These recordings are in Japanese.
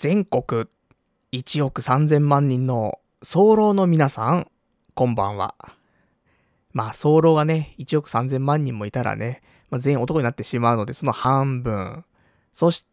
全国1億3000万人の早漏の皆さん、こんばんは。まあ、早漏がね、1億3000万人もいたらね、全員男になってしまうので、その半分。そして、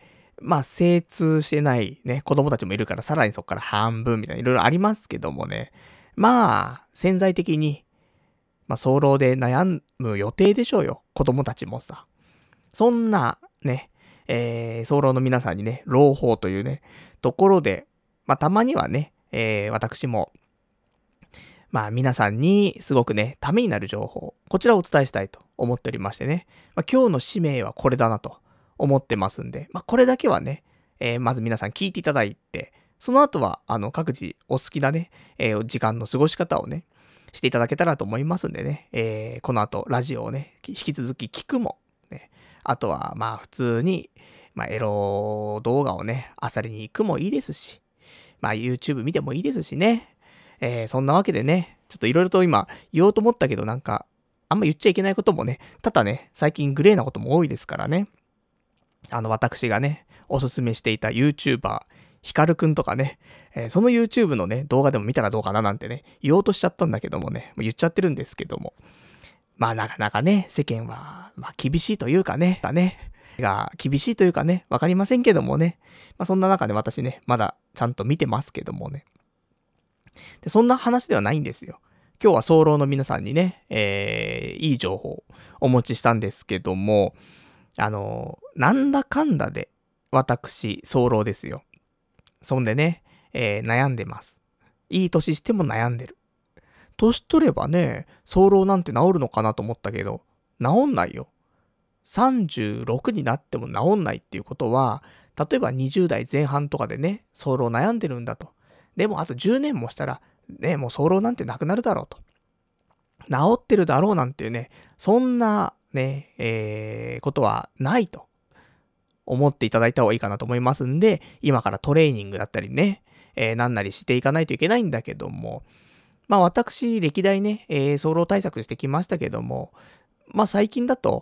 精通してないね、子供たちもいるから、さらにそこから半分みたいな、いろいろありますけどもね。潜在的に、早漏で悩む予定でしょうよ。子供たちもさ。そんな、ね、早漏の皆さんにね、朗報というね、ところで、たまにはね、私も、皆さんにすごくね、ためになる情報、こちらをお伝えしたいと思っておりましてね、今日の使命はこれだなと思ってますんで、これだけはね、まず皆さん聞いていただいて、その後は、各自お好きなね、時間の過ごし方をね、していただけたらと思いますんでね、この後、ラジオをね、引き続き聞くも、ね、あとは、普通に、エロ動画をね、漁りに行くもいいですし、YouTube 見てもいいですしね。そんなわけでね、ちょっといろいろと今言おうと思ったけどあんま言っちゃいけないこともね、ただね、最近グレーなことも多いですからね。私がね、おすすめしていた YouTuber、ヒカルくんとかね、その YouTube のね、動画でも見たらどうかななんてね、言おうとしちゃったんだけどもね、もう言っちゃってるんですけども。なかなかね、世間は、厳しいというかね、厳しいというかね、わかりませんけどもね。そんな中で私ね、まだちゃんと見てますけどもね。で、そんな話ではないんですよ。今日は早漏の皆さんにね、いい情報をお持ちしたんですけども、なんだかんだで、私、早漏ですよ。そんでね、悩んでます。いい年しても悩んでる。年取ればね、早漏なんて治るのかなと思ったけど、治んないよ。36になっても治んないっていうことは、例えば20代前半とかでね、早漏悩んでるんだと。でもあと10年もしたら、ね、もう早漏なんてなくなるだろうと。治ってるだろうなんていうね、そんなね、ことはないと思っていただいた方がいいかなと思いますんで、今からトレーニングだったりね、なんなりしていかないといけないんだけども、私、歴代ね、早漏対策してきましたけども、最近だと、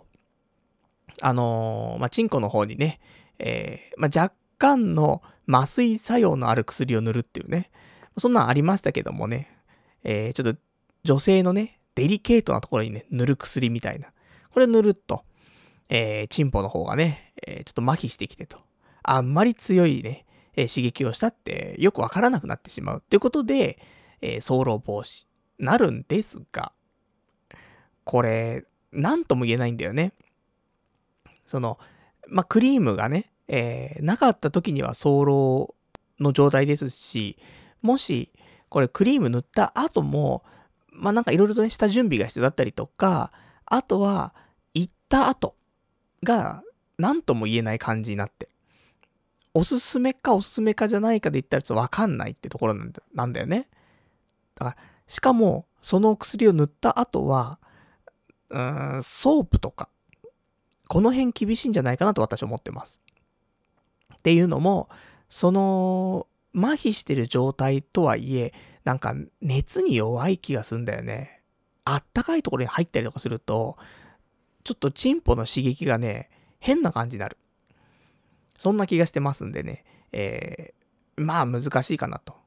チンコの方にね、若干の麻酔作用のある薬を塗るっていうね、そんなんありましたけどもね、ちょっと女性のね、デリケートなところにね、塗る薬みたいな。これ塗ると、チンポの方がね、ちょっと麻痺してきてと。あんまり強いね、刺激をしたってよくわからなくなってしまう。ということで、早漏防止、なるんですが、これ、なんとも言えないんだよね。その、クリームがね、なかった時には早漏の状態ですし、もし、これクリーム塗った後も、いろいろとね、下準備が必要だったりとか、あとは、行った後が、なんとも言えない感じになって。おすすめかおすすめかじゃないかで言ったらちょっとわかんないってところなんだよね。だから、しかも、その薬を塗った後は、ソープとか、この辺厳しいんじゃないかなと私は思ってます。っていうのも、その、麻痺してる状態とはいえ、熱に弱い気がすんだよね。あったかいところに入ったりとかすると、ちょっとチンポの刺激がね、変な感じになる。そんな気がしてますんでね。難しいかなと。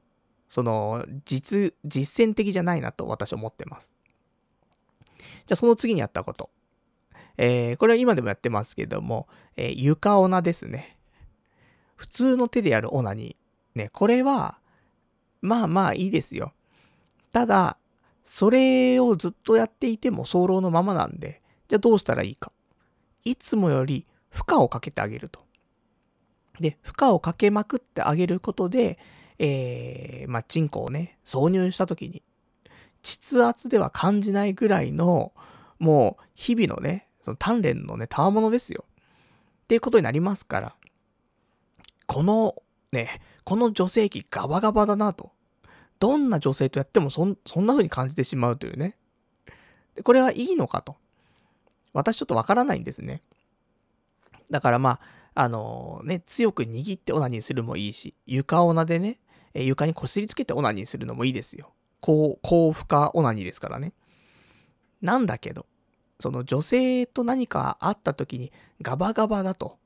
実践的じゃないなと私は思ってます。じゃあその次にやったこと。これは今でもやってますけども、床オナですね。普通の手でやるオナニー。ね、これは、いいですよ。ただ、それをずっとやっていても早漏のままなんで、じゃあどうしたらいいか。いつもより負荷をかけてあげると。で、負荷をかけまくってあげることで、チンコをね、挿入した時に、膣圧では感じないぐらいの、もう、日々のね、その鍛錬のね、賜物ですよ。っていうことになりますから、この、この女性器ガバガバだなと。どんな女性とやってもそんな風に感じてしまうというね。で、これはいいのかと。私ちょっとわからないんですね。だから強く握ってオナニーするもいいし、床オナでね、床にこすりつけてオナニーするのもいいですよ。高負荷オナニーですからね。なんだけど、その女性と何かあった時にガバガバだと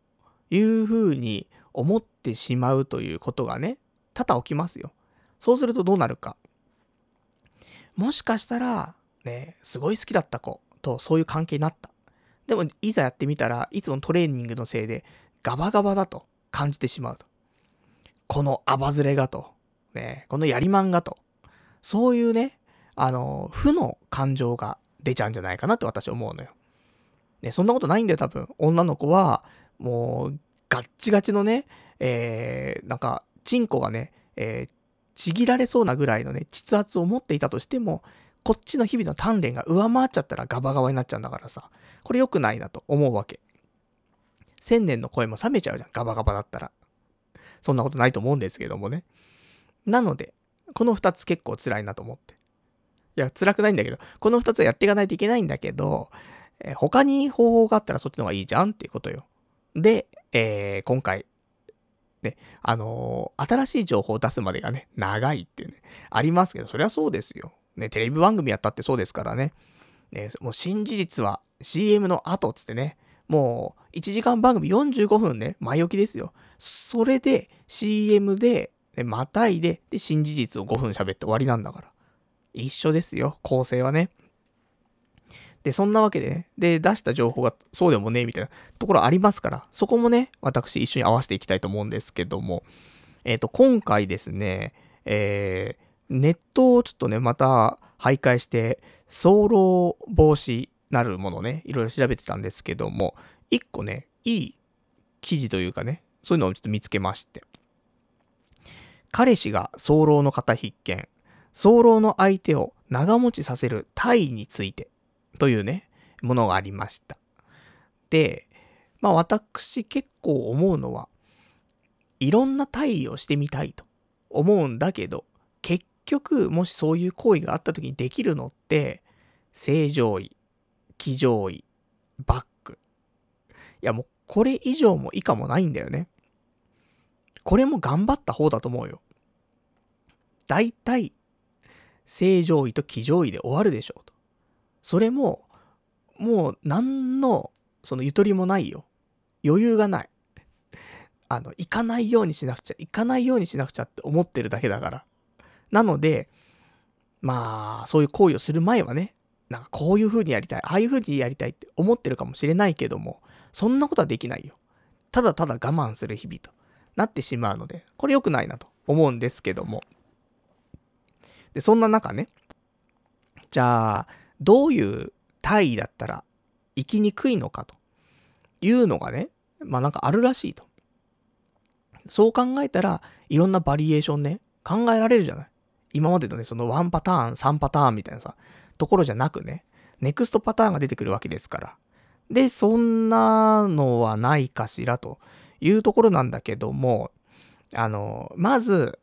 いう風に思ってしまうということがね、多々起きますよ。そうするとどうなるか。もしかしたら、ね、すごい好きだった子とそういう関係になった。でも、いざやってみたらいつものトレーニングのせいでガバガバだと感じてしまうと。このアバズレがと。ね、このやりまんがと。そういうね、負の感情が出ちゃうんじゃないかなって私は思うのよ。ね、そんなことないんだよ、多分。女の子は、もう、ガッチガチのね、なんか、チンコがね、ちぎられそうなぐらいのね、膣圧を持っていたとしても、こっちの日々の鍛錬が上回っちゃったらガバガバになっちゃうんだからさ、これ良くないなと思うわけ。千年の声も冷めちゃうじゃん、ガバガバだったら。そんなことないと思うんですけどもね。なので、この二つ結構辛いなと思って。いや、辛くないんだけど、この二つはやっていかないといけないんだけど、他に方法があったらそっちの方がいいじゃんっていうことよ。で、今回、ね、新しい情報を出すまでがね、長いっていうね、ありますけど、そりゃそうですよ。ね、テレビ番組やったってそうですからね。もう新事実は CM の後っつってね、もう1時間番組45分ね、前置きですよ。それで CM で、またいで、で、新事実を5分喋って終わりなんだから。一緒ですよ、構成はね。で、そんなわけでね、で、出した情報がそうでもねえみたいなところありますから、そこもね、私一緒に合わせていきたいと思うんですけども、今回ですね、ネットをちょっとね、また徘徊して、早漏防止なるものね、いろいろ調べてたんですけども、一個ね、いい記事というかね、そういうのをちょっと見つけまして。彼氏が早漏の方必見。早漏の相手を長持ちさせる体位についてというね、ものがありました。で、まあ私結構思うのは、いろんな体位をしてみたいと思うんだけど、結局もしそういう行為があった時にできるのって、正常位、騎乗位、バック。いやもうこれ以上も以下もないんだよね。これも頑張った方だと思うよ。だいたい正常位と騎乗位で終わるでしょうと。それも、もう何のそのゆとりもないよ。余裕がない。行かないようにしなくちゃ、行かないようにしなくちゃって思ってるだけだから。なので、まあ、そういう行為をする前はね、なんかこういう風にやりたい、ああいう風にやりたいって思ってるかもしれないけども、そんなことはできないよ。ただただ我慢する日々となってしまうので、これ良くないなと思うんですけども。で、そんな中ね、じゃあ、どういう体位だったら生きにくいのかというのがね、まあなんかあるらしいと。そう考えたら、いろんなバリエーションね、考えられるじゃない。今までのね、その1パターン、3パターンみたいなさ、ところじゃなくね、ネクストパターンが出てくるわけですから。で、そんなのはないかしらというところなんだけども、まず、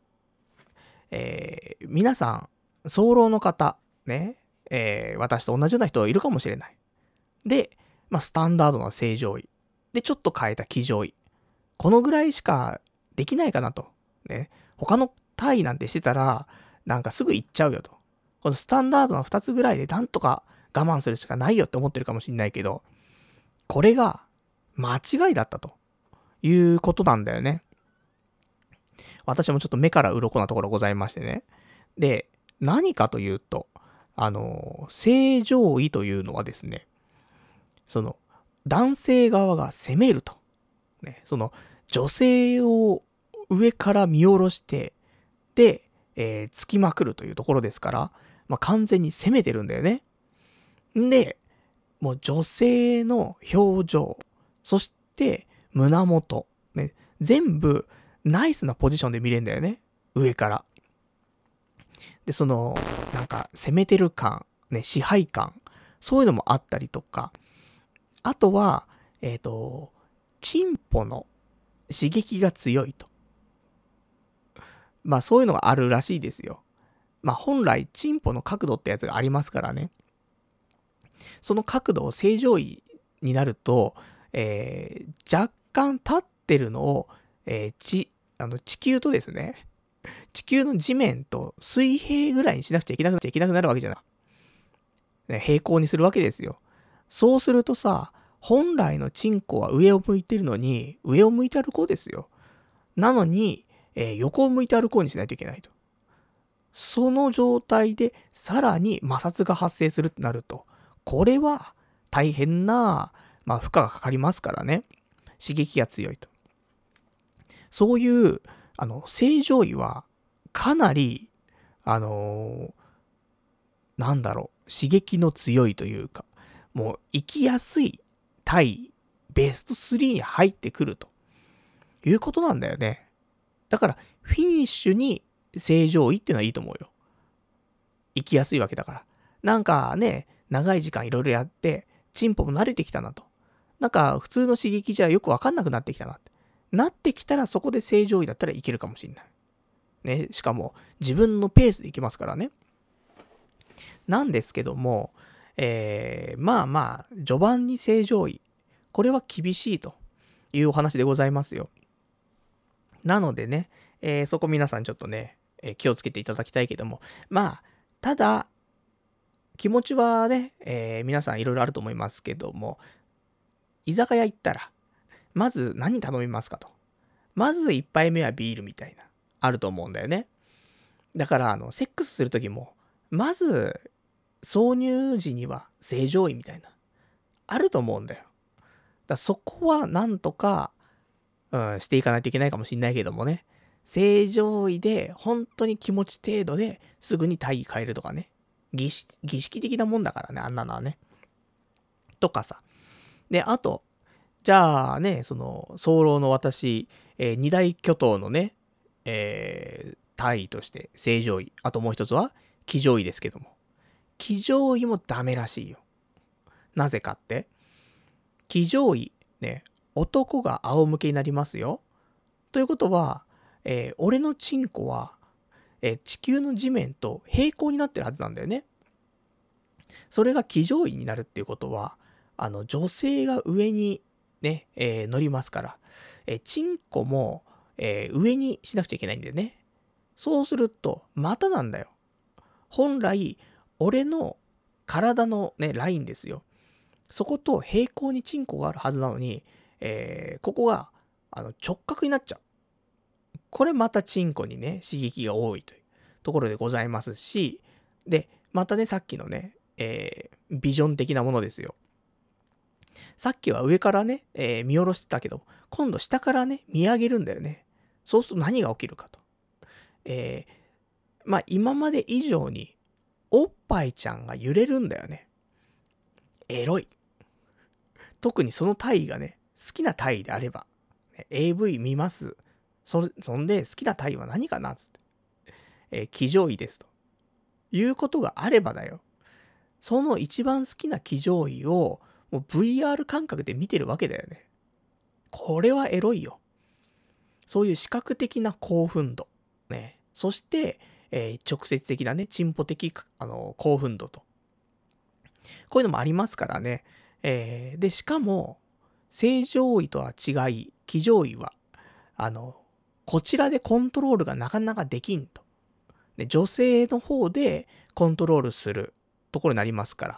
皆さん、早漏の方、ね、私と同じような人いるかもしれない。で、まあ、スタンダードな正常位。で、ちょっと変えた騎乗位。このぐらいしかできないかなと。ね。他の体位なんてしてたら、なんかすぐ行っちゃうよと。このスタンダードな2つぐらいでなんとか我慢するしかないよって思ってるかもしんないけど、これが間違いだったということなんだよね。私もちょっと目から鱗なところございましてね。で、何かというと、正常位というのはですね、その、男性側が攻めると。ね、その、女性を上から見下ろして、で、突きまくるというところですから、まあ、完全に攻めてるんだよね。んで、もう女性の表情、そして胸元、ね、全部ナイスなポジションで見れるんだよね。上から。で、その、なんか攻めてる感、ね、支配感、そういうのもあったりとか、あとは、チンポの刺激が強いと。まあそういうのがあるらしいですよ。まあ本来、チンポの角度ってやつがありますからね。その角度を正常位になると、若干立ってるのを、地球とですね、地球の地面と水平ぐらいにしなくちゃいけなくなるわけじゃない。ね、平行にするわけですよ。そうするとさ、 本来のチンコは上を向いてるのに、上を向いて歩こうですよ。なのに、横を向いて歩こうにしないといけないと。その状態でさらに摩擦が発生するってなると、これは大変な、負荷がかかりますからね。刺激が強いと。そういう、正常位はかなり、刺激の強いというか、もう生きやすい対ベスト3に入ってくるということなんだよね。だから、フィニッシュに正常位っていうのはいいと思うよ。生きやすいわけだから。なんかね、長い時間いろいろやって、チンポも慣れてきたなと。なんか、普通の刺激じゃよくわかんなくなってきたなって。なってきたらそこで正常位だったらいけるかもしれない。ね、しかも、自分のペースでいきますからね。なんですけども、序盤に正常位。これは厳しいというお話でございますよ。なのでね、そこ皆さんちょっとね、気をつけていただきたいけども、ただ、気持ちはね、皆さんいろいろあると思いますけども、居酒屋行ったら、まず何頼みますかと。まず一杯目はビールみたいな、あると思うんだよね。だから、セックスするときも、まず、挿入時には正常位みたいな、あると思うんだよ。そこはなんとか、していかないといけないかもしれないけどもね。正常位で、本当に気持ち程度ですぐに体位変えるとかね。儀式的なもんだからね、あんなのはね。とかさ。で、あと、じゃあね、早漏の私、二大巨頭のね、体位として正常位。あともう一つは、騎乗位ですけども。騎乗位もダメらしいよ。なぜかって、騎乗位、ね、男が仰向けになりますよ。ということは、俺のチンコは、地球の地面と平行になってるはずなんだよね。それが騎乗位になるっていうことは、女性が上にね、乗りますから、チンコも、上にしなくちゃいけないんだよね。そうすると、またなんだよ。本来、俺の体のね、ラインですよ。そこと平行にチンコがあるはずなのに、ここが、直角になっちゃう。これまたチンコにね、刺激が多いというところでございますし、で、またね、さっきのね、ビジョン的なものですよ。さっきは上からね、見下ろしてたけど、今度下からね、見上げるんだよね。そうすると何が起きるかと。今まで以上に、おっぱいちゃんが揺れるんだよね。エロい。特にその体位がね、好きな体位であれば、AV 見ます。そんで好きな体位は何かなつって。騎乗位ですと。いうことがあればだよ。その一番好きな騎乗位を、もう VR 感覚で見てるわけだよね。これはエロいよ。そういう視覚的な興奮度。ね。そして、直接的なね、チンポ的、興奮度と。こういうのもありますからね。で、しかも、正常位とは違い、騎乗位は、こちらでコントロールがなかなかできんと。で、女性の方でコントロールするところになりますから、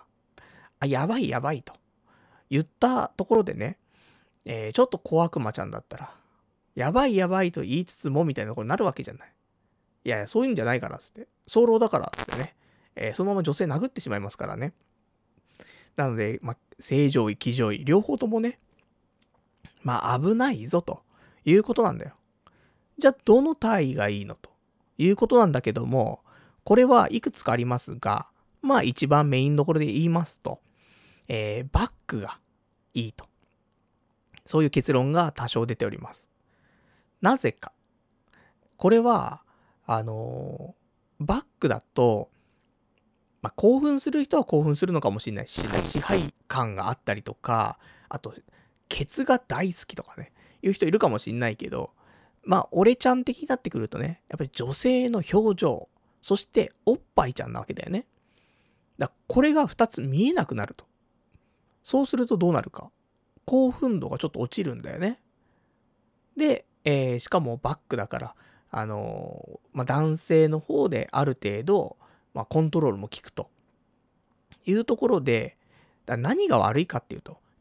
やばいやばいと言ったところでね、ちょっと小悪魔ちゃんだったら、やばいやばいと言いつつもみたいなところになるわけじゃない。いやいや、そういうんじゃないからっつって。早漏だからっつってね。そのまま女性殴ってしまいますからね。なので、正常位、騎乗位、両方ともね、危ないぞということなんだよ。じゃあ、どの体位がいいのということなんだけども、これはいくつかありますが、一番メインどころで言いますと、バックがいいと。そういう結論が多少出ております。なぜか。これは、バックだと、興奮する人は興奮するのかもしれないし、支配感があったりとか、あと、ケツが大好きとかね、いう人いるかもしれないけど、俺ちゃん的になってくるとね、やっぱり女性の表情、そしておっぱいちゃんなわけだよね。これが二つ見えなくなると。そうするとどうなるか。興奮度がちょっと落ちるんだよね。で、しかもバックだから、男性の方である程度、コントロールも効くというところで、何が悪いかっていうと、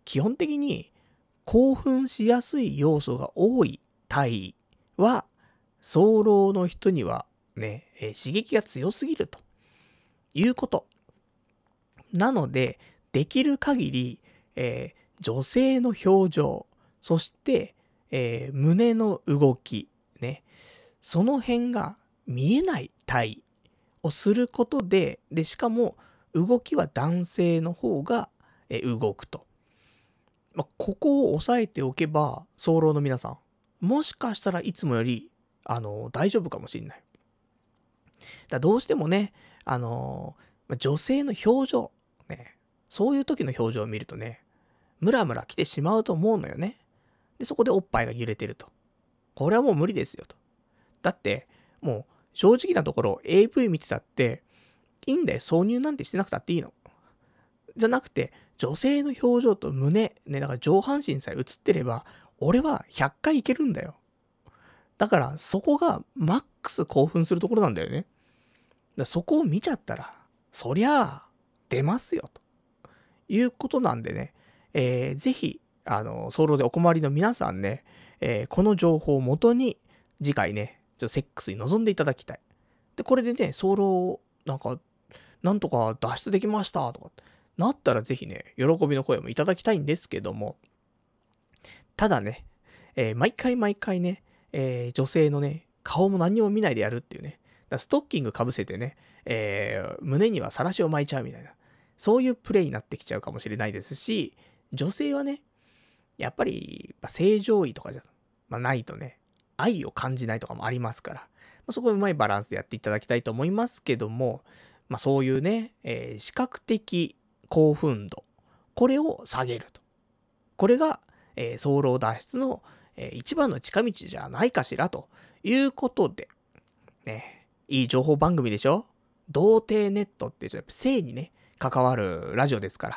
基本的に興奮しやすい要素が多い体位は、早漏の人にはね、刺激が強すぎるということ。なので、できる限り、女性の表情、そして、胸の動き、ね、その辺が見えない体位をすることで、しかも動きは男性の方が、動くと。ここを押さえておけば、早漏の皆さん、もしかしたらいつもより、大丈夫かもしれない。どうしてもね、女性の表情、ね、そういう時の表情を見るとね、ムラムラ来てしまうと思うのよね。で、そこでおっぱいが揺れてると。これはもう無理ですよと。だって、もう正直なところ AV 見てたって、いいんだよ、挿入なんてしてなくたっていいの。じゃなくて、女性の表情と胸、ね、だから上半身さえ映ってれば、俺は100回いけるんだよ。だからそこがマックス興奮するところなんだよね。そこを見ちゃったら、そりゃあ出ますよということなんでね、ぜひ早漏でお困りの皆さんね、この情報をもとに次回ね、セックスに臨んでいただきたい。でこれでね、早漏なんとか脱出できましたとかなったらぜひね、喜びの声もいただきたいんですけども、ただね、毎回ね、女性のね、顔も何にも見ないでやるっていうね、ストッキング被せてね、胸にはさらしを巻いちゃうみたいな、そういうプレイになってきちゃうかもしれないですし、女性はね、やっぱり正常位とかじゃ、ないとね、愛を感じないとかもありますから、そこをうまいバランスでやっていただきたいと思いますけども、そういうね、視覚的興奮度、これを下げると。これが、早漏脱出の、一番の近道じゃないかしらということで、ね、いい情報番組でしょ？童貞ネットってやっぱ性にね、関わるラジオですから、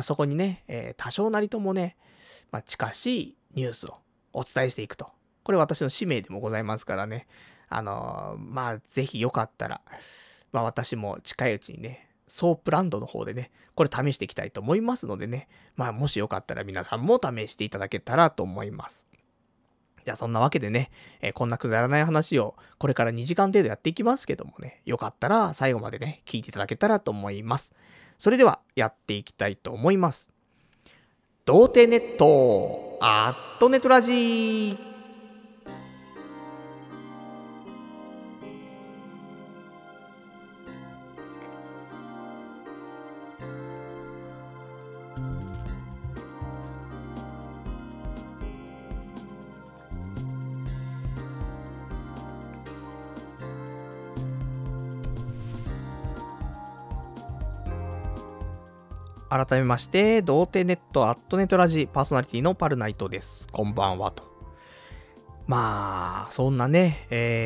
そこにね、多少なりともね、近しいニュースをお伝えしていくと。これ私の使命でもございますからね。ぜひよかったら、私も近いうちにね、ソープランドの方でね、これ試していきたいと思いますのでね、もしよかったら皆さんも試していただけたらと思います。じゃあそんなわけでね、こんなくだらない話をこれから2時間程度やっていきますけどもね、よかったら最後までね、聞いていただけたらと思います。それではやっていきたいと思います。童貞ネット、アットネットラジー。改めまして、童貞ネットアットネットラジパーソナリティのパルナイトです。こんばんはと。そんなね、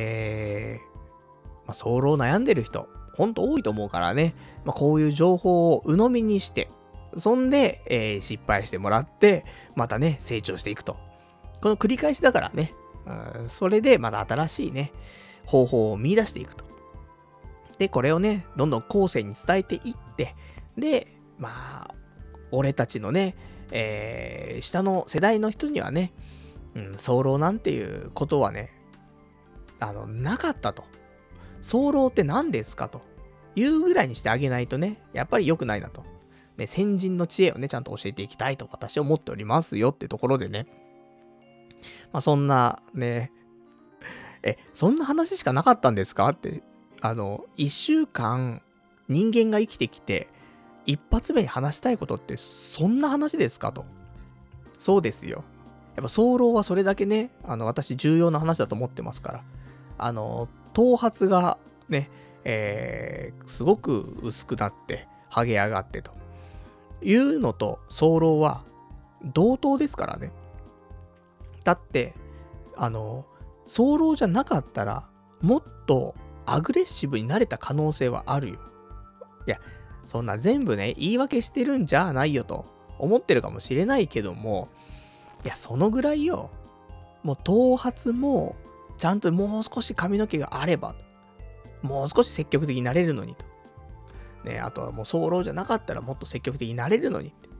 早漏悩んでる人、ほんと多いと思うからね、こういう情報を鵜呑みにして、そんで、失敗してもらって、またね、成長していくと。この繰り返しだからね、それでまた新しいね、方法を見出していくと。で、これをね、どんどん後世に伝えていって、で、俺たちのね、下の世代の人にはね、早漏なんていうことはね、なかったと。早漏って何ですかというぐらいにしてあげないとね、やっぱり良くないなと。ね、先人の知恵をね、ちゃんと教えていきたいと私は思っておりますよってところでね。そんなね、そんな話しかなかったんですかって、一週間人間が生きてきて、一発目に話したいことってそんな話ですかと。そうですよ。やっぱ早漏はそれだけね、私重要な話だと思ってますから。頭髪がね、すごく薄くなって、ハゲ上がってというのと早漏は同等ですからね。だって、早漏じゃなかったら、もっとアグレッシブになれた可能性はあるよ。いや、そんな全部ね、言い訳してるんじゃないよと思ってるかもしれないけども、いや、そのぐらいよ。もう頭髪も、ちゃんともう少し髪の毛があれば、もう少し積極的になれるのにと。ね、あとはもう早漏じゃなかったらもっと積極的になれるのにって。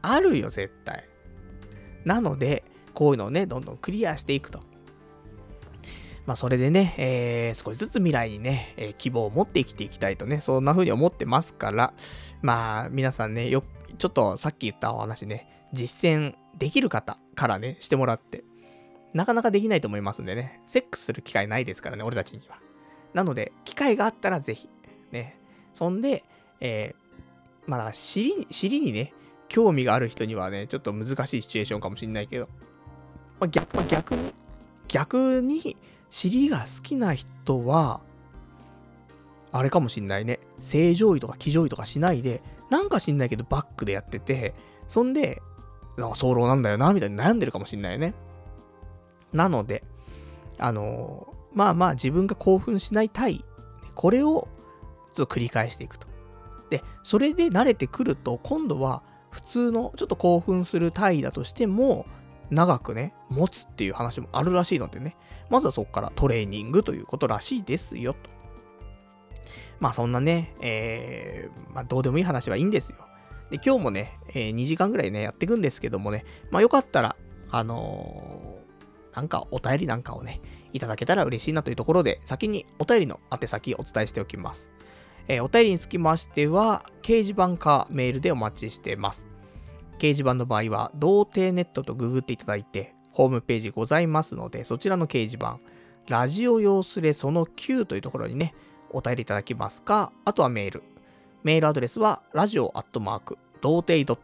あるよ、絶対。なので、こういうのをね、どんどんクリアしていくと。まあ、それでね、少しずつ未来にね、希望を持って生きていきたいとね、そんな風に思ってますから、まあ、皆さんね、ちょっとさっき言ったお話ね、実践できる方からね、してもらって、なかなかできないと思いますんでね、セックスする機会ないですからね、俺たちには。なので、機会があったらぜひ、ね、そんで、まあ、だから尻にね、興味がある人にはね、ちょっと難しいシチュエーションかもしんないけど、まあ、逆に、尻が好きな人は、あれかもしんないね。正常位とか騎乗位とかしないで、なんか知んないけどバックでやってて、そんで、なんか早漏なんだよな、みたいに悩んでるかもしんないよね。なので、まあまあ自分が興奮しない体、これをちょっと繰り返していくと。で、それで慣れてくると、今度は普通のちょっと興奮する体位だとしても、長くね、持つっていう話もあるらしいのでね、まずはそこからトレーニングということらしいですよ、と。まあそんなね、まあどうでもいい話はいいんですよ。で、今日もね、2時間ぐらいね、やっていくんですけどもね、まあよかったら、なんかお便りなんかをね、いただけたら嬉しいなというところで、先にお便りの宛先お伝えしておきます。お便りにつきましては、掲示板かメールでお待ちしています。掲示板の場合は、童貞ネットとググっていただいて、ホームページございますので、そちらの掲示板、ラジオ用スレその9というところにね、お便りいただきますか、あとはメール。メールアドレスは、radio@ 童貞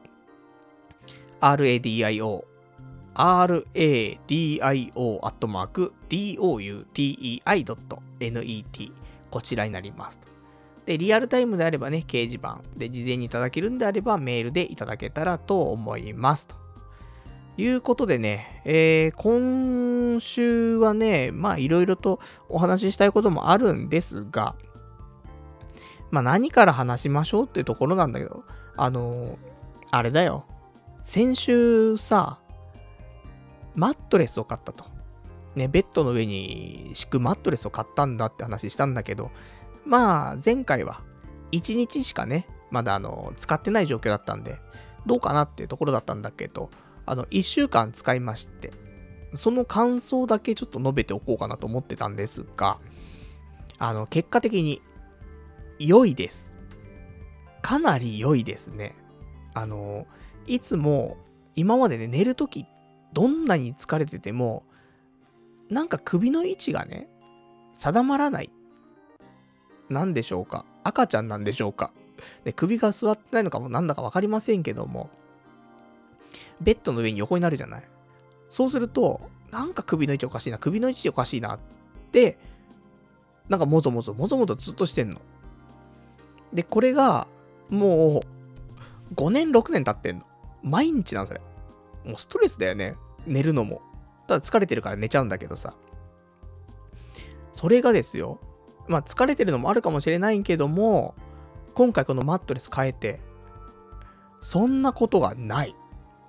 .net、radio、doutei.net、こちらになりますと。で、リアルタイムであればね、掲示板で事前にいただけるんであれば、メールでいただけたらと思います。ということでね、今週はね、まあいろいろとお話ししたいこともあるんですが、まあ何から話しましょうっていうところなんだけど、あれだよ。先週さ、マットレスを買ったと。ね、ベッドの上に敷くマットレスを買ったんだって話したんだけど、まあ、前回は1日しかね、まだ使ってない状況だったんで、どうかなっていうところだったんだけど、1週間使いまして、その感想だけちょっと述べておこうかなと思ってたんですが、結果的に良いです。かなり良いですね。いつも今までね、寝るとき、どんなに疲れてても、なんか首の位置がね、定まらない。なんでしょうか。赤ちゃんなんでしょうか。で、首が座ってないのかもなんだかわかりませんけども、ベッドの上に横になるじゃない。そうすると、なんか首の位置おかしいな、首の位置おかしいなって、なんかもぞもぞずっとしてんの。で、これが、もう、5年、6年経ってんの。毎日なの、それ。もうストレスだよね。寝るのも。ただ疲れてるから寝ちゃうんだけどさ。それがですよ。まあ疲れてるのもあるかもしれないけども、今回このマットレス変えて、そんなことがない。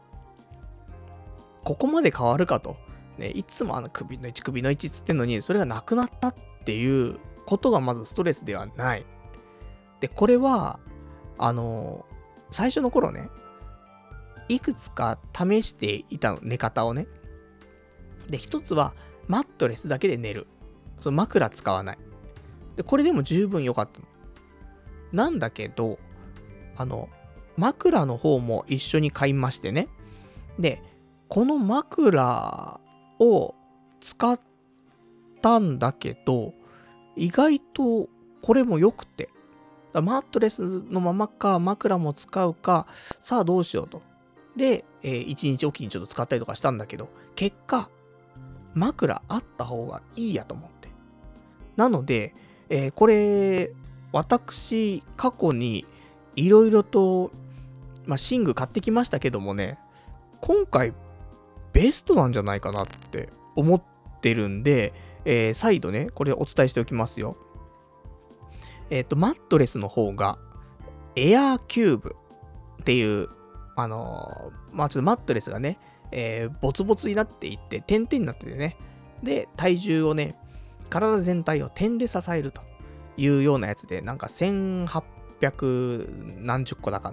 ここまで変わるかと。ね、いつも首の位置つってんのに、それがなくなったっていうことがまずストレスではない。で、これは、最初の頃ね、いくつか試していたの、寝方をね。で、一つは、マットレスだけで寝る。その枕使わない。で、これでも十分良かったの。なんだけど、枕の方も一緒に買いましてね。で、この枕を使ったんだけど、意外とこれも良くて。マットレスのままか、枕も使うか、さあどうしようと。で、1日おきにちょっと使ったりとかしたんだけど、結果、枕あった方がいいやと思って。なので、これ、私、過去にいろいろと、寝具買ってきましたけどもね、今回、ベストなんじゃないかなって思ってるんで、再度ね、これお伝えしておきますよ。マットレスの方が、エアーキューブっていう、ちょっとマットレスがね、ボツボツになっていって、点々になっててね、で、体重をね、体全体を点で支えるというようなやつで、なんか1800何十個だかの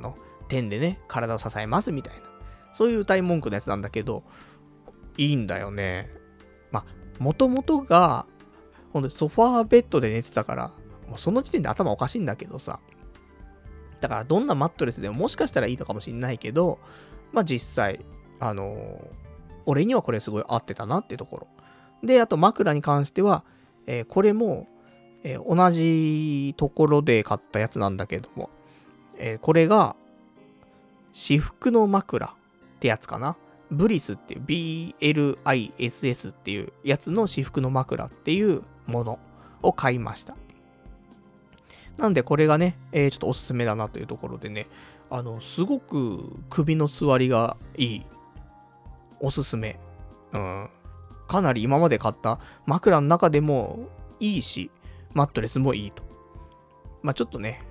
天でね、体を支えますみたいな。そういう歌い文句のやつなんだけど、いいんだよね。まあ、もともとが、ほんとソファーベッドで寝てたから、もうその時点で頭おかしいんだけどさ。だからどんなマットレスでももしかしたらいいのかもしんないけど、まあ実際、俺にはこれすごい合ってたなっていうところ。で、あと枕に関しては、これも、同じところで買ったやつなんだけども、これが、至福の枕ってやつかな。ブリスっていう、BLISS っていうやつの至福の枕っていうものを買いました。なんでこれがね、ちょっとおすすめだなというところでね、すごく首の座りがいい。おすすめ。うん。かなり今まで買った枕の中でもいいし、マットレスもいいと。まあちょっとね、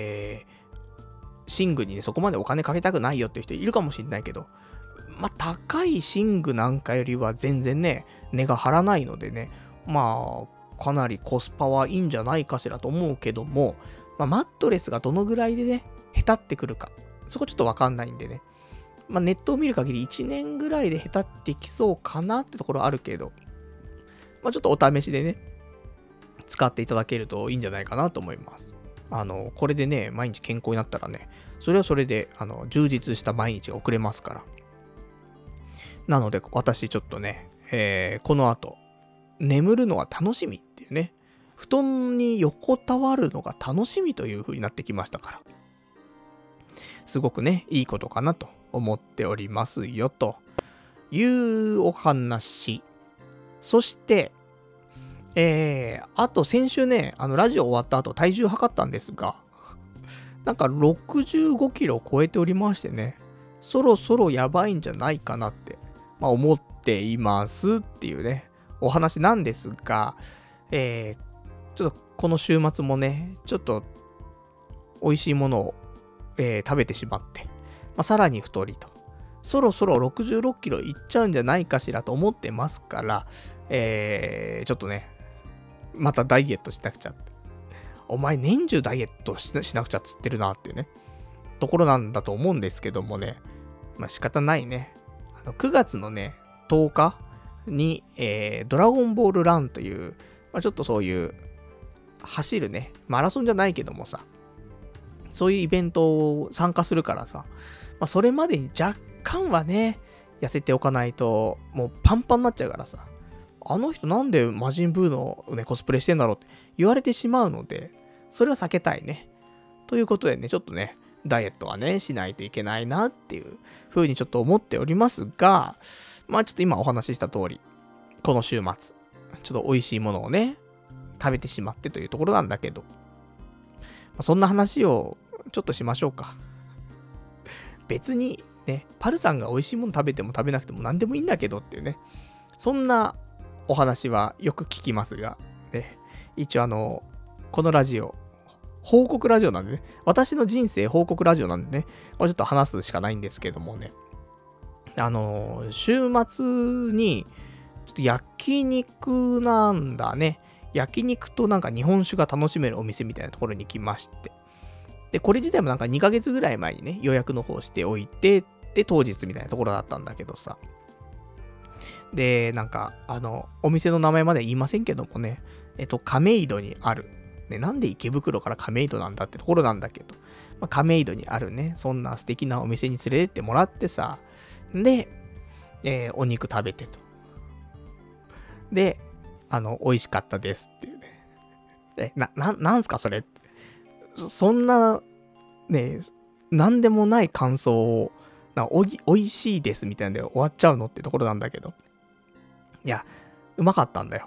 寝具にね、そこまでお金かけたくないよっていう人いるかもしれないけど、まあ高い寝具なんかよりは全然ね、値が張らないのでね、まあ、かなりコスパはいいんじゃないかしらと思うけども、まあ、マットレスがどのぐらいでね、へたってくるか。そこちょっとわかんないんでね。まあ、ネットを見る限り1年ぐらいでへたってきそうかなってところあるけど、まあ、ちょっとお試しでね、使っていただけるといいんじゃないかなと思います。これでね、毎日健康になったらね、それはそれで、充実した毎日が送れますから。なので、私ちょっとね、この後、眠るのが楽しみっていうね、布団に横たわるのが楽しみという風になってきましたから、すごくね、いいことかなと思っておりますよ、というお話。そして、あと先週ね、ラジオ終わった後体重測ったんですが、なんか65キロを超えておりましてね、そろそろやばいんじゃないかなって、まあ思っていますっていうね、お話なんですが、ちょっとこの週末もね、ちょっと美味しいものを、食べてしまって、まあ、さらに太りと。そろそろ66キロいっちゃうんじゃないかしらと思ってますから、ちょっとね、またダイエットしなくちゃって。お前年中ダイエットしなくちゃっつってるなっていうね、ところなんだと思うんですけどもね、まあ仕方ないね。9月のね、10日に、ドラゴンボールランという、まあ、ちょっとそういう、走るね、マラソンじゃないけどもさ、そういうイベントを参加するからさ、まあ、それまでに若干はね、痩せておかないと、もうパンパンになっちゃうからさ、あの人なんで魔人ブーの、ね、コスプレしてんだろうって言われてしまうので、それは避けたいね。ということでね、ちょっとね、ダイエットはね、しないといけないなっていう風にちょっと思っておりますが、まあちょっと今お話しした通り、この週末、ちょっと美味しいものをね、食べてしまってというところなんだけど、そんな話をちょっとしましょうか。別にね、パルさんが美味しいもの食べても食べなくても何でもいいんだけどっていうね、そんなお話はよく聞きますが、ね、一応このラジオ、報告ラジオなんでね、私の人生報告ラジオなんでね、これちょっと話すしかないんですけどもね、週末に、ちょっと焼肉なんだね。焼肉となんか日本酒が楽しめるお店みたいなところに来まして。で、これ自体もなんか2ヶ月ぐらい前にね、予約の方しておいて、で、当日みたいなところだったんだけどさ。で、なんか、お店の名前まで言いませんけどもね、亀戸にある。ね、なんで池袋から亀戸なんだってところなんだけど、まあ、亀戸にあるね、そんな素敵なお店に連れてってもらってさ、で、お肉食べてと。で、美味しかったですっていうね。なんすかそれって。そんな、ね、なんでもない感想を、おいしいですみたいなんで終わっちゃうのってところなんだけど。いや、うまかったんだよ。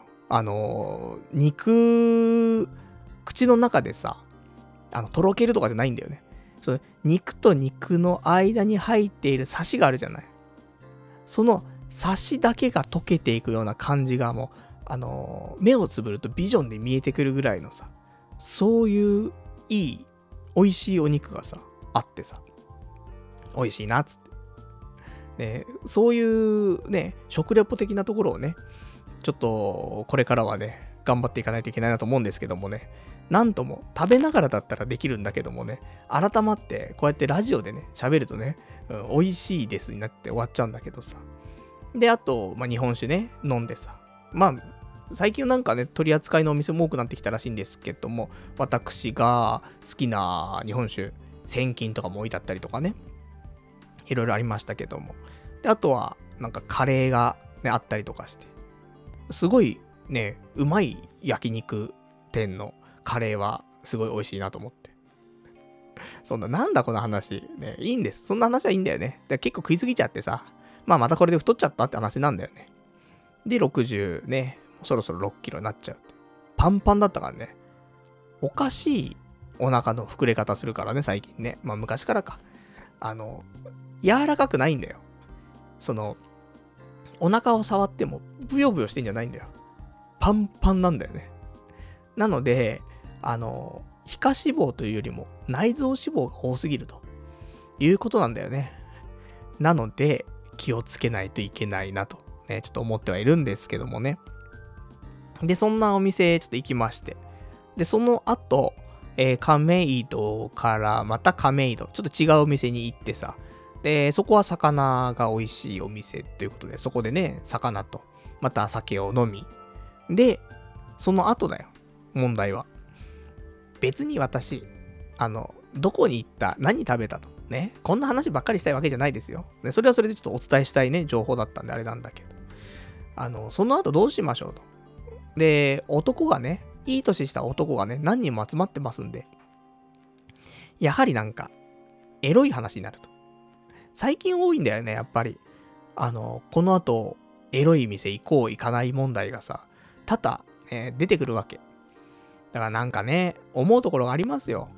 肉、口の中でさ、とろけるとかじゃないんだよね。その肉と肉の間に入っているサシがあるじゃない。そのサシだけが溶けていくような感じがもう、目をつぶるとビジョンで見えてくるぐらいのさ、そういういい、美味しいお肉がさ、あってさ、美味しいなっつって。ね、そういうね、食レポ的なところをね、ちょっとこれからはね、 頑張っていかないといけないなと思うんですけどもね。なんとも、食べながらだったらできるんだけどもね、改まって、こうやってラジオでね、喋るとね、美味しいですになって終わっちゃうんだけどさ。で、あと、日本酒ね、飲んでさ。最近なんかね、取り扱いのお店も多くなってきたらしいんですけども、私が好きな日本酒、千金とかも置いてあったりとかね、いろいろありましたけども。で、あとは、なんかカレーがね、あったりとかして。すごいね、うまい焼肉店のカレーはすごい美味しいなと思って。なんだこの話。ね、いいんです。そんな話はいいんだよね。で結構食いすぎちゃってさ。またこれで太っちゃったって話なんだよね。で、60ね、そろそろ6キロになっちゃうって。パンパンだったからね。おかしいお腹の膨れ方するからね、最近ね。昔からか。柔らかくないんだよ。お腹を触ってもブヨブヨしてんじゃないんだよ。パンパンなんだよね。なので、皮下脂肪というよりも内臓脂肪が多すぎるということなんだよね。なので、気をつけないといけないなと、ね、ちょっと思ってはいるんですけどもね。で、そんなお店ちょっと行きまして。で、その後、亀戸からまた亀戸、ちょっと違うお店に行ってさ。で、そこは魚が美味しいお店ということで、そこでね、魚と、また酒を飲み。で、その後だよ。問題は。別に私、どこに行った、何食べたと。ね。こんな話ばっかりしたいわけじゃないですよ。ね、それはそれでちょっとお伝えしたいね、情報だったんであれなんだけど。その後どうしましょうと。で、男がね、いい年した男がね、何人も集まってますんで、やはりなんか、エロい話になると。最近多いんだよね、やっぱり。この後、エロい店行こう行かない問題がさ、多々、出てくるわけ。だからなんかね、思うところがありますよ。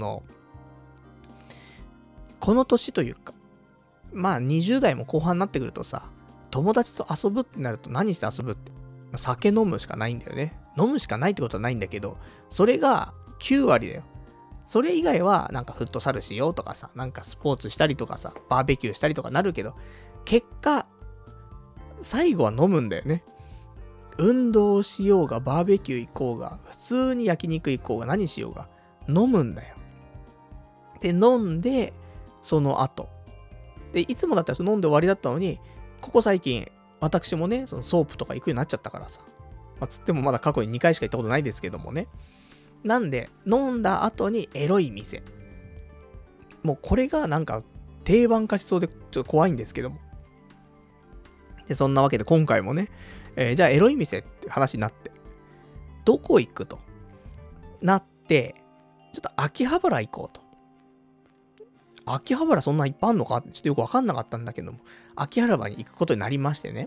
この年というか、20代も後半になってくるとさ、友達と遊ぶってなると何して遊ぶって。酒飲むしかないんだよね。飲むしかないってことはないんだけど、それが9割だよ。それ以外は、なんかフットサルしようとかさ、なんかスポーツしたりとかさ、バーベキューしたりとかなるけど、結果、最後は飲むんだよね。運動しようが、バーベキュー行こうが、普通に焼肉行こうが、何しようが、飲むんだよ。で、飲んで、その後。で、いつもだったら飲んで終わりだったのに、ここ最近、私もね、そのソープとか行くようになっちゃったからさ。つってもまだ過去に2回しか行ったことないですけどもね。なんで、飲んだ後にエロい店。もうこれがなんか定番化しそうでちょっと怖いんですけども。で、そんなわけで今回もね、じゃあエロい店って話になって、どこ行くとなって、ちょっと秋葉原行こうと。秋葉原そんないっぱいあんのかちょっとよくわかんなかったんだけども、秋葉原に行くことになりましてね。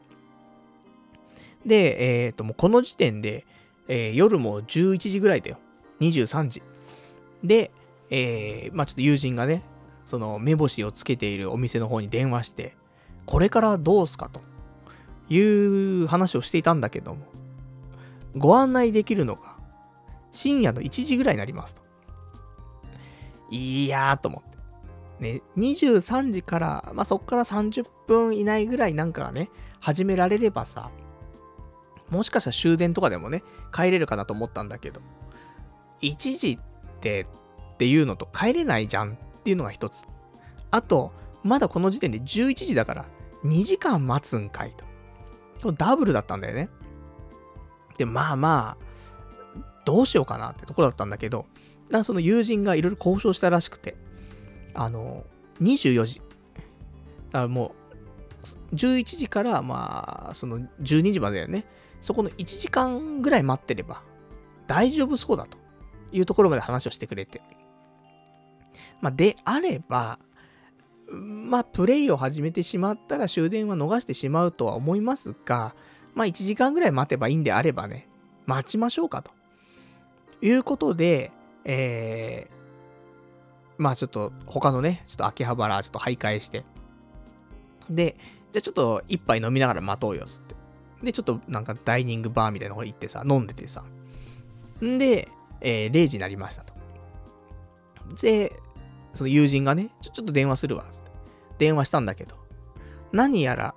で、もうこの時点で、夜も11時ぐらいだよ。23時。で、ちょっと友人がね、その目星をつけているお店の方に電話して、これからどうすかという話をしていたんだけども、ご案内できるのが深夜の1時ぐらいになりますと。いやーと思って。ね、23時から、そっから30分以内ぐらいなんかね、始められればさ、もしかしたら終電とかでもね、帰れるかなと思ったんだけど、1時っていうのと帰れないじゃんっていうのが一つ。あと、まだこの時点で11時だから2時間待つんかいと。これダブルだったんだよね。で、どうしようかなってところだったんだけど、その友人がいろいろ交渉したらしくて、24時。もう、11時から、その12時までだよね。そこの1時間ぐらい待ってれば、大丈夫そうだというところまで話をしてくれて。であれば、プレイを始めてしまったら終電は逃してしまうとは思いますが、1時間ぐらい待てばいいんであればね、待ちましょうかと。いうことで、ちょっと他のね、ちょっと秋葉原ちょっと徘徊して。で、じゃあちょっと一杯飲みながら待とうよ、つって。で、ちょっとなんかダイニングバーみたいなとこ行ってさ、飲んでてさ。んで、0時になりましたと。で、その友人がね、ちょっと電話するわ、つって。電話したんだけど、何やら、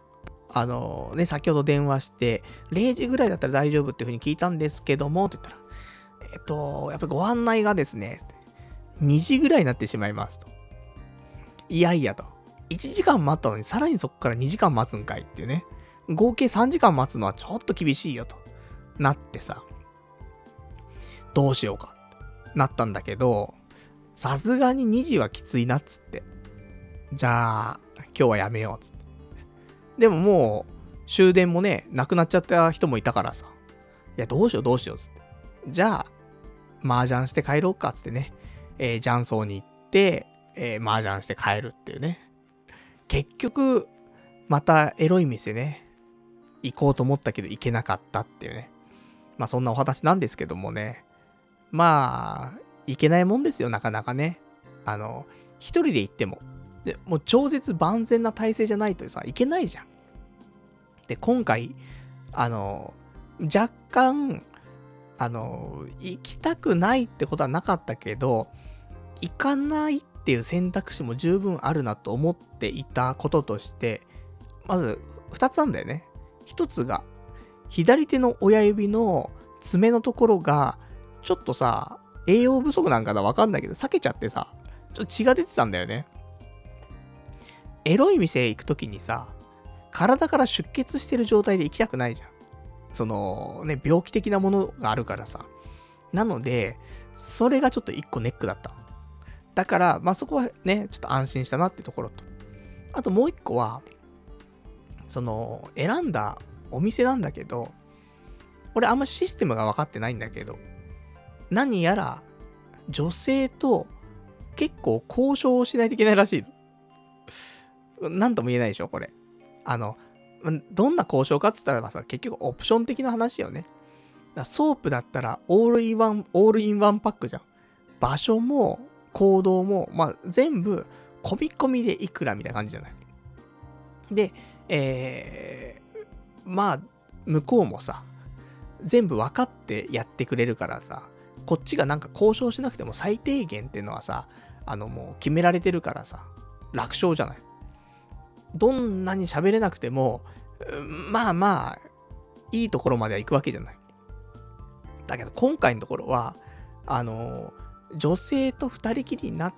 先ほど電話して、0時ぐらいだったら大丈夫っていう風に聞いたんですけども、って言ったら、やっぱりご案内がですね、2時ぐらいになってしまいますと。いやいやと。1時間待ったのにさらにそこから2時間待つんかいっていうね。合計3時間待つのはちょっと厳しいよと。なってさ。どうしようかってなったんだけど、さすがに2時はきついなっつって。じゃあ、今日はやめようっつって。でももう、終電もね、なくなっちゃった人もいたからさ。いや、どうしようっつって。じゃあ、麻雀して帰ろうかっつってね。雀荘に行って、麻雀して帰るっていうね。結局、またエロい店ね、行こうと思ったけど行けなかったっていうね。まあそんなお話なんですけどもね。まあ、行けないもんですよ、なかなかね。一人で行っても。でもう超絶万全な体制じゃないとさ、行けないじゃん。で、今回、若干、行きたくないってことはなかったけど、行かないっていう選択肢も十分あるなと思っていたこととして、まず、二つあるんだよね。一つが、左手の親指の爪のところが、ちょっとさ、栄養不足なんかなわかんないけど、避けちゃってさ、ちょっと血が出てたんだよね。エロい店行くときにさ、体から出血してる状態で行きたくないじゃん。その、ね、病気的なものがあるからさ。なので、それがちょっと一個ネックだった。だから、まあ、そこはね、ちょっと安心したなってところと。あともう一個は、選んだお店なんだけど、俺あんまシステムが分かってないんだけど、何やら女性と結構交渉をしないといけないらしいの。なんとも言えないでしょ、これ。どんな交渉かっつったらさ、結局オプション的な話よね。ソープだったらオールインワンパックじゃん。場所も行動も、まあ全部込み込みでいくらみたいな感じじゃない。で、まあ、向こうもさ、全部分かってやってくれるからさ、こっちがなんか交渉しなくても最低限っていうのはさ、もう決められてるからさ、楽勝じゃない。どんなに喋れなくても、まあまあ、いいところまでは行くわけじゃない。だけど今回のところは、女性と二人きりになって、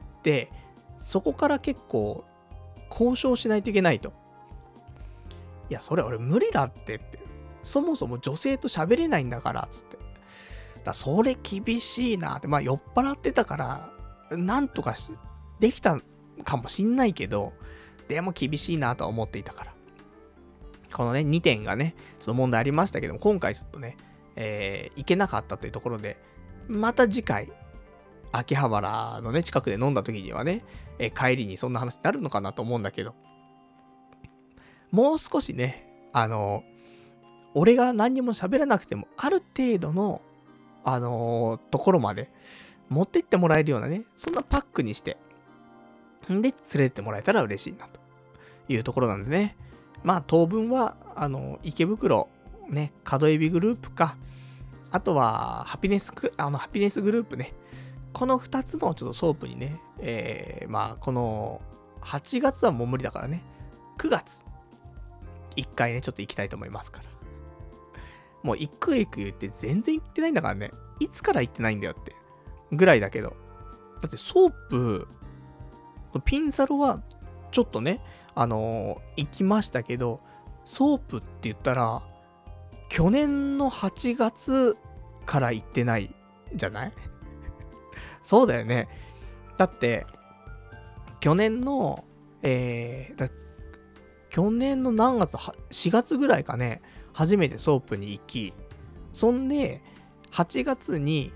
そこから結構、交渉しないといけないと。いや、それ俺無理だってって。そもそも女性と喋れないんだから、つって。それ厳しいなって。まあ酔っ払ってたから、なんとかできたかもしんないけど、でも厳しいなとは思っていたから。このね、2点がね、ちょっと問題ありましたけども、今回ちょっとね、行けなかったというところで、また次回、秋葉原のね、近くで飲んだ時にはね、帰りにそんな話になるのかなと思うんだけど、もう少しね、俺が何にも喋らなくても、ある程度の、ところまで持ってってもらえるようなね、そんなパックにして、んで、連れてってもらえたら嬉しいな、というところなんでね。まあ、当分は、池袋、ね、角エビグループか、あとは、ハピネスグループね。この2つのちょっとソープにね、まあ、この、8月はもう無理だからね、9月、1回ね、ちょっと行きたいと思いますから。もう行く言って全然行ってないんだからね。いつから行ってないんだよって。ぐらいだけど。だってソープ、ピンサロはちょっとね、行きましたけど、ソープって言ったら、去年の8月から行ってないじゃないそうだよね。だって、去年の、去年の何月、4月ぐらいかね、初めてソープに行き、そんで、8月に、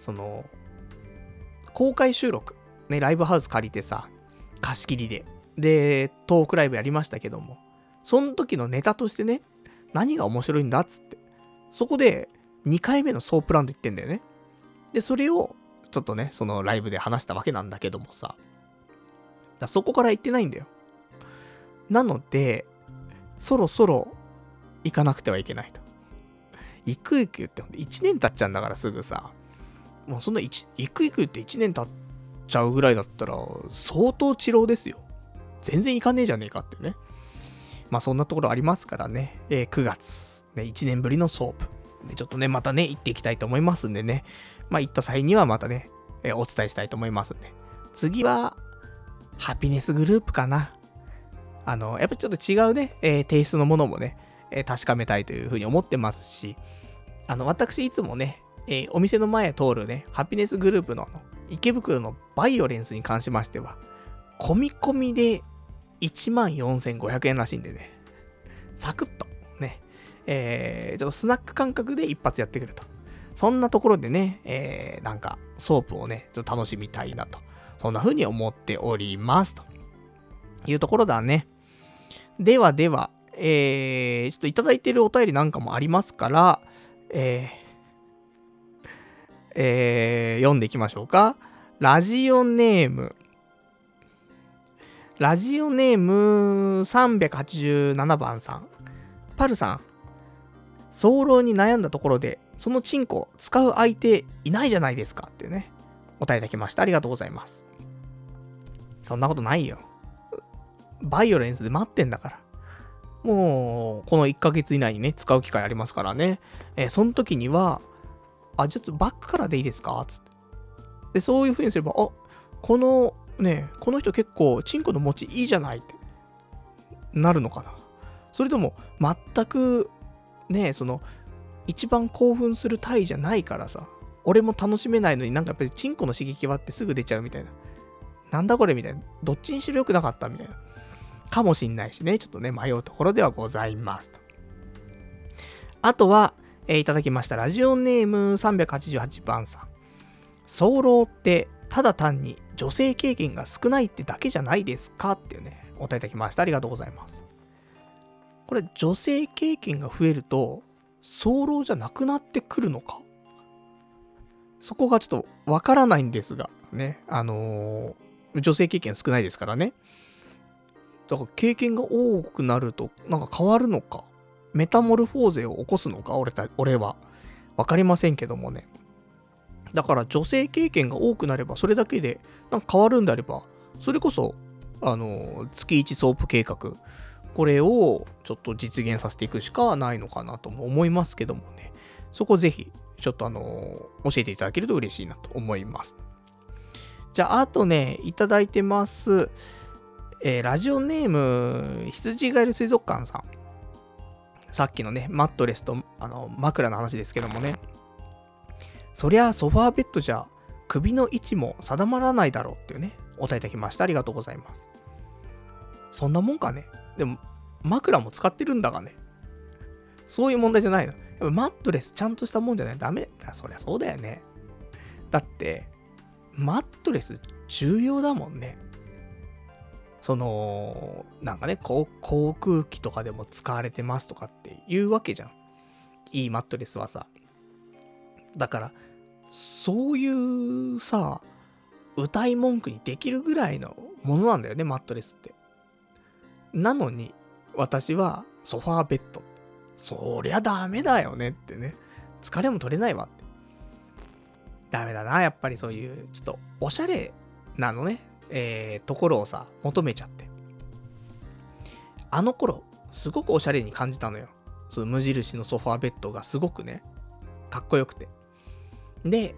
公開収録、ね、ライブハウス借りてさ、貸し切りで、で、トークライブやりましたけども、その時のネタとしてね、何が面白いんだっつって、そこで2回目のソープランド行ってんだよね。で、それを、ちょっとね、そのライブで話したわけなんだけどもさ、そこから行ってないんだよ。なので、そろそろ行かなくてはいけないと。行く行くってほんと1年経っちゃうんだからすぐさ。もうそんな行く行くって1年経っちゃうぐらいだったら相当治療ですよ。全然行かねえじゃねえかってね。 まあそんなところありますからね、9月、ね、1年ぶりのソープ。でちょっとね、またね、行っていきたいと思いますんでね。まあ行った際にはまたね、お伝えしたいと思いますんで。次は、ハピネスグループかな。やっぱりちょっと違うね、テイストのものもね、確かめたいというふうに思ってますし、私いつもね、お店の前通るね、ハピネスグループの池袋のバイオレンスに関しましては、込み込みで14,500円らしいんでね、サクッとね、ちょっとスナック感覚で一発やってくると。そんなところでね、なんかソープをね、ちょっと楽しみたいなと。そんな風に思っております。というところだね。ではでは、ちょっといただいているお便りなんかもありますから、読んでいきましょうか。ラジオネーム387番さん。パルさん、早漏に悩んだところで、そのチンコ使う相手いないじゃないですかっていうね、お答えいただきました。ありがとうございます。そんなことないよ。バイオレンスで待ってんだから。もう、この1ヶ月以内にね、使う機会ありますからね。その時には、ちょっとバックからでいいですかつって。で、そういう風にすれば、この人結構、チンコの持ちいいじゃないってなるのかな。それとも、全く、ね、一番興奮する体じゃないからさ、俺も楽しめないのになんかやっぱりチンコの刺激はあってすぐ出ちゃうみたいな。なんだこれみたいな。どっちにしろ良くなかったみたいな。かもしんないしね、ちょっとね、迷うところではございますと。あとは、いただきました。ラジオネーム388番さん。早漏って、ただ単に女性経験が少ないってだけじゃないですかっていうね、お答えいただきました。ありがとうございます。これ、女性経験が増えると、早漏じゃなくなってくるのか、そこがちょっとわからないんですが、ね。女性経験少ないですからね。だから経験が多くなると、なんか変わるのか、メタモルフォーゼを起こすのか、俺は。わかりませんけどもね。だから女性経験が多くなれば、それだけで、なんか変わるんであれば、それこそ、月1ソープ計画、これをちょっと実現させていくしかないのかなとも思いますけどもね。そこぜひ、ちょっと教えていただけると嬉しいなと思います。じゃあ、あとね、いただいてます。ラジオネーム、羊ガエル水族館さん。さっきのね、マットレスと、枕の話ですけどもね。そりゃ、ソファーベッドじゃ、首の位置も定まらないだろうっていうね、お答えいただきました。ありがとうございます。そんなもんかね。でも、枕も使ってるんだがね。そういう問題じゃないの。やっぱマットレスちゃんとしたもんじゃないとダメだ。そりゃそうだよね。だって、マットレス重要だもんね。なんかね、航空機とかでも使われてますとかって言うわけじゃん。いいマットレスはさ。だから、そういうさ、歌い文句にできるぐらいのものなんだよね、マットレスって。なのに、私はソファーベッド。そりゃダメだよねってね。疲れも取れないわって。ダメだな、やっぱりそういう、ちょっとおしゃれなのね、ところをさ、求めちゃって。あの頃、すごくおしゃれに感じたのよ。その無印のソファーベッドがすごくね、かっこよくて。で、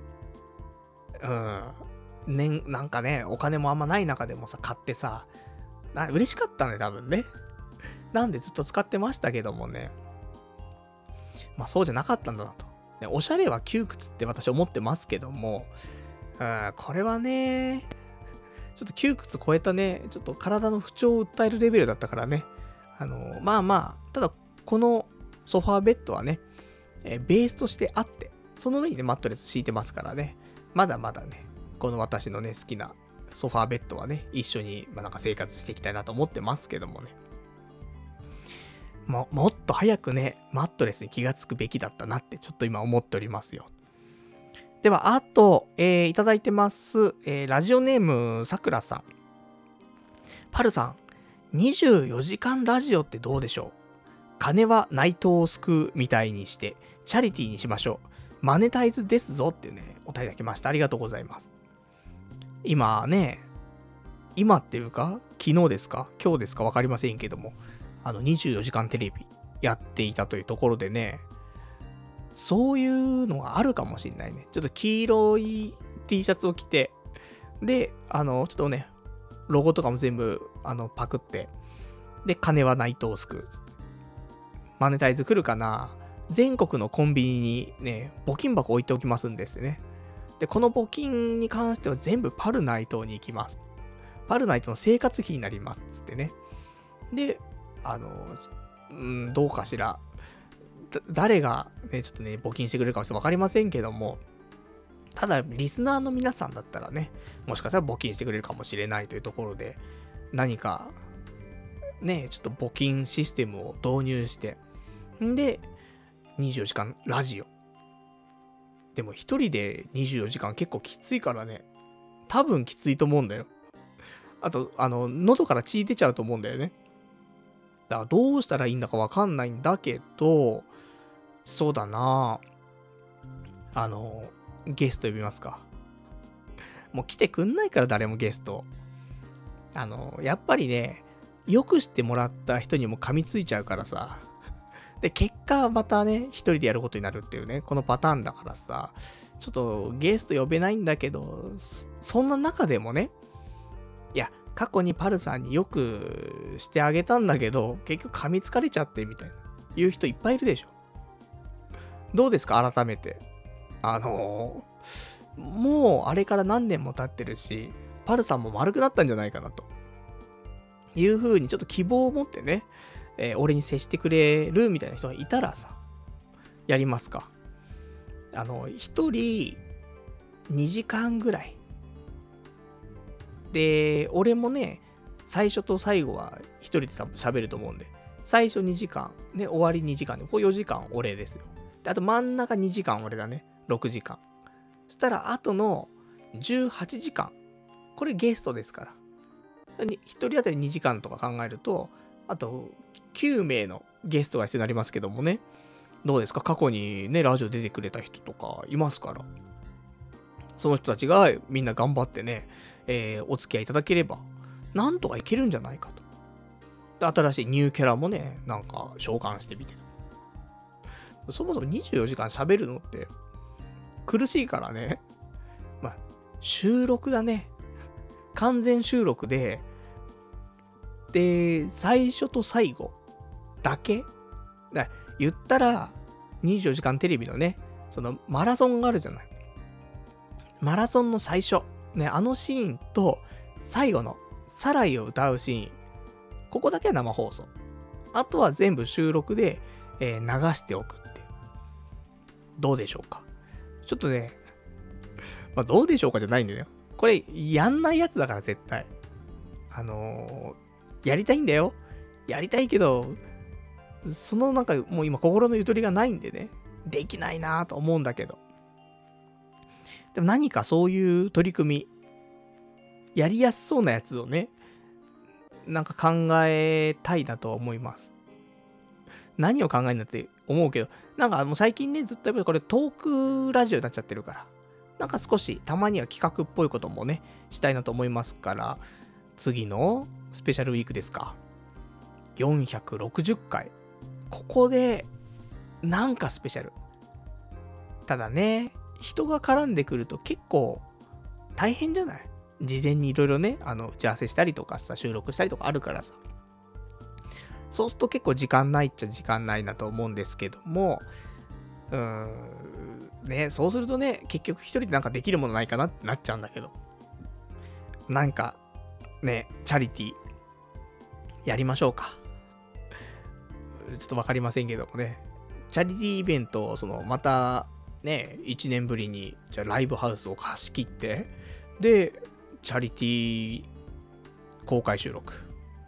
なんかね、お金もあんまない中でもさ、買ってさ、嬉しかったね、多分ね。なんでずっと使ってましたけどもね。まあそうじゃなかったんだなと。ね、おしゃれは窮屈って私思ってますけども、これはね、ちょっと窮屈超えたね、ちょっと体の不調を訴えるレベルだったからね。まあまあ、ただこのソファーベッドはね、ベースとしてあって、その上にね、マットレス敷いてますからね。まだまだね、この私のね、好きなソファーベッドはね、一緒に、なんか生活していきたいなと思ってますけどもね。もっと早くね、マットレスに気がつくべきだったなってちょっと今思っておりますよ。では、あと、いただいてます。ラジオネーム、さくらさん。パルさん、24時間ラジオってどうでしょう？金は内藤を救うみたいにして、チャリティーにしましょう。マネタイズですぞっていうね、お答えいただきました。ありがとうございます。今ね、今っていうか、昨日ですか今日ですかわかりませんけども、 24時間テレビやっていたというところでね、そういうのがあるかもしんないね。ちょっと黄色い T シャツを着て、で、ちょっとね、ロゴとかも全部、パクって、で、金は内藤を救う。マネタイズ来るかな？全国のコンビニにね、募金箱置いておきますんですね。で、この募金に関しては全部パルナイトに行きます。パルナイトの生活費になります。つってね。で、どうかしら。誰がね、ちょっとね、募金してくれるかはわかりませんけども、ただ、リスナーの皆さんだったらね、もしかしたら募金してくれるかもしれないというところで、何か、ね、ちょっと募金システムを導入して、んで、24時間ラジオ。でも一人で24時間結構きついからね、多分きついと思うんだよ。あと、喉から血出ちゃうと思うんだよね。だからどうしたらいいんだかわかんないんだけど、そうだなゲスト呼びますか。もう来てくんないから誰もゲスト。やっぱりね、よくしてもらった人にも噛みついちゃうからさ。で、結果またね、一人でやることになるっていうね、このパターンだからさ、ちょっとゲスト呼べないんだけど、そんな中でもね、いや、過去にパルさんによくしてあげたんだけど、結局噛みつかれちゃってみたいな、いう人いっぱいいるでしょ。どうですか改めて。もうあれから何年も経ってるし、パルさんも丸くなったんじゃないかなと。いう風にちょっと希望を持ってね、俺に接してくれるみたいな人がいたらさ、やりますか。一人2時間ぐらい。で、俺もね、最初と最後は一人で多分喋ると思うんで、最初2時間、で、終わり2時間で、ここ4時間俺ですよ。で、あと真ん中2時間俺だね。6時間。そしたら、あとの18時間。これゲストですから。1人当たり2時間とか考えると、あと9名のゲストが必要になりますけどもね。どうですか過去にね、ラジオ出てくれた人とかいますから。その人たちがみんな頑張ってね、お付き合いいただければ、なんとかいけるんじゃないかと。で、新しいニューキャラもね、なんか召喚してみてと。そもそも24時間喋るのって苦しいからね。まあ、収録だね。完全収録で、で、最初と最後だけだ言ったら、24時間テレビのね、そのマラソンがあるじゃない。マラソンの最初、ね、あのシーンと最後のサライを歌うシーン、ここだけは生放送。あとは全部収録で、流しておくっていう。どうでしょうか。ちょっとね、まあ、どうでしょうかじゃないんだよ。これ、やんないやつだから絶対。やりたいんだよ。やりたいけど、そのなんかもう今心のゆとりがないんでね、できないなぁと思うんだけど。でも何かそういう取り組み、やりやすそうなやつをね、なんか考えたいなとは思います。何を考えるんだって思うけど、なんかもう最近ね、ずっとやっぱりこれトークラジオになっちゃってるから、なんか少したまには企画っぽいこともね、したいなと思いますから、次のスペシャルウィークですか。460回。ここで、なんかスペシャル。ただね、人が絡んでくると結構大変じゃない？事前にいろいろね、打ち合わせしたりとかさ、収録したりとかあるからさ。そうすると結構時間ないっちゃ時間ないなと思うんですけども、ね、そうするとね、結局一人でなんかできるものないかなってなっちゃうんだけど。なんか、ね、チャリティー、やりましょうか。ちょっとわかりませんけどもね。チャリティーイベントを、また、ね、1年ぶりに、じゃあライブハウスを貸し切って、で、チャリティー公開収録。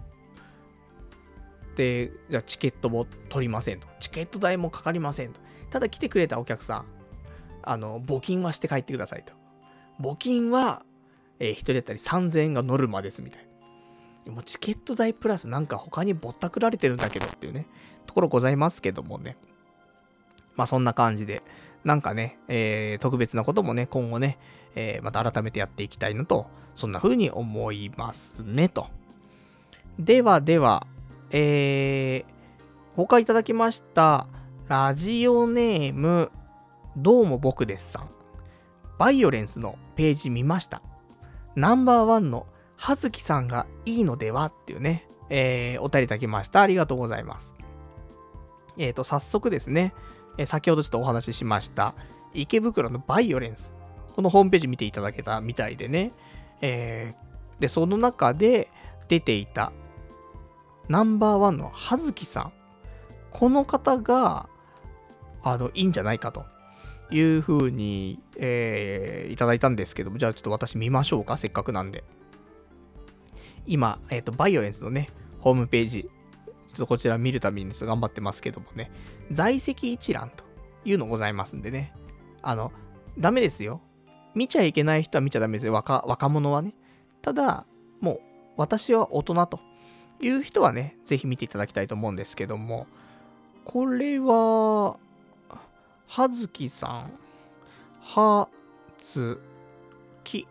で、じゃあチケットも取りませんと。チケット代もかかりませんと。ただ来てくれたお客さん、募金はして帰ってくださいと。募金は、一人当たり3000円がノルマですみたいな。もうチケット代プラスなんか他にぼったくられてるんだけどっていうね、ところございますけどもね。まあそんな感じで、なんかね、特別なこともね、今後ね、また改めてやっていきたいのと、そんな風に思いますね、と。ではでは、 他いただきました。ラジオネーム、どうも僕ですさん。バイオレンスのページ見ました。ナンバーワンの葉月さんがいいのではっていうね、お便りいただきました。ありがとうございます。早速ですね、先ほどちょっとお話ししました、池袋のバイオレンス。このホームページ見ていただけたみたいでね、で、その中で出ていたナンバーワンの葉月さん。この方が、いいんじゃないかという風に、いただいたんですけども、じゃあちょっと私見ましょうか、せっかくなんで。今、バイオレンスのね、ホームページ、ちょっとこちら見るために頑張ってますけどもね、在籍一覧というのございますんでね、ダメですよ。見ちゃいけない人は見ちゃダメですよ。若者はね。ただ、もう、私は大人という人はね、ぜひ見ていただきたいと思うんですけども、これは、はずきさん、はずき。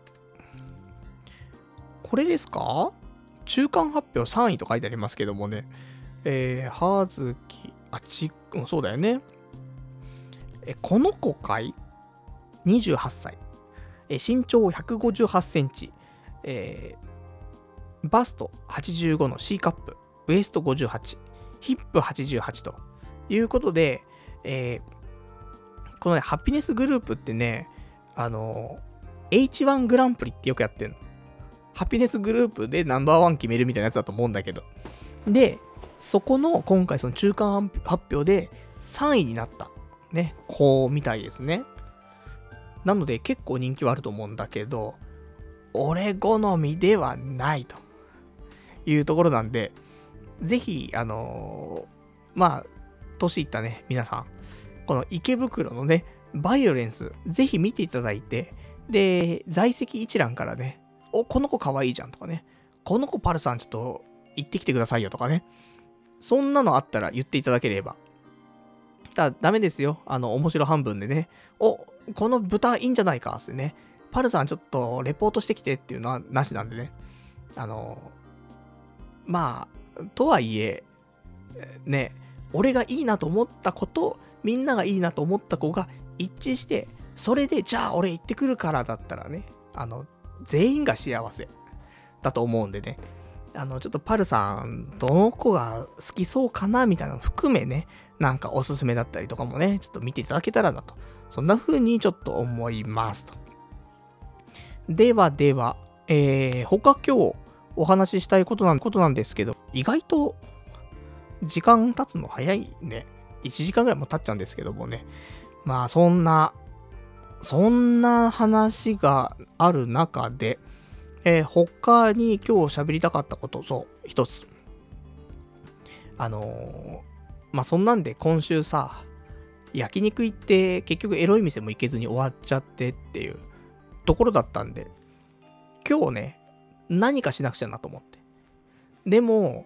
これですか？中間発表3位と書いてありますけどもね。はずき、そうだよね。この子かい？ 28 歳。身長158センチ。バスト85の C カップ。ウエスト58。ヒップ88ということで、このね、ハピネスグループってね、H1 グランプリってよくやってんの。ハピネスグループでナンバーワン決めるみたいなやつだと思うんだけど。で、そこの今回その中間発表で3位になった。ね、子みたいですね。なので結構人気はあると思うんだけど、俺好みではないというところなんで、ぜひ、年いったね、皆さん、この池袋のね、バイオレンス、ぜひ見ていただいて、で、在籍一覧からね、この子可愛いじゃんとかね、この子パルさんちょっと行ってきてくださいよとかね、そんなのあったら言っていただければ。ダメですよ。面白半分でね、この豚いいんじゃないかってね、パルさんちょっとレポートしてきてっていうのはなしなんでね、とはいえ、ね、俺がいいなと思った子と、みんながいいなと思った子が一致して、それで、じゃあ俺行ってくるからだったらね、全員が幸せだと思うんでね、ちょっとパルさん、どの子が好きそうかなみたいなの含めね、なんかおすすめだったりとかもね、ちょっと見ていただけたらなと。そんな風にちょっと思いますと。では、他今日お話ししたいことなんですけど、意外と時間経つの早いね。1時間ぐらいも経っちゃうんですけどもね。まあそんな話がある中で、他に今日喋りたかったこと、そう、一つ。そんなんで今週さ、焼肉行って結局エロい店も行けずに終わっちゃってっていうところだったんで、今日ね、何かしなくちゃなと思って。でも、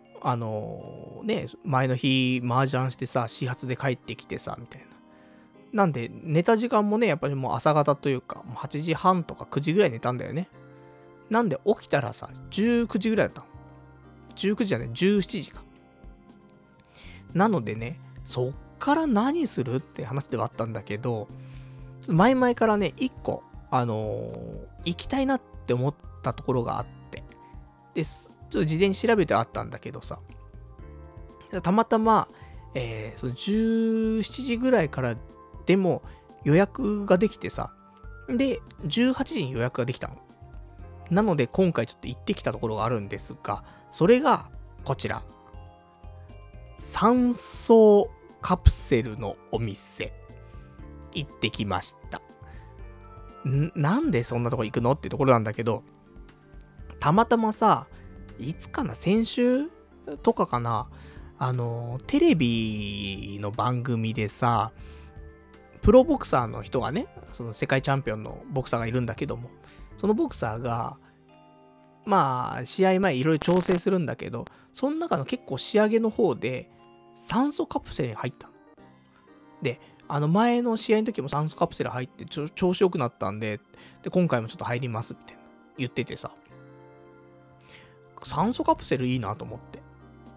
前の日麻雀してさ、始発で帰ってきてさ、みたいな。なんで、寝た時間もね、やっぱりもう朝方というか、もう8時半とか9時ぐらい寝たんだよね。なんで起きたらさ、19時ぐらいだったの。19時じゃない、17時か。なのでね、そっから何するって話ではあったんだけど、前々からね、一個、行きたいなって思ったところがあって、で、ちょっと事前に調べてあったんだけどさ、たまたま、その17時ぐらいからでも予約ができてさ、で、18時に予約ができたの。なので、今回ちょっと行ってきたところがあるんですが、それが、こちら。酸素カプセルのお店。行ってきました。なんでそんなとこ行くのっていうところなんだけど、たまたまさ、いつかな、先週とかかな、テレビの番組でさ、プロボクサーの人がね、その世界チャンピオンのボクサーがいるんだけども、そのボクサーが、試合前いろいろ調整するんだけど、その中の結構仕上げの方で、酸素カプセルに入ったの。で、前の試合の時も酸素カプセル入って調子良くなったんで、今回もちょっと入りますみたいな言っててさ、酸素カプセルいいなと思って。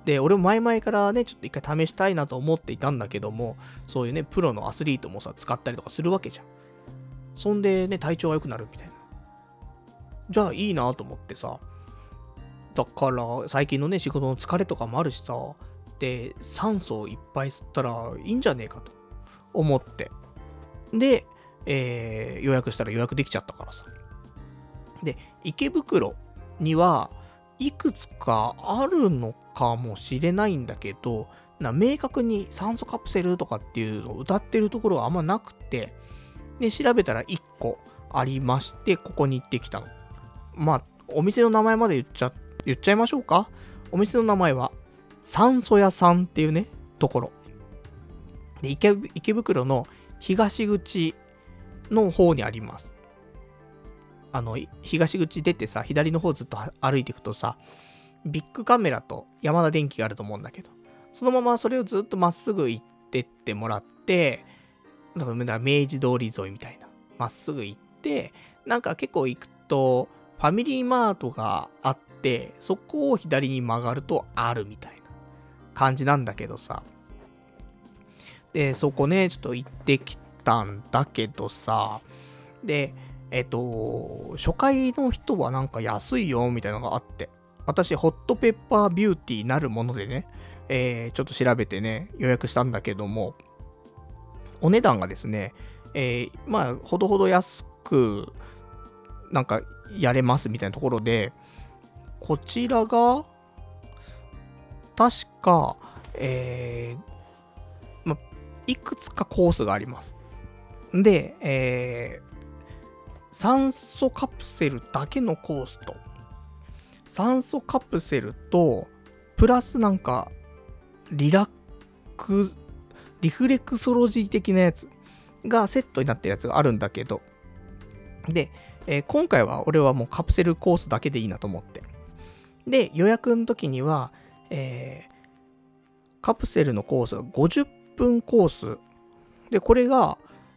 で、俺も前々からね、ちょっと一回試したいなと思っていたんだけども、そういうね、プロのアスリートもさ、使ったりとかするわけじゃん。そんでね、体調が良くなるみたいな。じゃあいいなと思ってさ、だから、最近のね、仕事の疲れとかもあるしさ、で、酸素をいっぱい吸ったらいいんじゃねえかと思って。で、予約したら予約できちゃったからさ。で、池袋にはいくつかあるのかもしれないんだけど、明確に酸素カプセルとかっていうのを歌ってるところがあんまなくて、で、調べたら1個ありまして、ここに行ってきたの。まあ、お店の名前まで言っちゃいましょうか。お店の名前は、酸素屋さんっていうね、ところ。で、池袋の東口の方にあります。東口出てさ、左の方ずっと歩いていくとさ、ビッグカメラとヤマダ電機があると思うんだけど、そのままそれをずっとまっすぐ行ってってもらって、だから明治通り沿いみたいな。まっすぐ行って、なんか結構行くと、ファミリーマートがあって、そこを左に曲がるとあるみたいな感じなんだけどさ。で、そこね、ちょっと行ってきたんだけどさ、で、初回の人はなんか安いよみたいなのがあって、私、ホットペッパービューティーなるものでね、ちょっと調べてね、予約したんだけども、お値段がですね、まあ、ほどほど安く、なんか、やれますみたいなところで、こちらが、確か、ま、いくつかコースがあります。で、酸素カプセルだけのコースと、酸素カプセルと、プラスなんか、リフレクソロジー的なやつがセットになってるやつがあるんだけど、で、今回は俺はもうカプセルコースだけでいいなと思って。で、予約の時には、カプセルのコースが50分コース。で、これが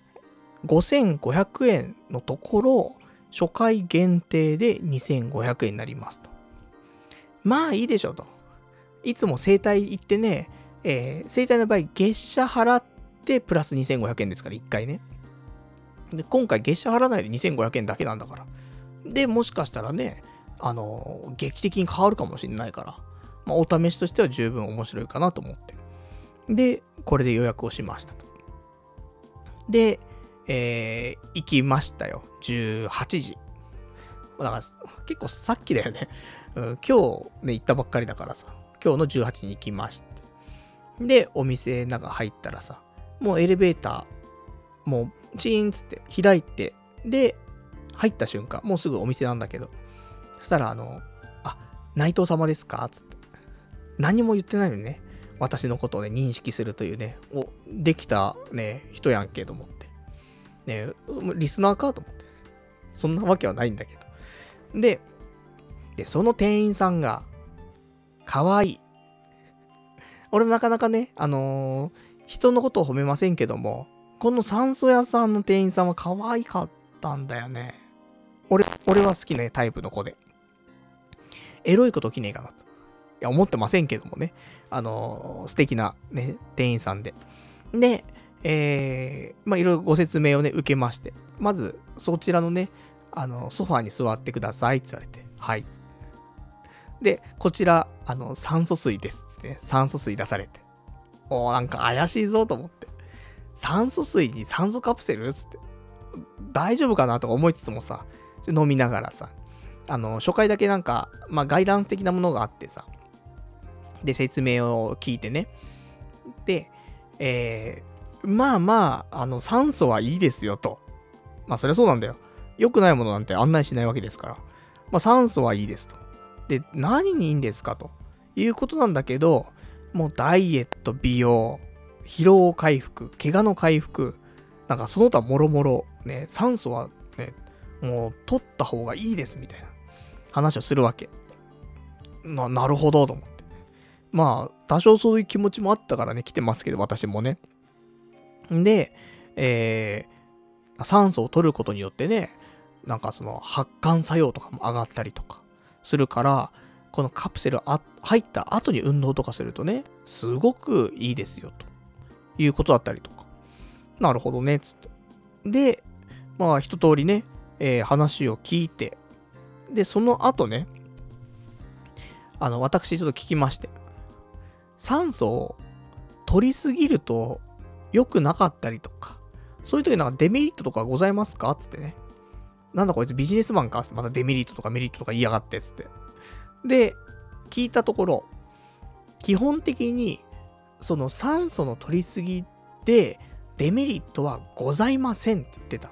5500円のところ、初回限定で2500円になりますと。まあいいでしょと。いつも整体行ってね、整体の場合月謝払ってプラス2500円ですから、1回ね。で、今回月謝払わないで2500円だけなんだから。で、もしかしたらね、劇的に変わるかもしれないから、まあ、お試しとしては十分面白いかなと思って。で、これで予約をしましたと。で、行きましたよ。18時。だから、結構さっきだよね。今日ね、行ったばっかりだからさ、今日の18時に行きまして。で、お店の中入ったらさ、もうエレベーター、もうチーンつって開いて、で、入った瞬間、もうすぐお店なんだけど、そしたら内藤様ですかつって。何も言ってないのにね、私のことをね、認識するというね、できたね、人やんけと思って。ね、リスナーかと思って。そんなわけはないんだけど。で、その店員さんが、可愛い。俺もなかなかね、人のことを褒めませんけども、この酸素屋さんの店員さんは可愛かったんだよね。俺は好きなタイプの子で。エロいこと起きねえかなと。いや、思ってませんけどもね。素敵なね、店員さんで。で、まあ、いろいろご説明をね、受けまして。まず、そちらのね、ソファーに座ってくださいって言われて、はい、つって。で、こちら、酸素水ですってね、酸素水出されて。なんか怪しいぞと思って。酸素水に酸素カプセルつって。大丈夫かなとか思いつつもさ、飲みながらさ、初回だけなんか、まあ、ガイダンス的なものがあってさ、で、説明を聞いてね。で、まあまあ、酸素はいいですよと。まあ、そりゃそうなんだよ。良くないものなんて案内しないわけですから。まあ、酸素はいいですと。で、何にいいんですかということなんだけど、もうダイエット、美容、疲労回復、怪我の回復、なんかその他もろもろ、ね、酸素はね、もう取った方がいいですみたいな話をするわけ。なるほどと思って。まあ、多少そういう気持ちもあったからね、来てますけど、私もね。で、酸素を取ることによってね、なんかその発汗作用とかも上がったりとかするから、 このカプセル入った後に運動とかするとね、すごくいいですよ、ということだったりとか。なるほどね、つって。で、まあ一通りね、話を聞いて、で、その後ね、私ちょっと聞きまして、酸素を取りすぎると良くなかったりとか、そういう時なんかデメリットとかございますかつってね。なんだこいつビジネスマンかまたデメリットとかメリットとか言いやがってつって。で、聞いたところ、基本的に、その酸素の取りすぎでデメリットはございませんって言ってた。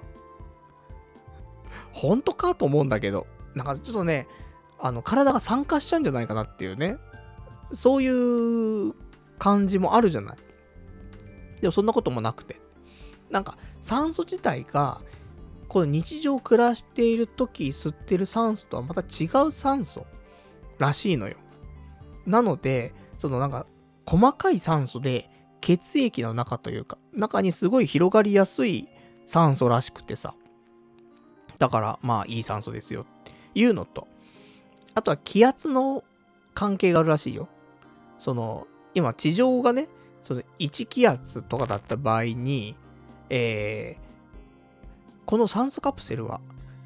本当かと思うんだけど、なんかちょっとね、体が酸化しちゃうんじゃないかなっていうね、そういう感じもあるじゃない。でもそんなこともなくて、なんか酸素自体が、この日常暮らしている時吸ってる酸素とはまた違う酸素らしいのよ。なので、そのなんか細かい酸素で血液の中というか、中にすごい広がりやすい酸素らしくてさ。だからまあいい酸素ですよっていうのと、あとは気圧の関係があるらしいよ。その、今地上がね、その1気圧とかだった場合に、この酸素カプセルは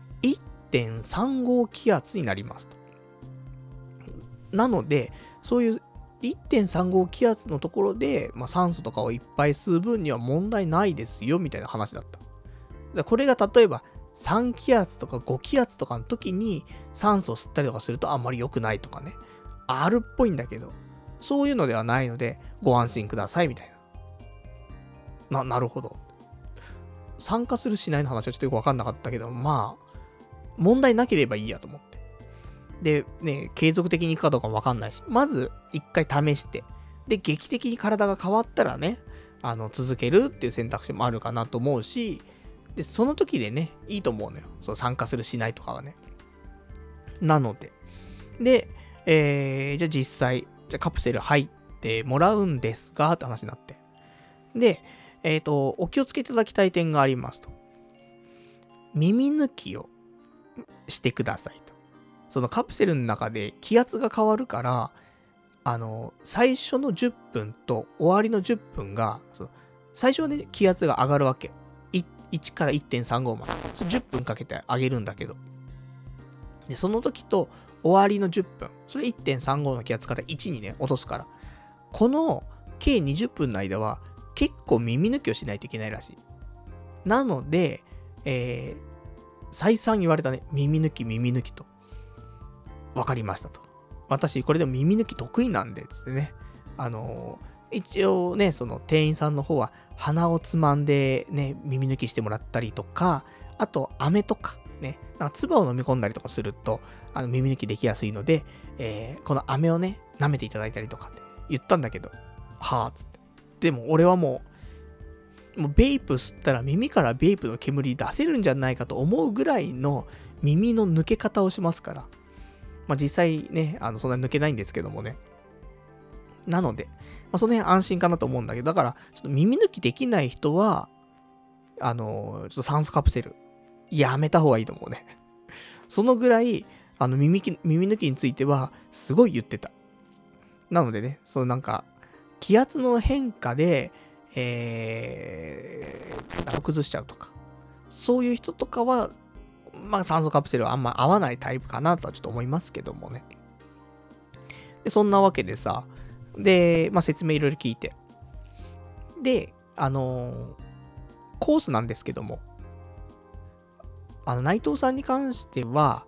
1.35 気圧になりますと。なので、そういう 1.35 気圧のところで、まあ、酸素とかをいっぱい吸う分には問題ないですよ、みたいな話だった。これが例えば3気圧とか5気圧とかの時に酸素を吸ったりとかするとあんまり良くないとかね。あるっぽいんだけど、そういうのではないのでご安心くださいみたいな。なるほど。参加するしないの話はちょっとよくわかんなかったけど、まあ、問題なければいいやと思って。で、ね、継続的に行くかどうかもわかんないし、まず一回試して、で、劇的に体が変わったらね、続けるっていう選択肢もあるかなと思うし、で、その時でね、いいと思うのよ。そう、参加するしないとかはね。なので。で、じゃあ実際、じゃあカプセル入ってもらうんですかって話になって。で、お気をつけいただきたい点がありますと。耳抜きをしてくださいと。そのカプセルの中で気圧が変わるから、最初の10分と終わりの10分が、最初はね、気圧が上がるわけ。1から 1.35 まで。10分かけて上げるんだけど。で、その時と終わりの10分。それ 1.35 の気圧から1にね、落とすから。この計20分の間は結構耳抜きをしないといけないらしい。なので、再三言われたね。耳抜きと。わかりましたと。私、これでも耳抜き得意なんで、つってね。一応ね、その店員さんの方は鼻をつまんでね、耳抜きしてもらったりとか、あと、飴とか、ね、なんか唾を飲み込んだりとかすると、耳抜きできやすいので、この飴をね、舐めていただいたりとかって言ったんだけど、はぁ、つって。でも俺はもうベイプ吸ったら耳からベイプの煙出せるんじゃないかと思うぐらいの耳の抜け方をしますから。まあ、実際ね、そんなに抜けないんですけどもね。なので、まあ、その辺安心かなと思うんだけど、だから、ちょっと耳抜きできない人は、ちょっと酸素カプセル、やめた方がいいと思うね。そのぐらい、耳抜きについては、すごい言ってた。なのでね、なんか、気圧の変化で、崩しちゃうとか、そういう人とかは、まあ酸素カプセルはあんま合わないタイプかなとはちょっと思いますけどもね。で、そんなわけでさ、で、まあ説明いろいろ聞いて。で、コースなんですけども、内藤さんに関しては、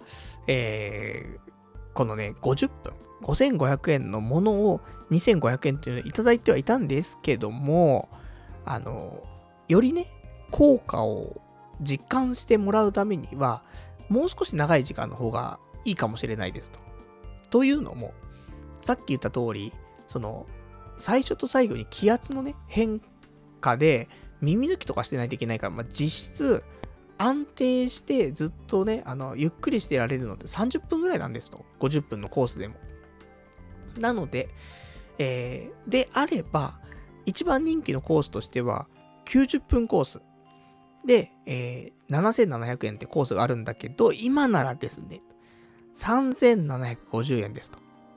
このね、50分、5500円のものを2500円っていうのをいただいてはいたんですけども、よりね、効果を実感してもらうためには、もう少し長い時間の方がいいかもしれないですと。というのも、さっき言った通り、最初と最後に気圧のね、変化で耳抜きとかしてないといけないから、まあ、実質、安定してずっとね、ゆっくりしてられるのって30分ぐらいなんですと。50分のコースでも。なので、であれば、一番人気のコースとしては、90分コース。で、7700円ってコースがあるんだけど、今ならですね、3750円ですと。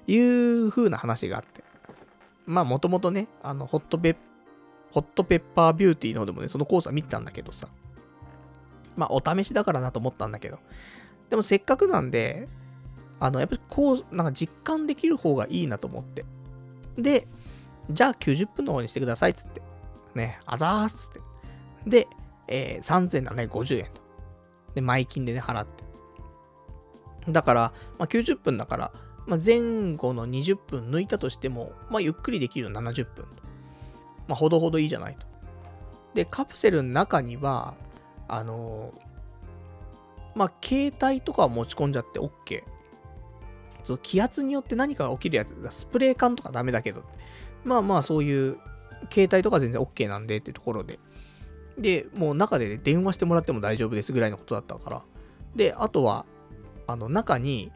いう風な話があって。まあもともとね、ホットペッパービューティーの方でもね、そのコースは見てたんだけどさ。まあお試しだからなと思ったんだけど。でもせっかくなんで、やっぱりなんか実感できる方がいいなと思って。で、じゃあ90分の方にしてくださいっつって。ね、あざーっつって。で、3750円と。で、前金でね、払って。だから、まあ、90分だから、まあ、前後の20分抜いたとしても、まあ、ゆっくりできるの70分と。まあ、ほどほどいいじゃないと。で、カプセルの中には、まあ、携帯とかは持ち込んじゃって OK。その気圧によって何かが起きるやつ、スプレー缶とかダメだけど、まあまあそういう携帯とか全然 OK なんでっていうところで。で、もう中で、ね、電話してもらっても大丈夫ですぐらいのことだったから。で、あとは、中に、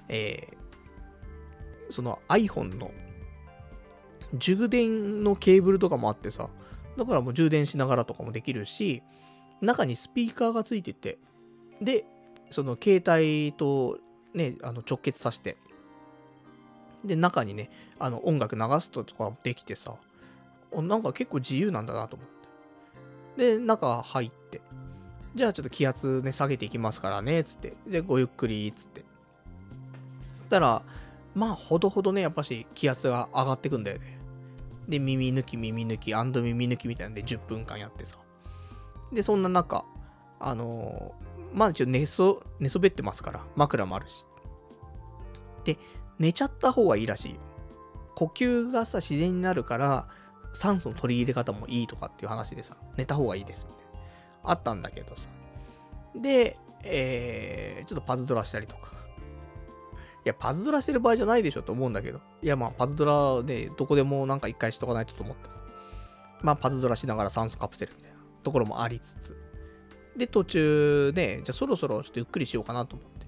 その iPhone の充電のケーブルとかもあってさ、だからもう充電しながらとかもできるし、中にスピーカーがついてて、で、その携帯とね、直結させて、で、中にね、音楽流すとかできてさ、なんか結構自由なんだなと思って。で、中入って、じゃあちょっと気圧ね、下げていきますからね、つって。じゃあごゆっくり、つって。つったら、まあ、ほどほどね、やっぱし気圧が上がってくんだよね。で、耳抜き、耳抜き、耳抜きみたいなんで10分間やってさ。で、そんな中、まあ、寝そべってますから、枕もあるし。で、寝ちゃった方がいいらしいよ。呼吸がさ、自然になるから、酸素の取り入れ方もいいとかっていう話でさ、寝た方がいいですみたいな。あったんだけどさ。で、ちょっとパズドラしたりとか。いや、パズドラしてる場合じゃないでしょと思うんだけど。いや、まあ、パズドラね、どこでもなんか一回しとかないとと思ってさ。まあ、パズドラしながら酸素カプセルみたいなところもありつつ。で、途中ね、じゃあそろそろちょっとゆっくりしようかなと思って。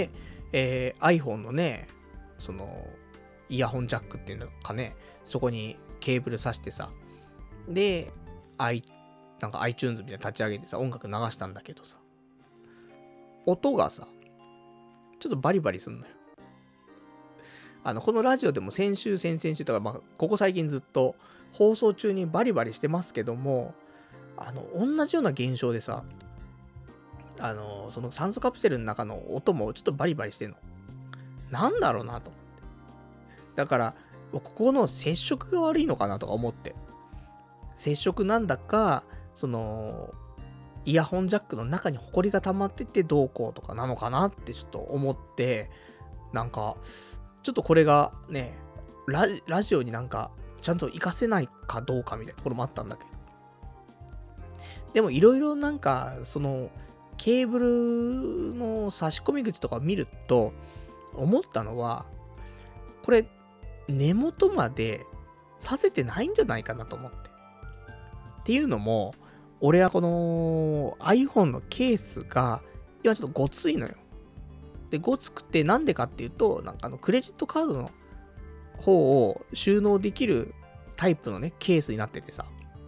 で、iPhone のね、その、イヤホンジャックっていうのかね、そこにケーブル挿してさ。で、なんか iTunes みたいな立ち上げてさ、音楽流したんだけどさ。音がさ、ちょっとバリバリすんのよ。このラジオでも先週、先々週とか、まあ、ここ最近ずっと放送中にバリバリしてますけども、同じような現象でさ、その酸素カプセルの中の音もちょっとバリバリしてんの。なんだろうなと思って。だから、ここの接触が悪いのかなとか思って。接触なんだか、その、イヤホンジャックの中にホコリが溜まっててどうこうとかなのかなってちょっと思って、なんか、ちょっとこれがね、ラジオになんか、ちゃんと活かせないかどうかみたいなところもあったんだけど。でもいろいろなんか、その、ケーブルの差し込み口とか見ると、思ったのは、これ、根元までさせてないんじゃないかなと思って。っていうのも、俺はこの iPhone のケースが、今ちょっとごついのよ。で、ごつくてなんでかっていうと、なんかクレジットカードの方を収納できるタイプのね、ケースになっててさ。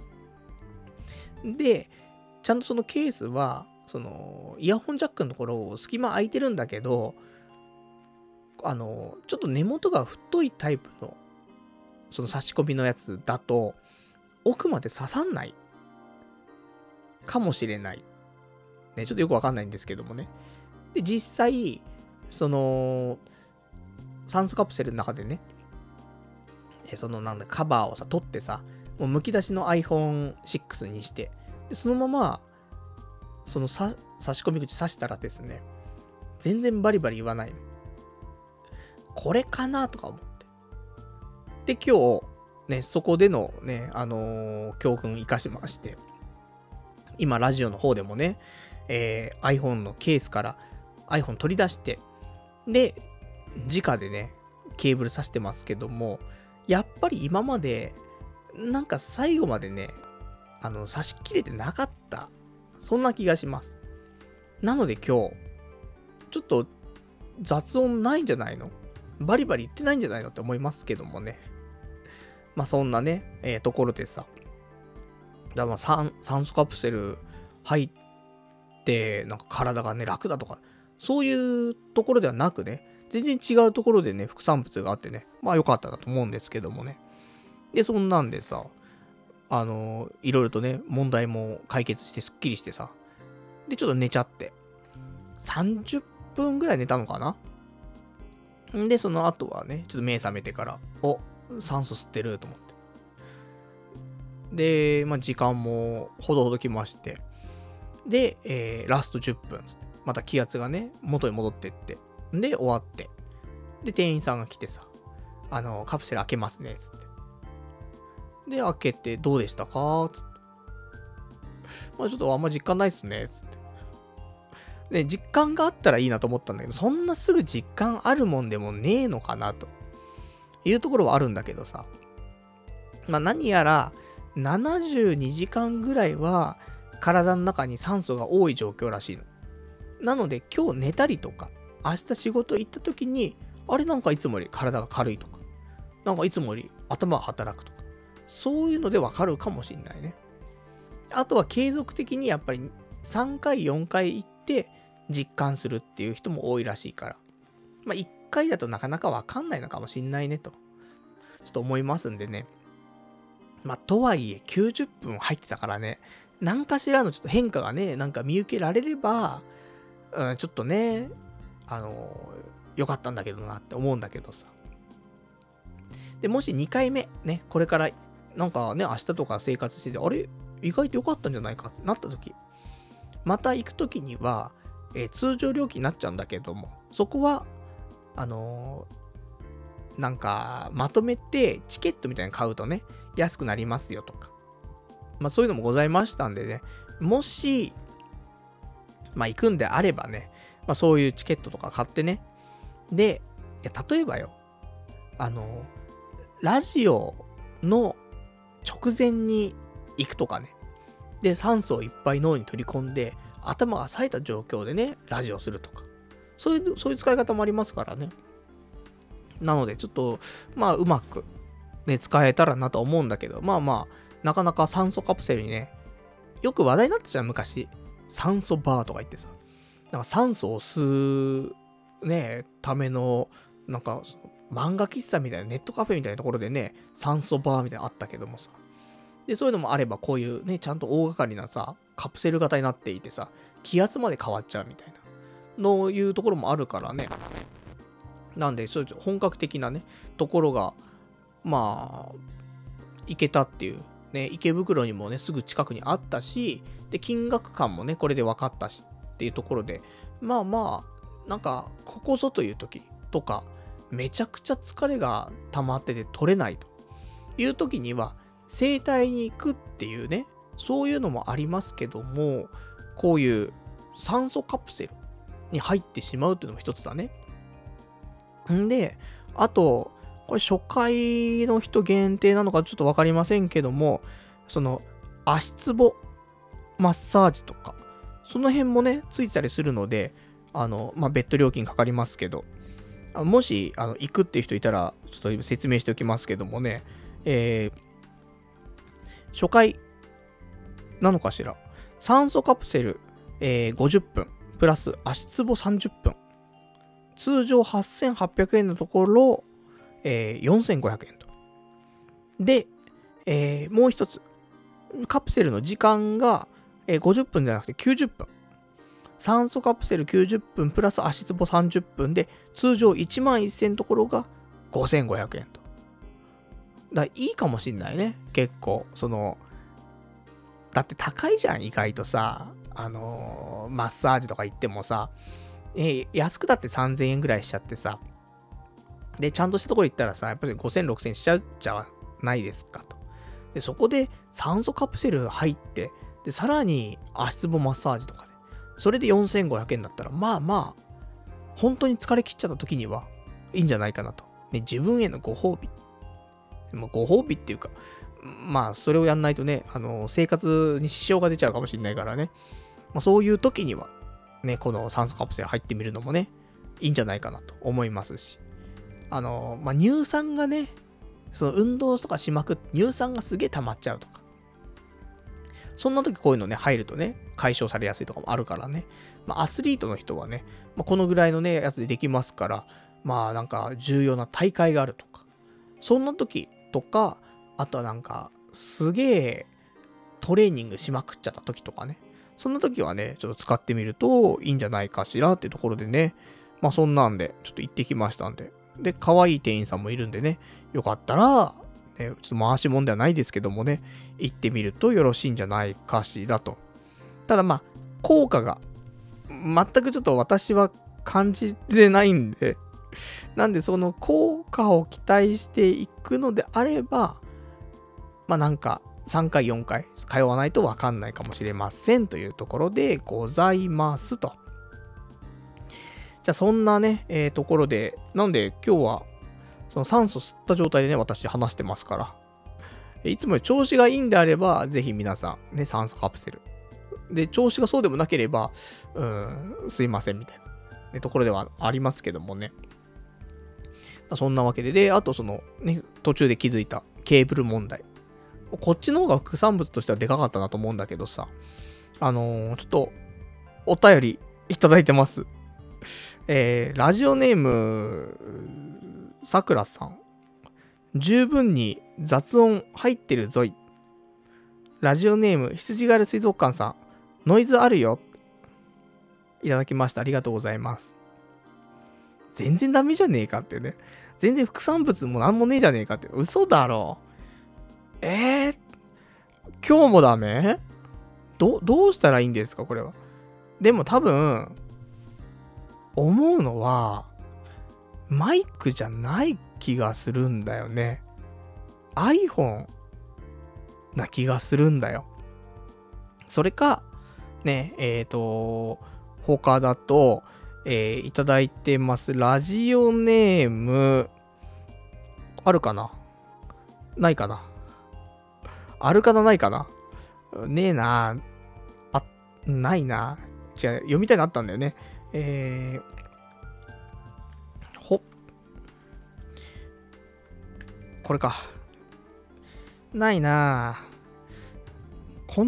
で、ちゃんとそのケースは、その、イヤホンジャックのところ、隙間空いてるんだけど、ちょっと根元が太いタイプの、その差し込みのやつだと、奥まで刺さんないかもしれない。ね、ちょっとよくわかんないんですけどもね。で、実際、その、酸素カプセルの中でね、そのなんだ、カバーをさ、取ってさ、もう剥き出しの iPhone6 にして、で、そのまま、その差し込み口刺したらですね、全然バリバリ言わないの。これかなとか思って。で、今日、ね、そこでのね、教訓活かしまして、今、ラジオの方でもね、iPhone のケースから iPhone 取り出して、で、直でね、ケーブル挿してますけども、やっぱり今まで、なんか最後までね、差し切れてなかった。そんな気がします。なので今日、ちょっと雑音ないんじゃないの？バリバリ言ってないんじゃないのって思いますけどもね。まあそんなね、ところでさ。だから酸素カプセル入って、なんか体がね、楽だとか、そういうところではなくね、 全然違うところでね、副産物があってね、まあ良かったなと思うんですけどもね。で、そんなんでさ、いろいろとね、問題も解決してすっきりしてさ、で、ちょっと寝ちゃって、30分ぐらい寝たのかな。んで、その後はね、ちょっと目覚めてから、酸素吸ってると思って。で、まあ時間もほどほど来まして、で、ラスト10分、また気圧がね、元に戻ってって、で、終わって、で、店員さんが来てさ、カプセル開けますね、つって。で、開けて、どうでしたかつって。まあちょっとあんま実感ないっすね、つって。で、実感があったらいいなと思ったんだけど、そんなすぐ実感あるもんでもねえのかな、というところはあるんだけどさ。まあ何やら、72時間ぐらいは、体の中に酸素が多い状況らしいの。なので、今日寝たりとか、明日仕事行った時に、あれなんかいつもより体が軽いとか、なんかいつもより頭が働くとか、そういうのでわかるかもしんないね。あとは継続的にやっぱり3回4回行って実感するっていう人も多いらしいから、まあ1回だとなかなかわかんないのかもしんないねと、ちょっと思いますんでね。まあとはいえ90分入ってたからね、何かしらのちょっと変化がね、なんか見受けられれば、ちょっとね、良かったんだけどなって思うんだけどさ。で、もし2回目、ね、これから、なんかね、明日とか生活してて、あれ意外と良かったんじゃないかってなった時、また行く時には、通常料金になっちゃうんだけども、そこは、なんか、まとめてチケットみたいに買うとね、安くなりますよとか。まあそういうのもございましたんでね、もし、まあ行くんであればね、まあそういうチケットとか買ってね。で、いや例えばよ、ラジオの直前に行くとかね。で、酸素をいっぱい脳に取り込んで、頭が冴えた状況でね、ラジオするとか。そういう使い方もありますからね。なので、ちょっと、まあ、うまく、ね、使えたらなと思うんだけど、まあまあ、なかなか酸素カプセルにね、よく話題になってたじゃん、昔。酸素バーとか言ってさ。なんか酸素を吸う、ね、ための、なんか、漫画喫茶みたいな、ネットカフェみたいなところでね、酸素バーみたいなのあったけどもさ。で、そういうのもあれば、こういうね、ちゃんと大掛かりなさ、カプセル型になっていてさ、気圧まで変わっちゃうみたいな、のいうところもあるからね。なんで、そういう本格的なね、ところが、まあ、行けたっていう。ね、池袋にもね、すぐ近くにあったし、で、金額感もね、これで分かったしっていうところで、まあまあ、なんか、ここぞという時とか、めちゃくちゃ疲れが溜まってて取れないという時には、整体に行くっていうね、そういうのもありますけども、こういう酸素カプセルに入ってしまうっていうのも一つだね。んで、あと、これ初回の人限定なのかちょっとわかりませんけども、その足つぼマッサージとか、その辺もね、ついてたりするので、まあ、別途料金かかりますけど、もし、行くっていう人いたら、ちょっと説明しておきますけどもね、初回なのかしら。酸素カプセル、50分、プラス足つぼ30分。通常8800円のところ、4500円と。で、もう一つ。カプセルの時間が、50分じゃなくて90分。酸素カプセル90分プラス足つぼ30分で、通常11000円のところが5500円と。だからいいかもしんないね。結構。だって高いじゃん、意外とさ。マッサージとか行ってもさ、安くだって3000円ぐらいしちゃってさ。で、ちゃんとしたところ行ったらさ、やっぱり5000、6000円しちゃうじゃないですかと。で、そこで酸素カプセル入って、で、さらに足つぼマッサージとかで、それで4500円だったら、まあまあ、本当に疲れ切っちゃった時にはいいんじゃないかなと。ね、自分へのご褒美。ご褒美っていうか、まあ、それをやんないとね、生活に支障が出ちゃうかもしれないからね。まあ、そういう時には、ね、この酸素カプセル入ってみるのもね、いいんじゃないかなと思いますし。まあ、乳酸がね、その運動とかしまくって乳酸がすげえ溜まっちゃうとか。そんな時こういうのね、入るとね、解消されやすいとかもあるからね。まあ、アスリートの人はね、まあ、このぐらいのね、やつでできますから、 まあなんか重要な大会があるとか、そんな時とか、あとはなんかすげえトレーニングしまくっちゃった時とかね、そんな時はね、ちょっと使ってみるといいんじゃないかしらっていうところでね、まあそんなんでちょっと行ってきましたんで、で、可愛い店員さんもいるんでね、よかったら、ね、ちょっと回しもんではないですけどもね、行ってみるとよろしいんじゃないかしらと。ただまあ、効果が全くちょっと私は感じてないんで、なんでその効果を期待していくのであれば、まあなんか3回4回通わないとわかんないかもしれませんというところでございますと。じゃあそんなね、ところで、なんで今日はその酸素吸った状態でね、私話してますから、いつもより調子がいいんであれば、ぜひ皆さんね、酸素カプセル。で、調子がそうでもなければ、すいませんみたいな、ね、ところではありますけどもね。そんなわけで、で、あとそのね、途中で気づいたケーブル問題。こっちの方が副産物としてはでかかったなと思うんだけどさ、ちょっと、お便りいただいてます。ラジオネーム、さくらさん。十分に雑音入ってるぞい。ラジオネーム、羊ガエル水族館さん。ノイズあるよ。いただきました。ありがとうございます。全然ダメじゃねえかっていうね。全然副産物もなんもねえじゃねえかって。嘘だろ。今日もダメ？どうしたらいいんですかこれは。でも多分、思うのは、マイクじゃない気がするんだよね。iPhone な気がするんだよ。それか、ね、他だと、いただいてます。ラジオネーム、あるかなないかなあるかなないかなねえなないな違う、読みたいなあったんだよね。これか。ないなこ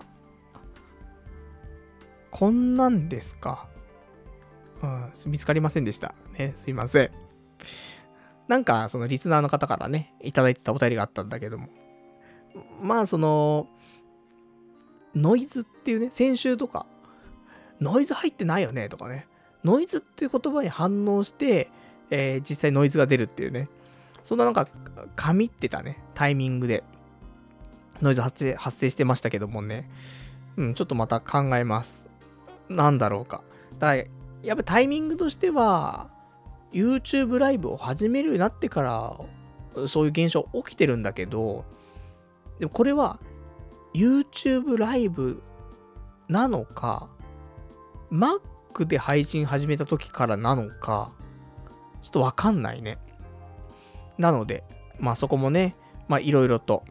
んなんですか。見つかりませんでした。ね、すいません。なんか、そのリスナーの方からね、いただいてたお便りがあったんだけども。まあ、その、ノイズっていうね、先週とか、ノイズ入ってないよねとかね。ノイズっていう言葉に反応して、実際ノイズが出るっていうね。そんななんか、神ってたね、タイミングで、ノイズ発生してましたけどもね。ちょっとまた考えます。なんだろうか。だから、やっぱタイミングとしては、YouTube ライブを始めるようになってから、そういう現象起きてるんだけど、でもこれは、YouTube ライブなのか、Mac で配信始めた時からなのか、ちょっとわかんないね。なので、まあそこもね、まあいろいろと、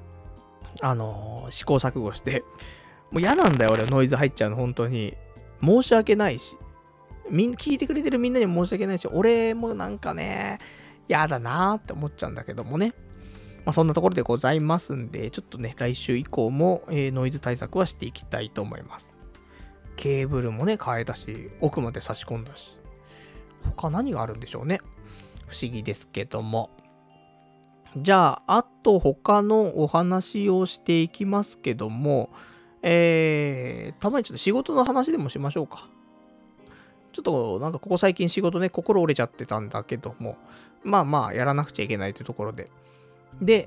試行錯誤して、もう嫌なんだよ俺ノイズ入っちゃうの本当に。申し訳ないし。聞いてくれてるみんなにも申し訳ないし、俺もなんかね、嫌だなーって思っちゃうんだけどもね。まあそんなところでございますんで、ちょっとね、来週以降も、ノイズ対策はしていきたいと思います。ケーブルもね、変えたし、奥まで差し込んだし。他何があるんでしょうね。不思議ですけども。じゃあ、あと他のお話をしていきますけども、たまにちょっと仕事の話でもしましょうか。ちょっとなんかここ最近仕事ね、心折れちゃってたんだけども、まあまあやらなくちゃいけないというところで。で、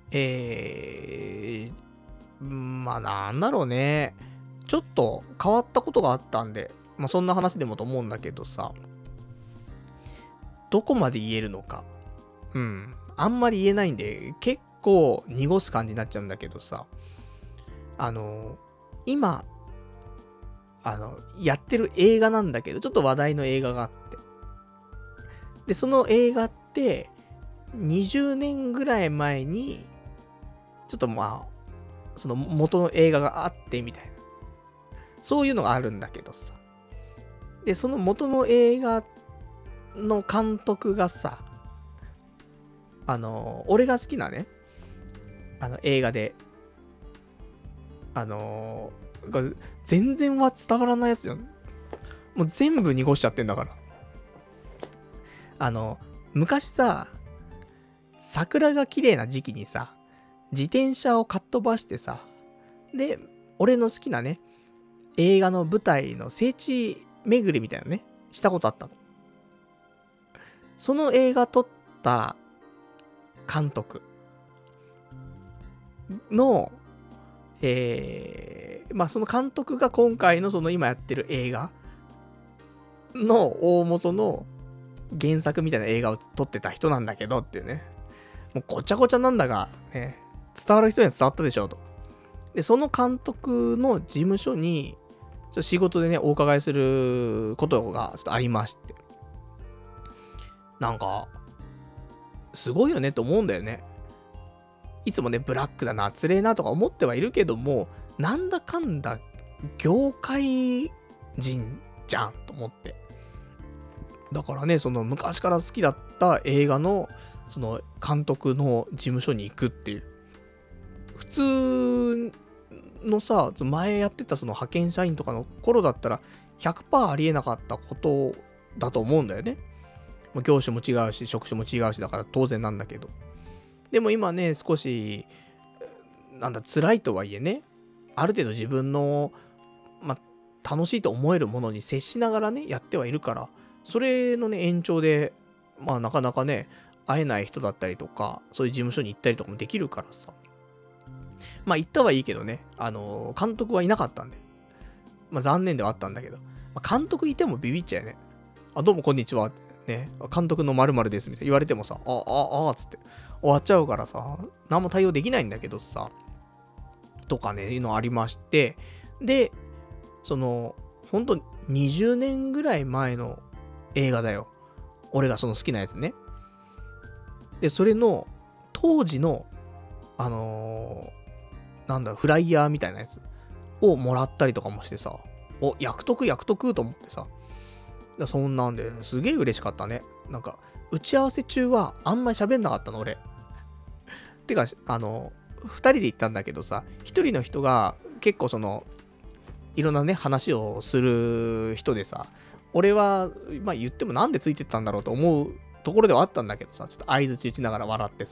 まあなんだろうね。ちょっと変わったことがあったんで、まあそんな話でもと思うんだけどさ、どこまで言えるのか。あんまり言えないんで、結構濁す感じになっちゃうんだけどさ、今、やってる映画なんだけど、ちょっと話題の映画があって。で、その映画って、20年ぐらい前に、ちょっとまあ、その元の映画があってみたいな。そういうのがあるんだけどさ。で、その元の映画の監督がさ、俺が好きなね、映画で、これ全然は伝わらないやつよ。もう全部濁しちゃってんだから。 昔さ、桜が綺麗な時期にさ、自転車をかっ飛ばしてさ、で、俺の好きなね、映画の舞台の聖地巡りみたいなね、したことあったの。その映画撮った監督の、まあ、その監督が今回のその今やってる映画の大元の原作みたいな映画を撮ってた人なんだけどっていうね。もうごちゃごちゃなんだが、ね、伝わる人には伝わったでしょうと。で、その監督の事務所に、ちょっと仕事でね、お伺いすることがちょっとありまして。なんか、すごいよねと思うんだよね。いつもね、ブラックだな、つれえなとか思ってはいるけども、なんだかんだ、業界人じゃんと思って。だからね、その昔から好きだった映画の、その監督の事務所に行くっていう。普通のさ、前やってたその派遣社員とかの頃だったら、100% ありえなかったことだと思うんだよね。業種も違うし、職種も違うし、だから当然なんだけど。でも今ね、少し、なんだ、辛いとはいえね、ある程度自分の、楽しいと思えるものに接しながらね、やってはいるから、それのね、延長で、なかなかね、会えない人だったりとか、そういう事務所に行ったりとかもできるからさ。行ったはいいけどね、監督はいなかったんで。残念ではあったんだけど。監督いてもビビっちゃうよね。どうもこんにちは。ね、監督の〇〇ですみたいな言われてもさ、つって終わっちゃうからさ、何も対応できないんだけどさ、とかね、いうのありまして、で、ほんと20年ぐらい前の映画だよ。俺がその好きなやつね。で、それの、当時の、フライヤーみたいなやつをもらったりとかもしてさ、役得と思ってさ、そんなんですげえ嬉しかったね。なんか、打ち合わせ中はあんまり喋んなかったの、俺。てか、二人で行ったんだけどさ、一人の人が結構いろんなね、話をする人でさ、俺は、言ってもなんでついてったんだろうと思うところではあったんだけどさ、ちょっと相槌打ちながら笑ってさ、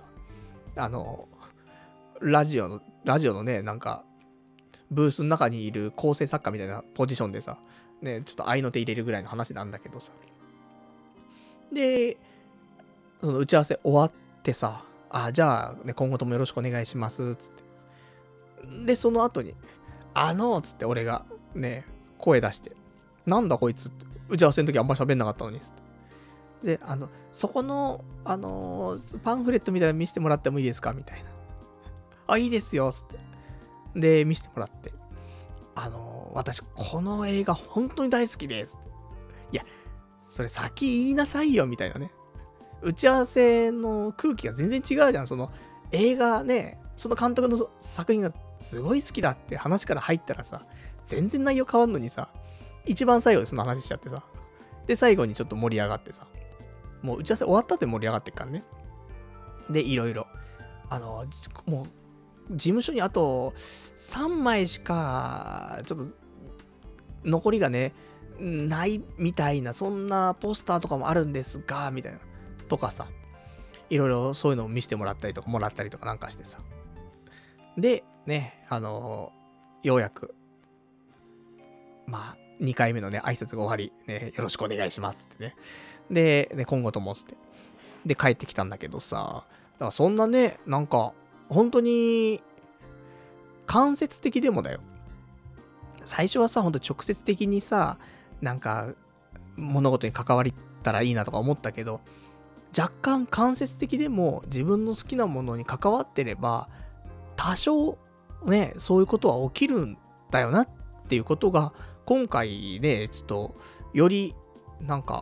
ラジオのね、なんか、ブースの中にいる構成作家みたいなポジションでさ、ね、ちょっと合いの手入れるぐらいの話なんだけどさ。で、その打ち合わせ終わってさ、じゃあ、ね、今後ともよろしくお願いします、つって。で、その後に、つって俺が、ね、声出して、なんだこいつって、打ち合わせの時あんま喋んなかったのに、つって。で、そこの、パンフレットみたいなの見せてもらってもいいですかみたいな。いいですよ、つって。で、見せてもらって。私、この映画本当に大好きです。いや、それ先言いなさいよ、みたいなね。打ち合わせの空気が全然違うじゃん。その映画ね、その監督の作品がすごい好きだって話から入ったらさ、全然内容変わんのにさ、一番最後でその話しちゃってさ。で、最後にちょっと盛り上がってさ。もう打ち合わせ終わったって盛り上がってっからね。で、いろいろ。もう、事務所にあと3枚しか、ちょっと、残りがね、ないみたいな、そんなポスターとかもあるんですが、みたいな。とかさ。いろいろそういうのを見せてもらったりとか、もらったりとかなんかしてさ。で、ね、ようやく、2回目のね、挨拶が終わり、ね、よろしくお願いしますってね。で、ね、今後ともつって。で、帰ってきたんだけどさ、だからそんなね、なんか、本当に、間接的でもだよ。最初はさ、ほんと直接的にさ、なんか、物事に関わりたらいいなとか思ったけど、若干間接的でも自分の好きなものに関わってれば、多少ね、そういうことは起きるんだよなっていうことが、今回ね、ちょっと、より、なんか、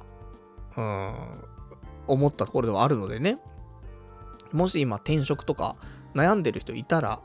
思ったところではあるのでね、もし今転職とか悩んでる人いたら、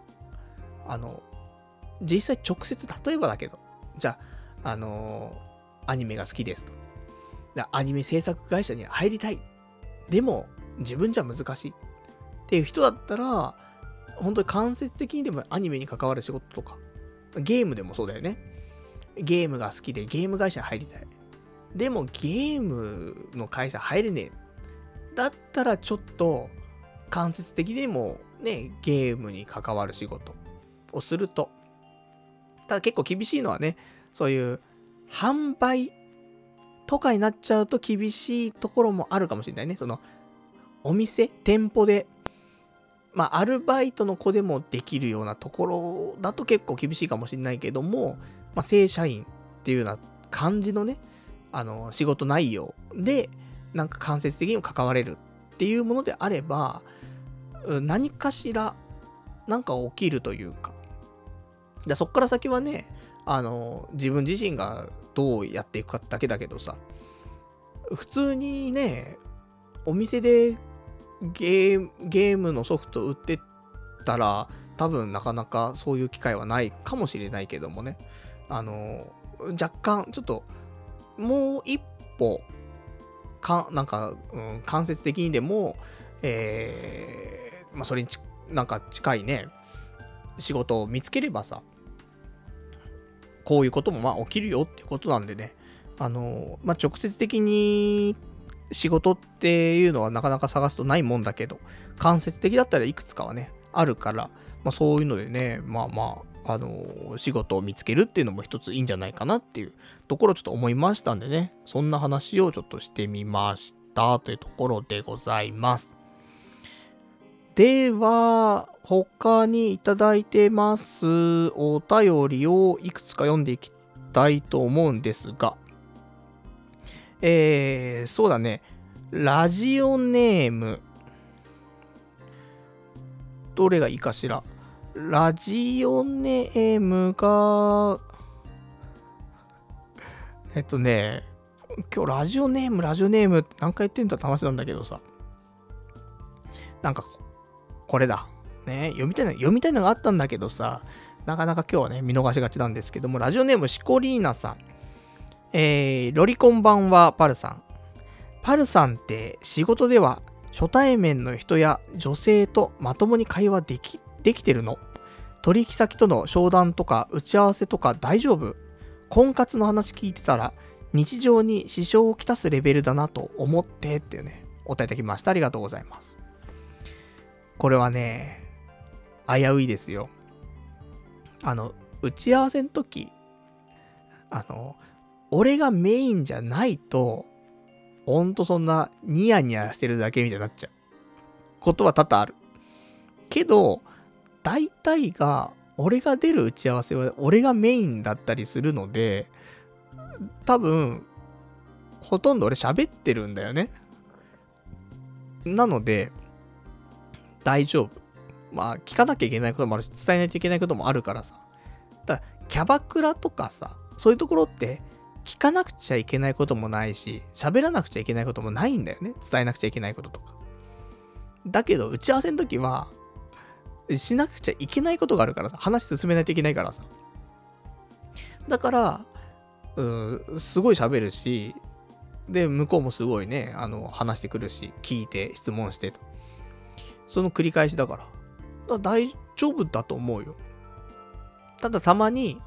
実際直接、例えばだけど、じゃあ、アニメが好きですと。アニメ制作会社に入りたい。でも、自分じゃ難しい。っていう人だったら、本当に間接的にでもアニメに関わる仕事とか、ゲームでもそうだよね。ゲームが好きでゲーム会社に入りたい。でもゲームの会社入れねえ。 だったらちょっと間接的でもね、ゲームに関わる仕事をすると。ただ結構厳しいのはね、そういう販売とかになっちゃうと厳しいところもあるかもしれないね。そのお店、店舗で、まあアルバイトの子でもできるようなところだと結構厳しいかもしれないけども、まあ正社員っていうような感じのね、仕事内容で、なんか間接的にも関われるっていうものであれば、何かしら、なんか起きるというか。そっから先はね、自分自身がどうやっていくかだけだけどさ、普通にね、お店でゲームのソフト売ってたら、多分なかなかそういう機会はないかもしれないけどもね、若干、ちょっと、もう一歩、なんか、間接的にでも、まあ、それになんか近いね、仕事を見つければさ、こういうこともまあ起きるよっていうことなんでね、まあ、直接的に仕事っていうのはなかなか探すとないもんだけど、間接的だったらいくつかはね、あるから、まあそういうのでね、まあまあ、仕事を見つけるっていうのも一ついいんじゃないかなっていうところをちょっと思いましたんでね、そんな話をちょっとしてみましたというところでございます。では、他にいただいてますお便りをいくつか読んでいきたいと思うんですが、そうだね、ラジオネーム、どれがいいかしら。ラジオネームが、今日ラジオネームって何回言ってんだって話なんだけどさ、なんか、これだ。ね、読みたいのがあったんだけどさ、なかなか今日はね、見逃しがちなんですけども、ラジオネームシコリーナさん。ロリコン版はパルさん。パルさんって仕事では初対面の人や女性とまともに会話できてるの？取引先との商談とか打ち合わせとか大丈夫？婚活の話聞いてたら日常に支障をきたすレベルだなと思ってっていうね、お答えいただきました。ありがとうございます。これはね、危ういですよ。打ち合わせの時、俺がメインじゃないと、ほんとそんなニヤニヤしてるだけみたいになっちゃうことは多々ある。けど、大体が、俺が出る打ち合わせは俺がメインだったりするので、多分、ほとんど俺喋ってるんだよね。なので、大丈夫。まあ、聞かなきゃいけないこともあるし、伝えないといけないこともあるからさ。だから、キャバクラとかさ、そういうところって、聞かなくちゃいけないこともないし、喋らなくちゃいけないこともないんだよね。伝えなくちゃいけないこととか。だけど、打ち合わせの時は、しなくちゃいけないことがあるからさ、話進めないといけないからさ。だから、すごい喋るし、で、向こうもすごいね、話してくるし、聞いて、質問してと。その繰り返しだから。大丈夫だと思うよ。ただたまに、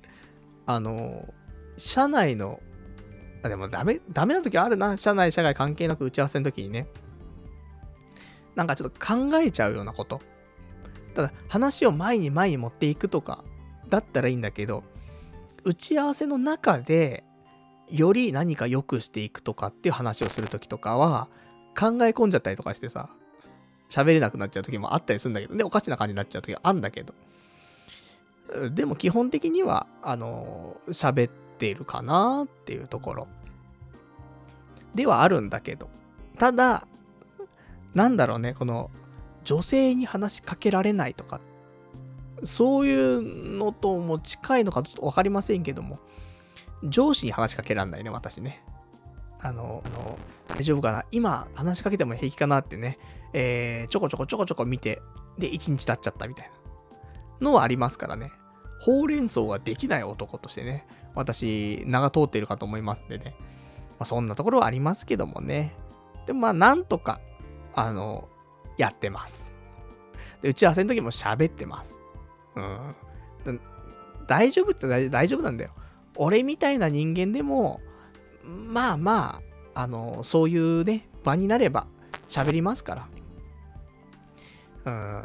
社内の、でもダメな時あるな。社外関係なく打ち合わせの時にね。なんかちょっと考えちゃうようなこと。ただ話を前に持っていくとか、だったらいいんだけど、打ち合わせの中で、より何か良くしていくとかっていう話をする時とかは、考え込んじゃったりとかしてさ、喋れなくなっちゃう時もあったりするんだけどね、おかしな感じになっちゃう時があるんだけど。でも基本的には、喋っているかなっていうところ。ではあるんだけど。ただ、なんだろうね、この、女性に話しかけられないとか、そういうのとも近いのかちょっとわかりませんけども、上司に話しかけられないね、私ね。大丈夫かな今話しかけても平気かなってね、ちょこちょこ見て、で、1日経っちゃったみたいなのはありますからね。ほうれん草ができない男としてね、私、名が通っているかと思いますんでね。まあ、そんなところはありますけどもね。でもまあ、なんとか、やってます。で、打ち合わせの時も喋ってます。大丈夫って大丈夫なんだよ。俺みたいな人間でも、まあまあ、そういうね、場になれば、 喋りますから。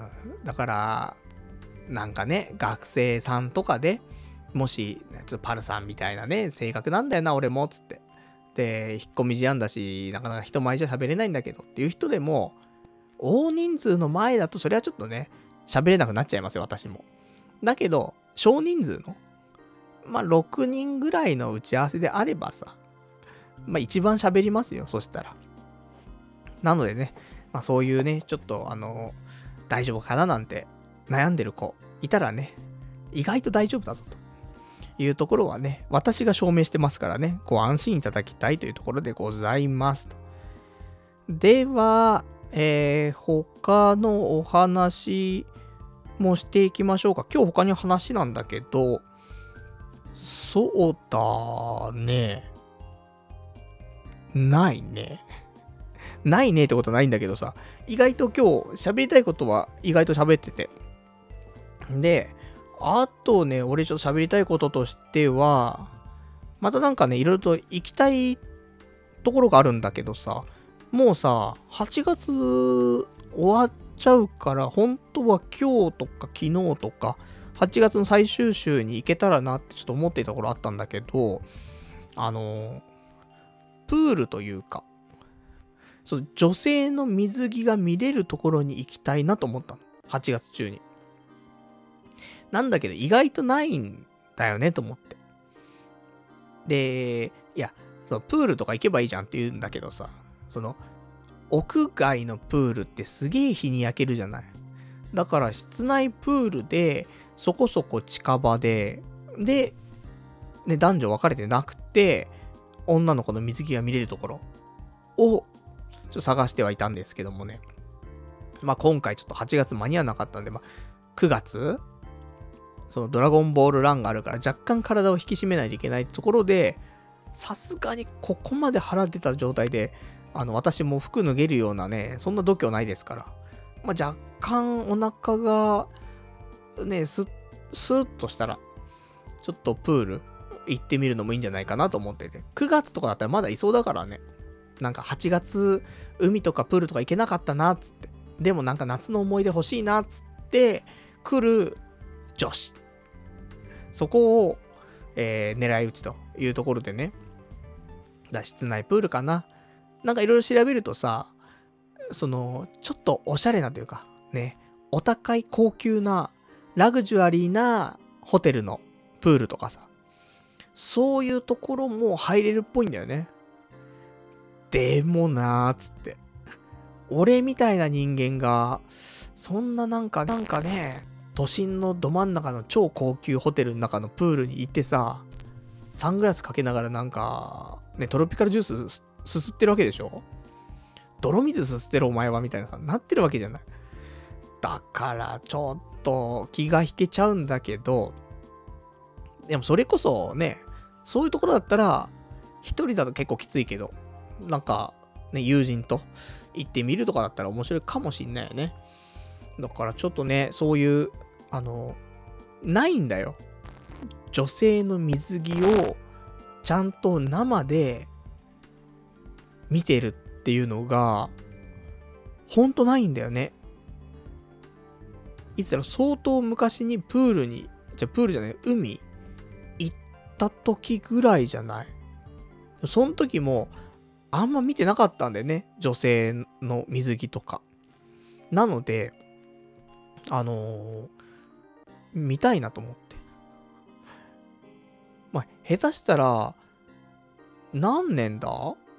だから、なんかね、学生さんとかで、もし、ちょっとパルさんみたいなね、性格なんだよな、俺も、つって。で、引っ込み思案だし、なかなか人前じゃ喋れないんだけどっていう人でも、大人数の前だとそれはちょっとね、喋れなくなっちゃいますよ、私も。だけど、少人数の、まあ、6人ぐらいの打ち合わせであればさ、まあ、一番喋りますよ、そしたら。なのでね、まあ、そういうね、ちょっと大丈夫かななんて悩んでる子いたらね、意外と大丈夫だぞというところはね、私が証明してますからね、ご安心いただきたいというところでございますと。では、他のお話もしていきましょうか。今日他に話なんだけど、そうだね。ないね。ないねってことないんだけどさ、意外と今日喋りたいことは意外と喋ってて。で、あとね、俺ちょっと喋りたいこととしては、またなんかね、いろいろと行きたいところがあるんだけどさ、もうさ、8月終わっちゃうから、本当は今日とか昨日とか、8月の最終週に行けたらなってちょっと思っていたところあったんだけど、プールというか、そう女性の水着が見れるところに行きたいなと思ったの。8月中に。なんだけど意外とないんだよねと思って。で、いや、そのプールとか行けばいいじゃんって言うんだけどさ、その、屋外のプールってすげえ日に焼けるじゃない。だから室内プールで、そこそこ近場で、で、ね、男女分かれてなくて、女の子の水着が見れるところを、ちょっと探してはいたんですけどもね。まあ今回ちょっと8月間に合わなかったんで、まあ9月そのドラゴンボールランがあるから若干体を引き締めないといけないところで、さすがにここまで腹出た状態で、私も服脱げるようなね、そんな度胸ないですから。まあ若干お腹が、ね、スーッとしたら、ちょっとプール行ってみるのもいいんじゃないかなと思ってて。9月とかだったらまだいそうだからね。なんか8月、海とかプールとか行けなかったな、つって。でもなんか夏の思い出欲しいな、つって、来る女子。そこを、狙い撃ちというところでね。室内プールかな。なんかいろいろ調べるとさ、その、ちょっとおしゃれなというか、ね、お高い高級な、ラグジュアリーなホテルのプールとかさ、そういうところも入れるっぽいんだよね。でもなーつって。俺みたいな人間が、そんななんかね、都心のど真ん中の超高級ホテルの中のプールに行ってさ、サングラスかけながらなんか、ね、トロピカルジュースすすってるわけでしょ？泥水すすってるお前はみたいなさ、なってるわけじゃない。だからちょっと気が引けちゃうんだけど、でもそれこそね、そういうところだったら、一人だと結構きついけど、なんか、ね、友人と行ってみるとかだったら面白いかもしんないよね。だからちょっとね、そういう、ないんだよ。女性の水着をちゃんと生で見てるっていうのが、ほんとないんだよね。いつだろう、相当昔にプールじゃない、海行った時ぐらいじゃない。その時も、あんま見てなかったんだよね。女性の水着とか。なので、見たいなと思って。まあ、下手したら、何年だ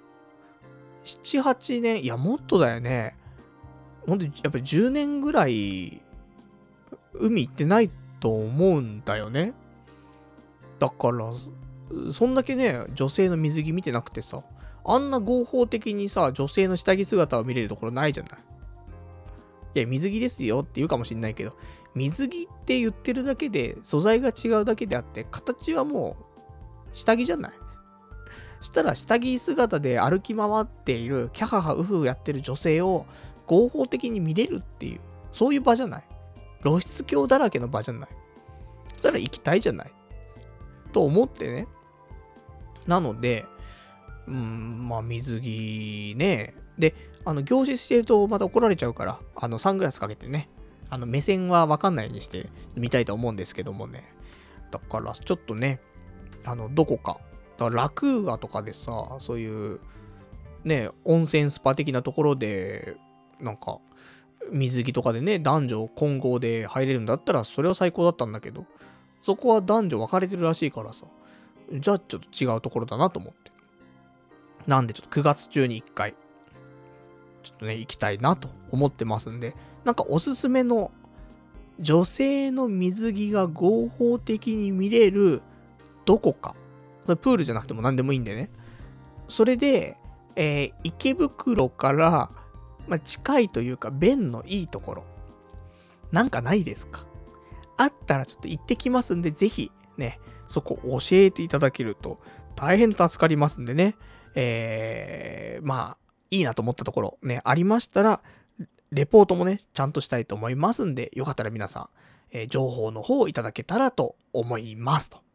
?7、8年、いや、もっとだよね。ほんと、やっぱり10年ぐらい、海行ってないと思うんだよね。だから、そんだけね、女性の水着見てなくてさ、あんな合法的にさ、女性の下着姿を見れるところないじゃない。いや、水着ですよって言うかもしんないけど、水着って言ってるだけで、素材が違うだけであって、形はもう、下着じゃない。したら、下着姿で歩き回っている、キャハハウフフやってる女性を、合法的に見れるっていう、そういう場じゃない。露出狂だらけの場じゃない。そしたら行きたいじゃない。と思ってね。なので、まあ水着ね、 で、凝視してるとまた怒られちゃうから、サングラスかけてね、目線はわかんないようにして見たいと思うんですけどもね。だから、ちょっとね、どこか、だからラクーアとかでさ、そういう、ね、温泉スパ的なところで、なんか、水着とかでね、男女混合で入れるんだったら、それは最高だったんだけど、そこは男女分かれてるらしいからさ、じゃあちょっと違うところだなと思って。なんでちょっと9月中に1回、ちょっとね、行きたいなと思ってますんで、なんかおすすめの女性の水着が合法的に見れるどこか。それプールじゃなくても何でもいいんでね。それで、池袋から、まあ、近いというか、便のいいところ。なんかないですか？あったらちょっと行ってきますんで、ぜひ、ね、そこ教えていただけると大変助かりますんでね。まあ、いいなと思ったところね、ありましたら、レポートもね、ちゃんとしたいと思いますんで、よかったら皆さん、情報の方をいただけたらと思いますと。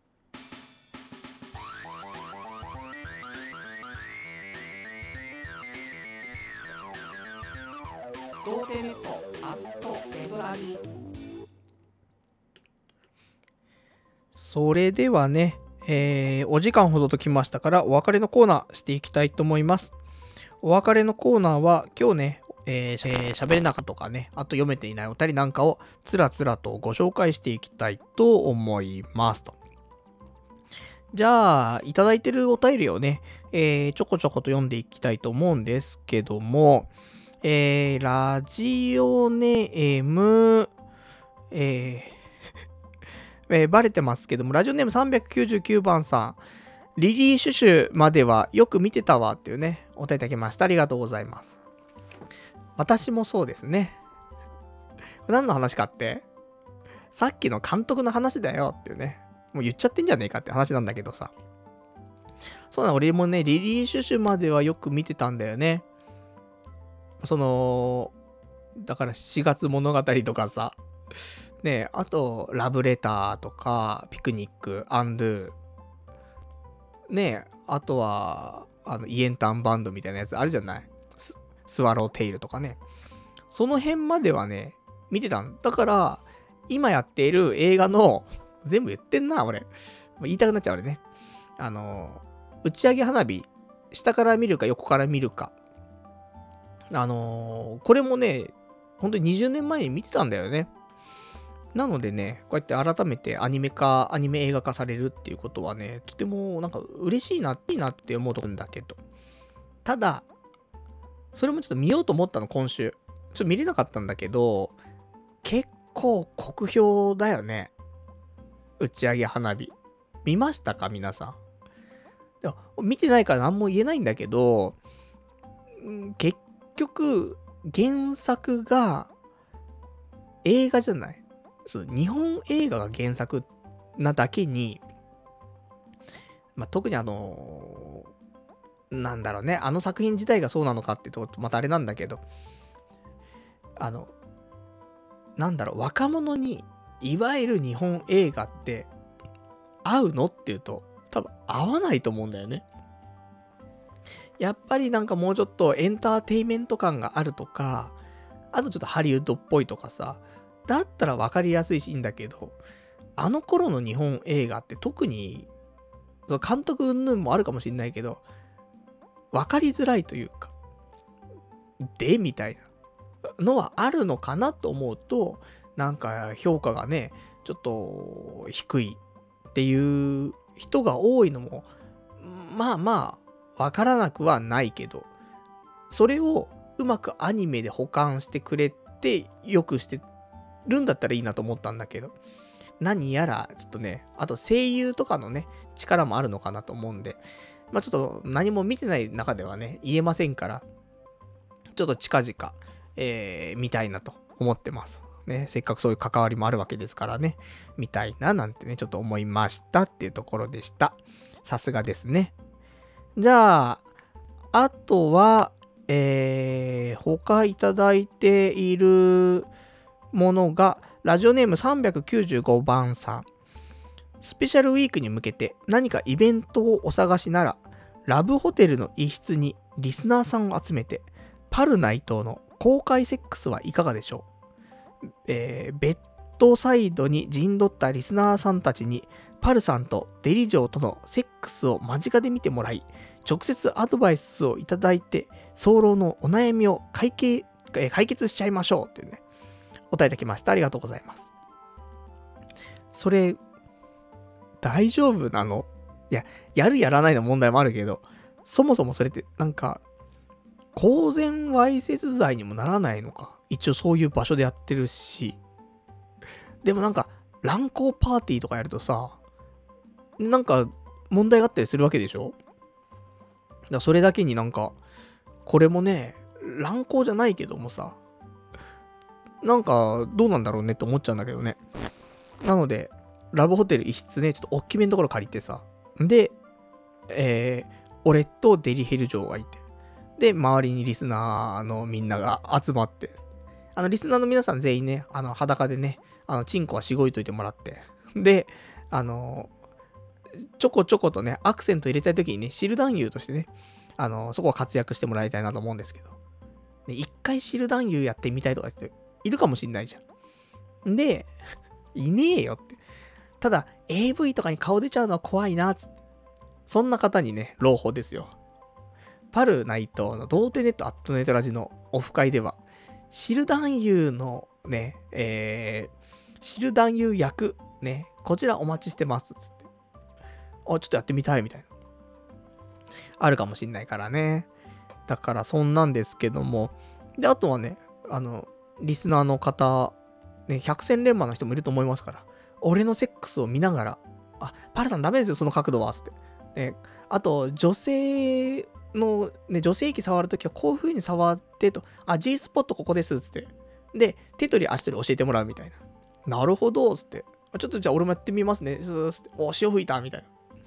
童貞ネットアットエドラジ。それではね、お時間ほどときましたからお別れのコーナーしていきたいと思います。お別れのコーナーは今日ね、喋れなかったとかね、あと読めていないお便りなんかをつらつらとご紹介していきたいと思いますと。じゃあ、いただいてるお便りをね、ちょこちょこと読んでいきたいと思うんですけども、ラジオネーム、バレてますけども、ラジオネーム399番さん、リリー・シュシュまではよく見てたわっていうね、お便りいただきました。ありがとうございます。私もそうですね。何の話かって、さっきの監督の話だよっていうね、もう言っちゃってんじゃねえかって話なんだけどさ。そうな、俺もね、リリー・シュシュまではよく見てたんだよね。だから4月物語とかさ、ね、あと、ラブレターとか、ピクニック、アンドゥ、ね、あとは、イエンタンバンドみたいなやつあるじゃない。スワローテイルとかね。その辺まではね、見てたんだから、今やっている映画の、全部言ってんな、俺。言いたくなっちゃう、俺ね。打ち上げ花火、下から見るか横から見るか。これもね、本当に20年前に見てたんだよね。なのでね、こうやって改めてアニメ映画化されるっていうことはね、とてもなんか嬉しいなって思うところんだけど。ただ、それもちょっと見ようと思ったの、今週。ちょっと見れなかったんだけど、結構酷評だよね。打ち上げ花火。見ましたか皆さん。いや見てないから何も言えないんだけど、結局、原作が映画じゃない。日本映画が原作なだけに、まあ、特になんだろうね、作品自体がそうなのかっていうとまたあれなんだけど、なんだろう、若者にいわゆる日本映画って合うのっていうと多分合わないと思うんだよね。やっぱりなんかもうちょっとエンターテイメント感があるとか、あとちょっとハリウッドっぽいとかさ、だったら分かりやすいしいいんだけど、あの頃の日本映画って特に、監督云々もあるかもしんないけど、分かりづらいというか、みたいなのはあるのかなと思うと、なんか評価がね、ちょっと低いっていう人が多いのも、まあまあ、分からなくはないけど、それをうまくアニメで保管してくれて、よくしてるんだったらいいなと思ったんだけど、何やらちょっとね、あと声優とかのね、力もあるのかなと思うんで、まあちょっと何も見てない中ではね、言えませんから、ちょっと近々、見たいなと思ってます。ね、せっかくそういう関わりもあるわけですからね、見たいななんてね、ちょっと思いましたっていうところでした。さすがですね。じゃあ、あとは、他いただいているものが、ラジオネーム395番さん。スペシャルウィークに向けて何かイベントをお探しなら、ラブホテルの一室にリスナーさんを集めて、パル内藤の公開セックスはいかがでしょう。ベッドサイドに陣取ったリスナーさんたちに、パルさんとデリジョーとのセックスを間近で見てもらい、直接アドバイスをいただいて、早漏のお悩みを解決しちゃいましょうっていうね、お答えいただきました。ありがとうございます。それ、大丈夫なの？いや、やるやらないの問題もあるけど、そもそもそれってなんか、公然わいせつ罪にもならないのか。一応そういう場所でやってるし。でもなんか、乱交パーティーとかやるとさ、なんか問題があったりするわけでしょ？だからそれだけになんか、これもね、乱交じゃないけどもさ、なんかどうなんだろうねって思っちゃうんだけどね。なので、ラブホテル一室ね、ちょっと大きめのところ借りてさ、で、俺とデリヘル嬢がいて、で、周りにリスナーのみんなが集まって、リスナーの皆さん全員ね、裸でね、チンコはしごいといてもらって、で、ちょこちょことね、アクセント入れたいときにね、汁男優としてね、そこは活躍してもらいたいなと思うんですけど、ね、一回汁男優やってみたいとかっているかもしんないじゃん。で、いねえよって。ただ、AV とかに顔出ちゃうのは怖いな、つって。そんな方にね、朗報ですよ。パルナイトの童貞ネットアットネットラジのオフ会では、汁男優のね、汁男優役、ね、こちらお待ちしてます、つって。ちょっとやってみたいみたいな。あるかもしんないからね。だからそんなんですけども。で、あとはね、リスナーの方、ね、百戦錬磨の人もいると思いますから、俺のセックスを見ながら、パルさんダメですよ、その角度は、つって。ね、あと、女性の、ね、女性器触るときはこういう風に触ってと、G スポットここです、つって。で、手取り足取り教えてもらうみたいな。なるほど、つって。ちょっとじゃあ俺もやってみますね、つって。潮吹いた、みたいな。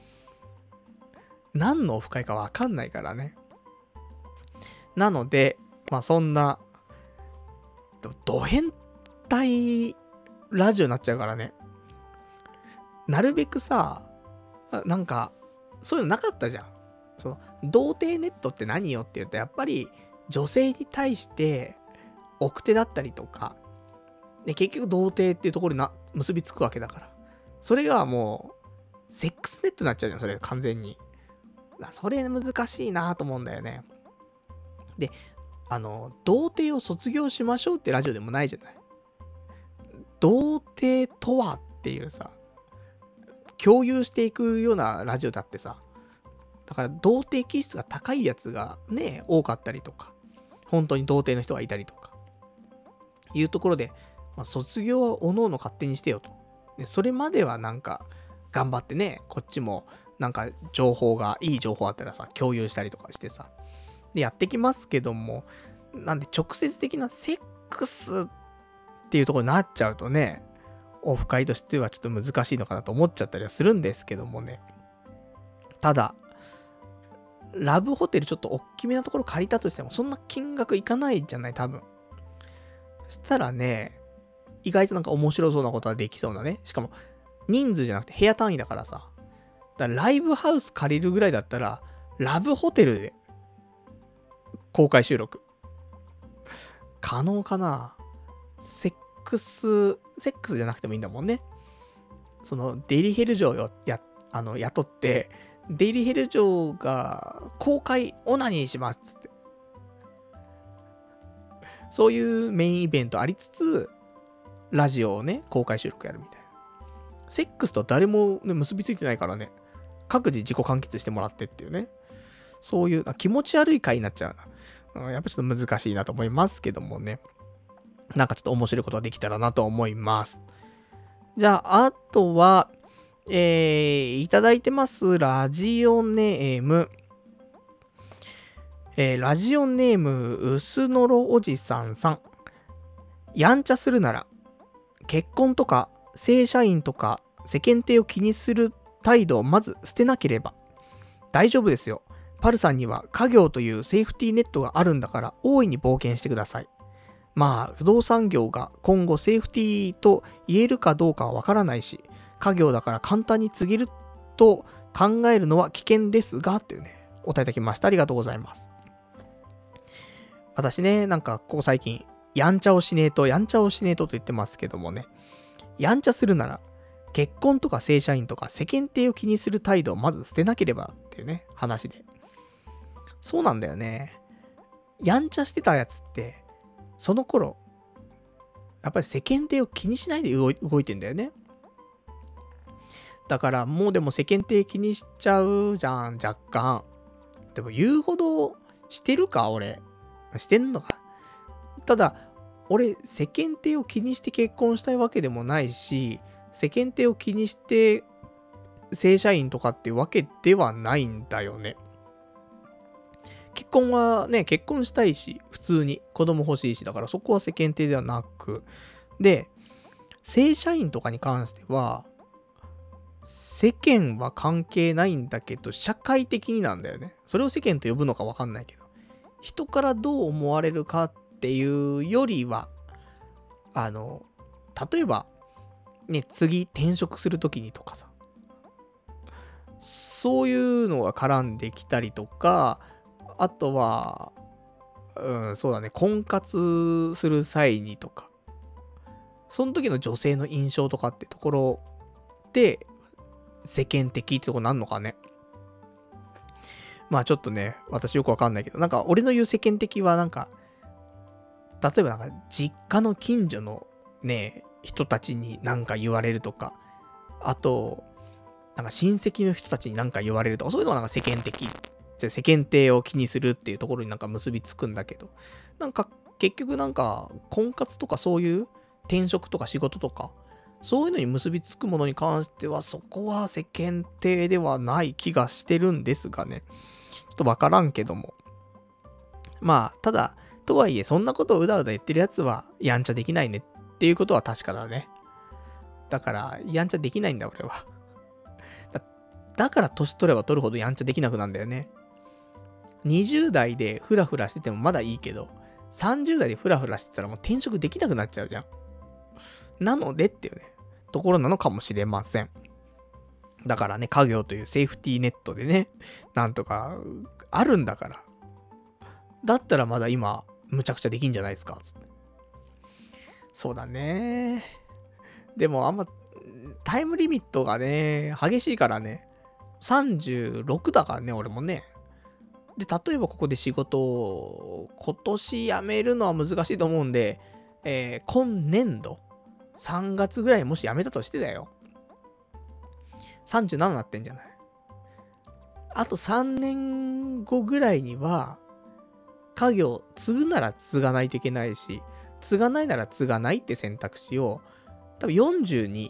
何のオフ会かわかんないからね。なので、そんな、ド変態ラジオになっちゃうからね。なるべくさ、なんか、そういうのなかったじゃん。その、童貞ネットって何よって言うと、やっぱり、女性に対して、奥手だったりとか、で、結局童貞っていうところに結びつくわけだから。それがもう、セックスネットになっちゃうじゃん、それ、完全に。それ難しいなと思うんだよね。で、童貞を卒業しましょうってラジオでもないじゃない。童貞とはっていうさ、共有していくようなラジオだってさ、だから童貞気質が高いやつがね、多かったりとか、本当に童貞の人がいたりとか、いうところで、卒業は各々勝手にしてよと。で、それまではなんか、頑張ってね、こっちも、なんかいい情報あったらさ、共有したりとかしてさ、で、やってきますけども、なんで直接的なセックスっていうところになっちゃうとね、オフ会としてはちょっと難しいのかなと思っちゃったりはするんですけどもね。ただ、ラブホテルちょっと大きめなところ借りたとしても、そんな金額いかないじゃない、多分。そしたらね、意外となんか面白そうなことはできそうなね。しかも、人数じゃなくて部屋単位だからさ。だからライブハウス借りるぐらいだったら、ラブホテルで公開収録。可能かな？セックスじゃなくてもいいんだもんね。その、デリヘル嬢を雇って、デリヘル嬢が公開オナニーしますっつって。そういうメインイベントありつつ、ラジオをね、公開収録やるみたいな。セックスとは誰も、ね、結びついてないからね、各自自己完結してもらってっていうね。そういう気持ち悪い回になっちゃうな。やっぱちょっと難しいなと思いますけどもね。なんかちょっと面白いことができたらなと思います。じゃあ、あとは、いただいてます。ラジオネーム、うすのろおじさんさん。やんちゃするなら、結婚とか正社員とか世間体を気にする態度をまず捨てなければ大丈夫ですよ。パルさんには家業というセーフティーネットがあるんだから大いに冒険してください。不動産業が今後セーフティーと言えるかどうかはわからないし、家業だから簡単に告げると考えるのは危険ですが、っていうね、お答えいただきました。ありがとうございます。 私ね、なんかここ最近、やんちゃをしねえとと言ってますけどもね、やんちゃするなら、結婚とか正社員とか世間体を気にする態度をまず捨てなければっていうね、話で。そうなんだよね。やんちゃしてたやつって、その頃、やっぱり世間体を気にしないで動いてんだよね。だからもうでも世間体気にしちゃうじゃん、若干。でも言うほどしてるか、俺。してんのか。ただ、俺、世間体を気にして結婚したいわけでもないし、世間体を気にして正社員とかっていうわけではないんだよね。結婚はね、結婚したいし、普通に子供欲しいし、だからそこは世間体ではなく、で、正社員とかに関しては、世間は関係ないんだけど、社会的になんだよね。それを世間と呼ぶのかわかんないけど。人からどう思われるかっていうよりは、例えば、ね、次転職するときにとかさ、そういうのが絡んできたりとか、あとは、そうだね、婚活する際にとか、その時の女性の印象とかってところで、世間的ってとこなんのかね。まあちょっとね、私よくわかんないけど、なんか俺の言う世間的はなんか、例えばなんか実家の近所のね、人たちになんか言われるとか、あと、なんか親戚の人たちになんか言われるとか、そういうのがなんか世間的。じゃ世間体を気にするっていうところになんか結びつくんだけど、なんか結局なんか婚活とかそういう転職とか仕事とか、そういうのに結びつくものに関してはそこは世間体ではない気がしてるんですがね。ちょっとわからんけども。まあ、ただ、とはいえそんなことをうだうだ言ってるやつはやんちゃできないねっていうことは確かだね。だから、やんちゃできないんだ俺は。だから年取れば取るほどやんちゃできなくなんだよね。20代でフラフラしててもまだいいけど、30代でフラフラしてたらもう転職できなくなっちゃうじゃん。なのでっていうね、ところなのかもしれません。だからね、家業というセーフティーネットでね、なんとかあるんだから。だったらまだ今、むちゃくちゃできんじゃないですか、つって。そうだね。でもあんま、タイムリミットがね、激しいからね、36だからね、俺もね。で、例えばここで仕事を今年辞めるのは難しいと思うんで、今年度、3月ぐらいもし辞めたとしてだよ。37になってんじゃない。あと3年後ぐらいには、家業継ぐなら継がないといけないし、継がないなら継がないって選択肢を、多分40に、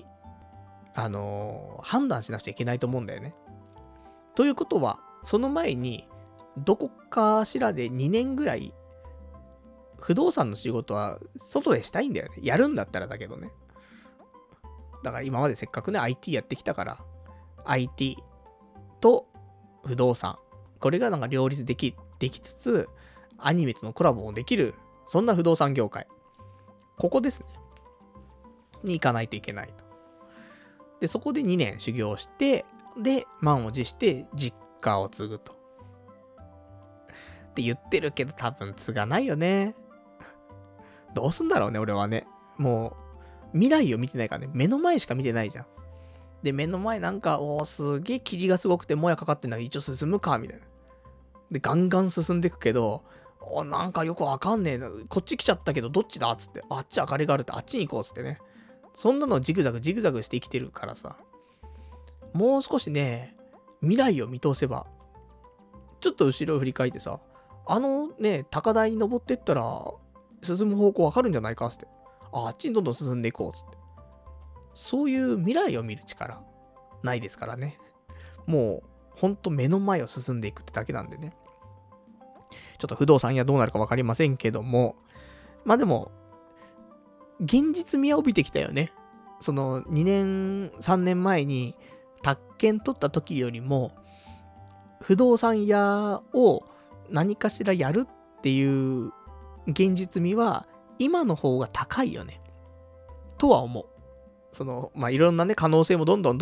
判断しなくちゃいけないと思うんだよね。ということは、その前に、どこかしらで2年ぐらい、不動産の仕事は外でしたいんだよね。やるんだったらだけどね。だから今までせっかくね、IT やってきたから、IT と不動産。これがなんか両立できつつ、アニメとのコラボもできる、そんな不動産業界。ここですね。に行かないといけないと。で、そこで2年修行して、で、満を持して実家を継ぐと。って言ってるけど多分継がないよね。どうすんだろうね、俺はね。もう、未来を見てないからね。目の前しか見てないじゃん。で、目の前なんか、すげえ霧がすごくてもやかかってんだけど、一応進むか、みたいな。で、ガンガン進んでいくけど、なんかよくわかんねえな。こっち来ちゃったけど、どっちだっつって。あっち明かりがあるってあっちに行こうっつってね。そんなのジグザグして生きてるからさ。もう少しね、未来を見通せば、ちょっと後ろを振り返ってさ、高台に登ってったら、進む方向わかるんじゃないかっつって。あっちにどんどん進んでいこうっつって。そういう未来を見る力、ないですからね。もう、ほんと目の前を進んでいくってだけなんでね。ちょっと不動産屋どうなるかわかりませんけども、まあでも、現実味は帯びてきたよね。その2年、3年前に宅建取った時よりも、不動産屋を何かしらやるっていう現実味は今の方が高いよね。とは思う。いろんなね、可能性もどんどん、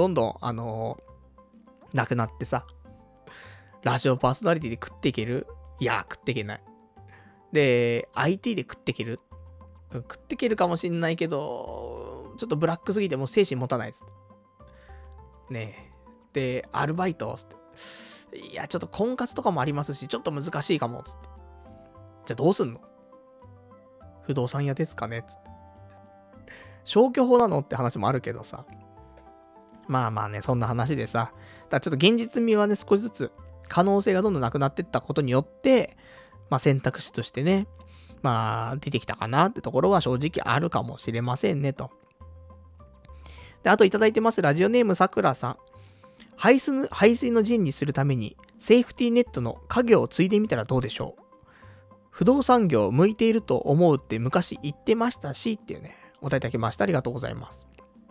なくなってさ、ラジオパーソナリティで食っていける？いや、食っていけない。 で、IT で食っていける。食っていけるかもしんないけど、ちょっとブラックすぎてもう精神持たないっつって。ねえ。で、アルバイトっつって。いや、ちょっと婚活とかもありますし、ちょっと難しいかも、つって。じゃあどうすんの？不動産屋ですかねつって。消去法なのって話もあるけどさ。まあまあね、そんな話でさ。だちょっと現実味はね、少しずつ可能性がどんどんなくなっていったことによって、まあ選択肢としてね、まあ出てきたかなってところは正直あるかもしれませんねと。で、あといただいてます。ラジオネームさくらさん。排水の陣にするためにセーフティーネットの家業を継いでみたらどうでしょう。不動産業向いていると思うって昔言ってましたしっていうね、お答えいただきました。ありがとうございます。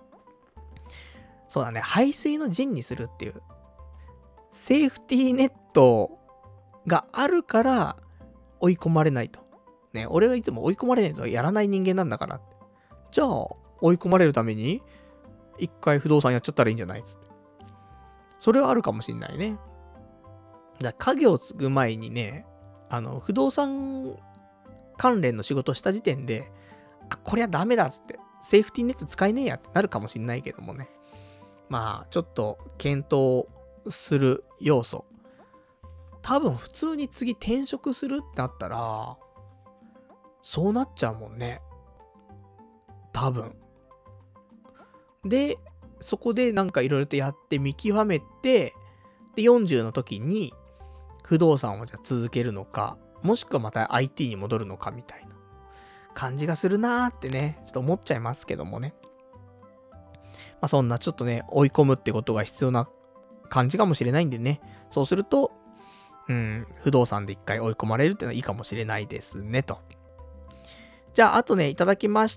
そうだね、排水の陣にするっていう。セーフティーネットがあるから追い込まれないと。ね、俺はいつも追い込まれないとやらない人間なんだから。じゃあ、追い込まれるために、一回不動産やっちゃったらいいんじゃないっつって。それはあるかもしんないね。だから家業を継ぐ前にね、不動産関連の仕事をした時点で、あ、こりゃダメだっつって、セーフティーネット使えねえやってなるかもしんないけどもね。まあ、ちょっと検討する要素。多分普通に次転職するってなったら、そうなっちゃうもんね。多分。で、そこでなんかいろいろとやって見極めて、で、40の時に不動産をじゃあ続けるのか、もしくはまた IT に戻るのかみたいな感じがするなーってね、ちょっと思っちゃいますけどもね。まあそんなちょっとね、追い込むってことが必要な感じかもしれないんでね。そうすると、不動産で一回追い込まれるっていうのはいいかもしれないですね、と。じゃあ、あとね、いただきました、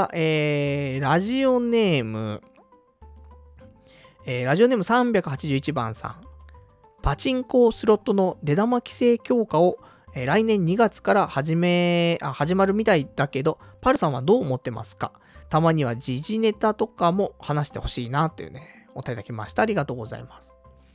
ラジオネーム、ラジオネーム381番さん。パチンコスロットの出玉規制強化を、来年2月から始まるみたいだけど、パルさんはどう思ってますか？たまには時事ネタとかも話してほしいなというね、お答えいただきました。ありがとうございます。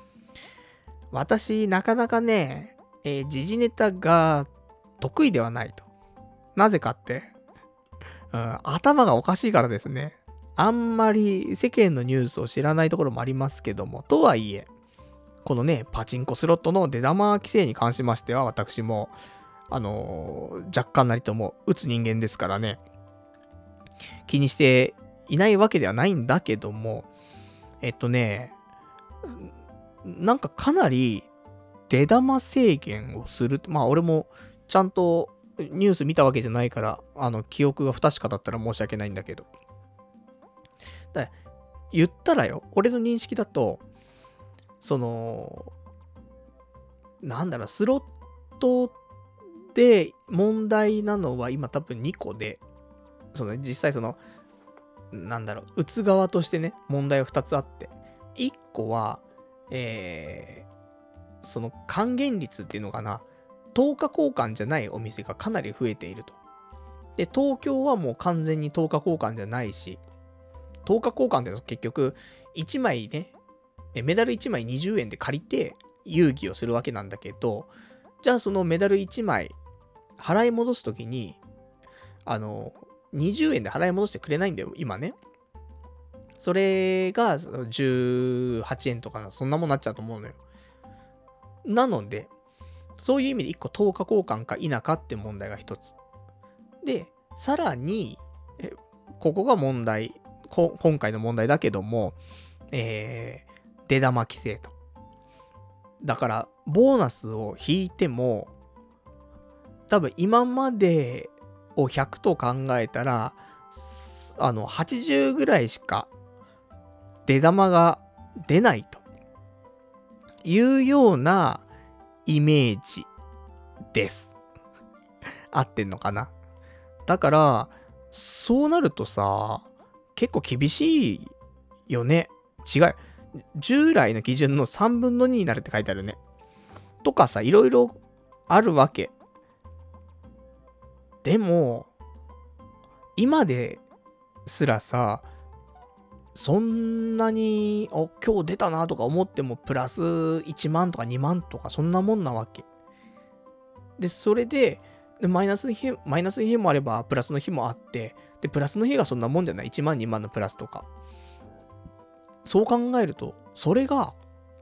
私、なかなかね、時事ネタが得意ではないと。なぜかって、頭がおかしいからですね。あんまり世間のニュースを知らないところもありますけども、とはいえ、このね、パチンコスロットの出玉規制に関しましては、私も、若干なりとも打つ人間ですからね、気にしていないわけではないんだけども、なんかかなり出玉制限をする。まあ俺もちゃんとニュース見たわけじゃないから、記憶が不確かだったら申し訳ないんだけど。だ言ったらよ、俺の認識だと、スロットで問題なのは今多分2個で、実際打つ側としてね、問題は2つあって、1個は、還元率っていうのかな、10日交換じゃないお店がかなり増えていると。で、東京はもう完全に10日交換じゃないし、10日交換って結局、1枚ね、メダル1枚20円で借りて遊戯をするわけなんだけど、じゃあそのメダル1枚払い戻すときに、20円で払い戻してくれないんだよ、今ね。それが18円とかそんなもんなっちゃうと思うのよ。なので、そういう意味で1個10日交換か否かって問題が1つ。で、さらに、ここが問題、今回の問題だけども、出玉規制と。だから、ボーナスを引いても、多分今までを100と考えたら、80ぐらいしか出玉が出ないというようなイメージです。合ってんのかな？だから、そうなるとさ、結構厳しいよね。違う。従来の基準の3分の2になるって書いてあるね。とかさ、いろいろあるわけ。でも、今ですらさ、そんなに、今日出たなとか思っても、プラス1万とか2万とかそんなもんなわけ。で、それで、 で、マイナスの日もあれば、プラスの日もあって、で、プラスの日がそんなもんじゃない。1万、2万のプラスとか。そう考えると、それが、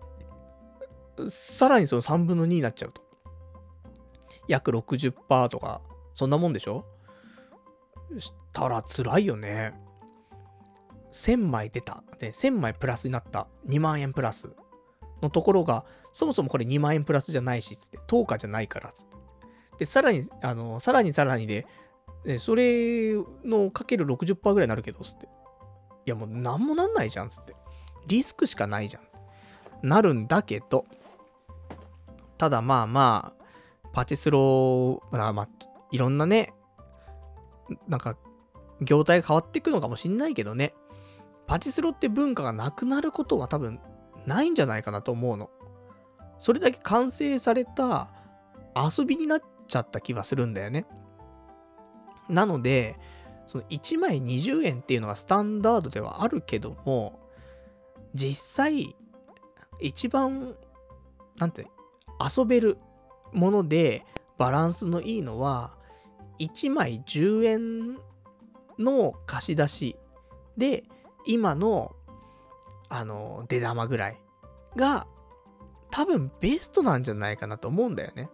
さらにその3分の2になっちゃうと。約 60% とか、そんなもんでしょ？したら辛いよね。1000枚出た。で、1000枚プラスになった。2万円プラス。のところが、そもそもこれ2万円プラスじゃないし、つって。10日じゃないから、つって。で、さらにで、それのかける 60% ぐらいになるけど、つって。いや、もうなんもなんないじゃん、つって。リスクしかないじゃん。なるんだけど、ただまあまあ、パチスロ、いろんなね、なんか、業態が変わっていくのかもしんないけどね。パチスロって文化がなくなることは多分ないんじゃないかなと思うの。それだけ完成された遊びになっちゃった気はするんだよね。なので、その1枚20円っていうのがスタンダードではあるけども、実際、一番、なんて、遊べるものでバランスのいいのは、1枚10円の貸し出しで、今の、出玉ぐらいが、多分ベストなんじゃないかなと思うんだよね。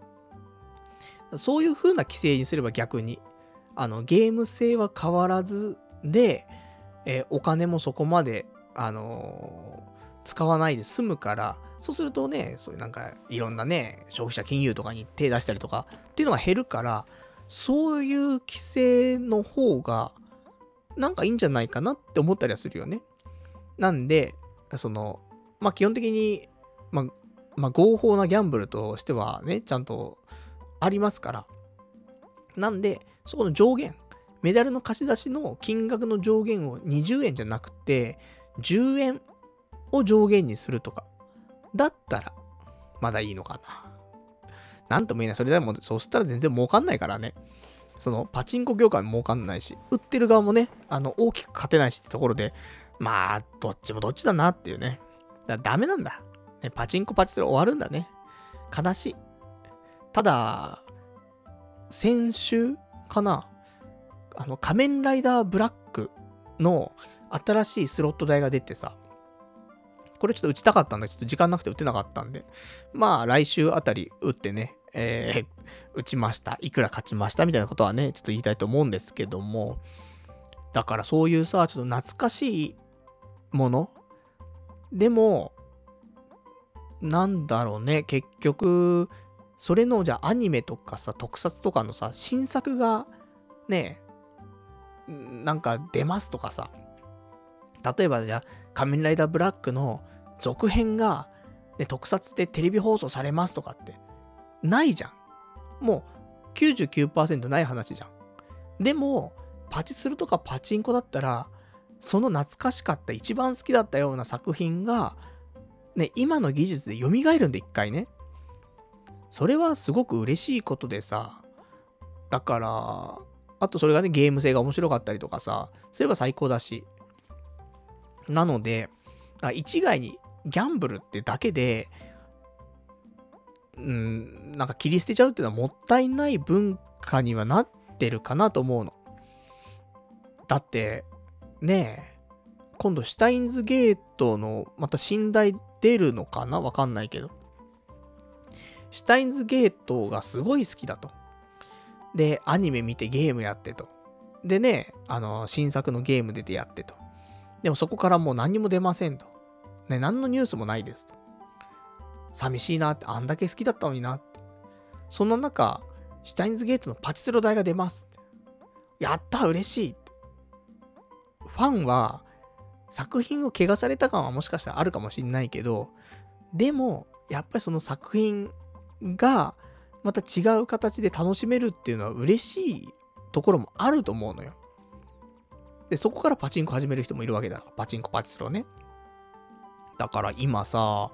そういう風な規制にすれば逆に、ゲーム性は変わらずで、お金もそこまで、使わないで済むから、そうするとね、そういうなんか、いろんなね、消費者金融とかに手出したりとか、っていうのが減るから、そういう規制の方が、なんかいいんじゃないかなって思ったりはするよね。なんで、基本的に、合法なギャンブルとしてはね、ちゃんとありますから。なんで、そこの上限、メダルの貸し出しの金額の上限を20円じゃなくて、10円を上限にするとか。だったら、まだいいのかな。なんとも言えない。それでも、そうしたら全然儲かんないからね。パチンコ業界も儲かんないし、売ってる側もね、大きく勝てないしってところで、まあ、どっちもどっちだなっていうね。ダメなんだ。ね、パチンコパチスロ終わるんだね。悲しい。ただ、先週かな、仮面ライダーブラックの新しいスロット台が出てさ、これちょっと打ちたかったんだけど、ちょっと時間なくて打てなかったんで、まあ来週あたり打ってね、打ちました。いくら勝ちましたみたいなことはね、ちょっと言いたいと思うんですけども、だからそういうさ、ちょっと懐かしいものでも、なんだろうね、結局、それの、じゃあアニメとかさ、特撮とかのさ、新作が、ね、なんか出ますとかさ、例えばじゃあ、仮面ライダーブラックの続編が、ね、特撮でテレビ放送されますとかって、ないじゃん。もう、99% ない話じゃん。でも、パチスロとかパチンコだったら、その懐かしかった一番好きだったような作品が、ね、今の技術で蘇るんで一回ね。それはすごく嬉しいことでさ、だから、あとそれがね、ゲーム性が面白かったりとかさ、すれば最高だし。なので、一概にギャンブルってだけで、なんか切り捨てちゃうっていうのはもったいない文化にはなってるかなと思うの。だって、ねえ、今度シュタインズゲートのまた新題出るのかなわかんないけど。シュタインズゲートがすごい好きだと。で、アニメ見てゲームやってと。でね、新作のゲーム出てやってと。でもそこからもう何も出ませんと。ね、何のニュースもないですと。寂しいなって、あんだけ好きだったのになって。そんな中、シュタインズゲートのパチスロ台が出ますって。やった嬉しいって。ファンは、作品を汚された感はもしかしたらあるかもしんないけど、でも、やっぱりその作品が、また違う形で楽しめるっていうのは嬉しいところもあると思うのよ。で、そこからパチンコ始める人もいるわけだから、パチンコパチスロね。だから今さ、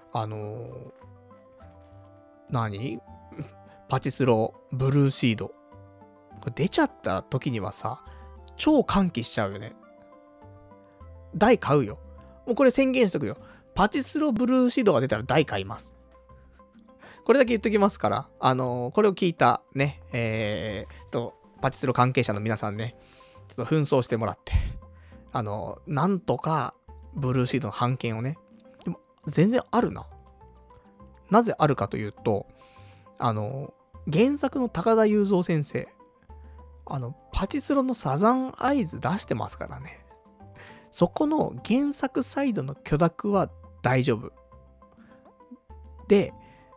何パチスロ、ブルーシード。これ出ちゃった時にはさ、超歓喜しちゃうよね。台買うよ。もうこれ宣言しとくよ。パチスロブルーシードが出たら台買います。 これだけ言っときますから、これを聞いたね、ちょっとパチスロ関係者の皆さんね、ちょっと紛争してもらって、なんとか、ブルーシードの版権をね、でも、全然あるな。なぜあるかというと、原作の高田雄三先生、パチスロのサザンアイズ出してますからね。そこの原作サイドの許諾は大丈夫。で、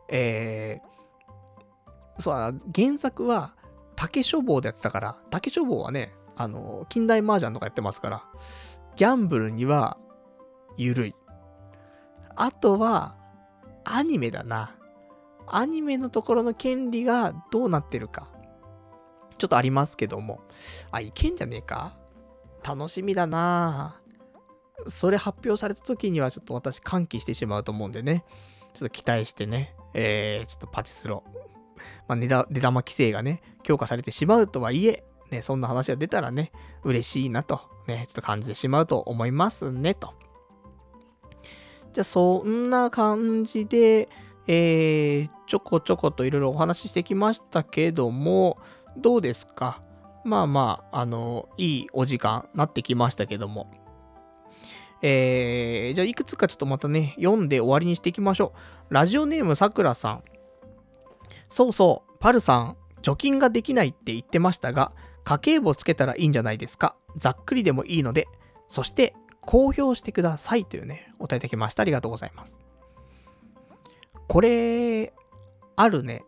そう、原作は竹書房でやってたから、竹書房はね、近代麻雀とかやってますから、ギャンブルには緩い。あとは、アニメだな。アニメのところの権利がどうなってるか。ちょっとありますけども。いけんじゃねえか？楽しみだな。それ発表された時にはちょっと私歓喜してしまうと思うんでね。ちょっと期待してね。ちょっとパチスロ。出玉規制がね、強化されてしまうとはいえ、ね、そんな話が出たらね、嬉しいなと、ね、ちょっと感じてしまうと思いますね、と。じゃあ、そんな感じで、ちょこちょこといろいろお話ししてきましたけども、どうですか？まあまあ、いいお時間なってきましたけども。じゃあ、いくつかちょっとまたね、読んで終わりにしていきましょう。ラジオネームさくらさん。そうそう、パルさん、貯金ができないって言ってましたが、家計簿つけたらいいんじゃないですか。ざっくりでもいいので、そして公表してくださいというね、お答えいただきました。ありがとうございます。これ、あるね。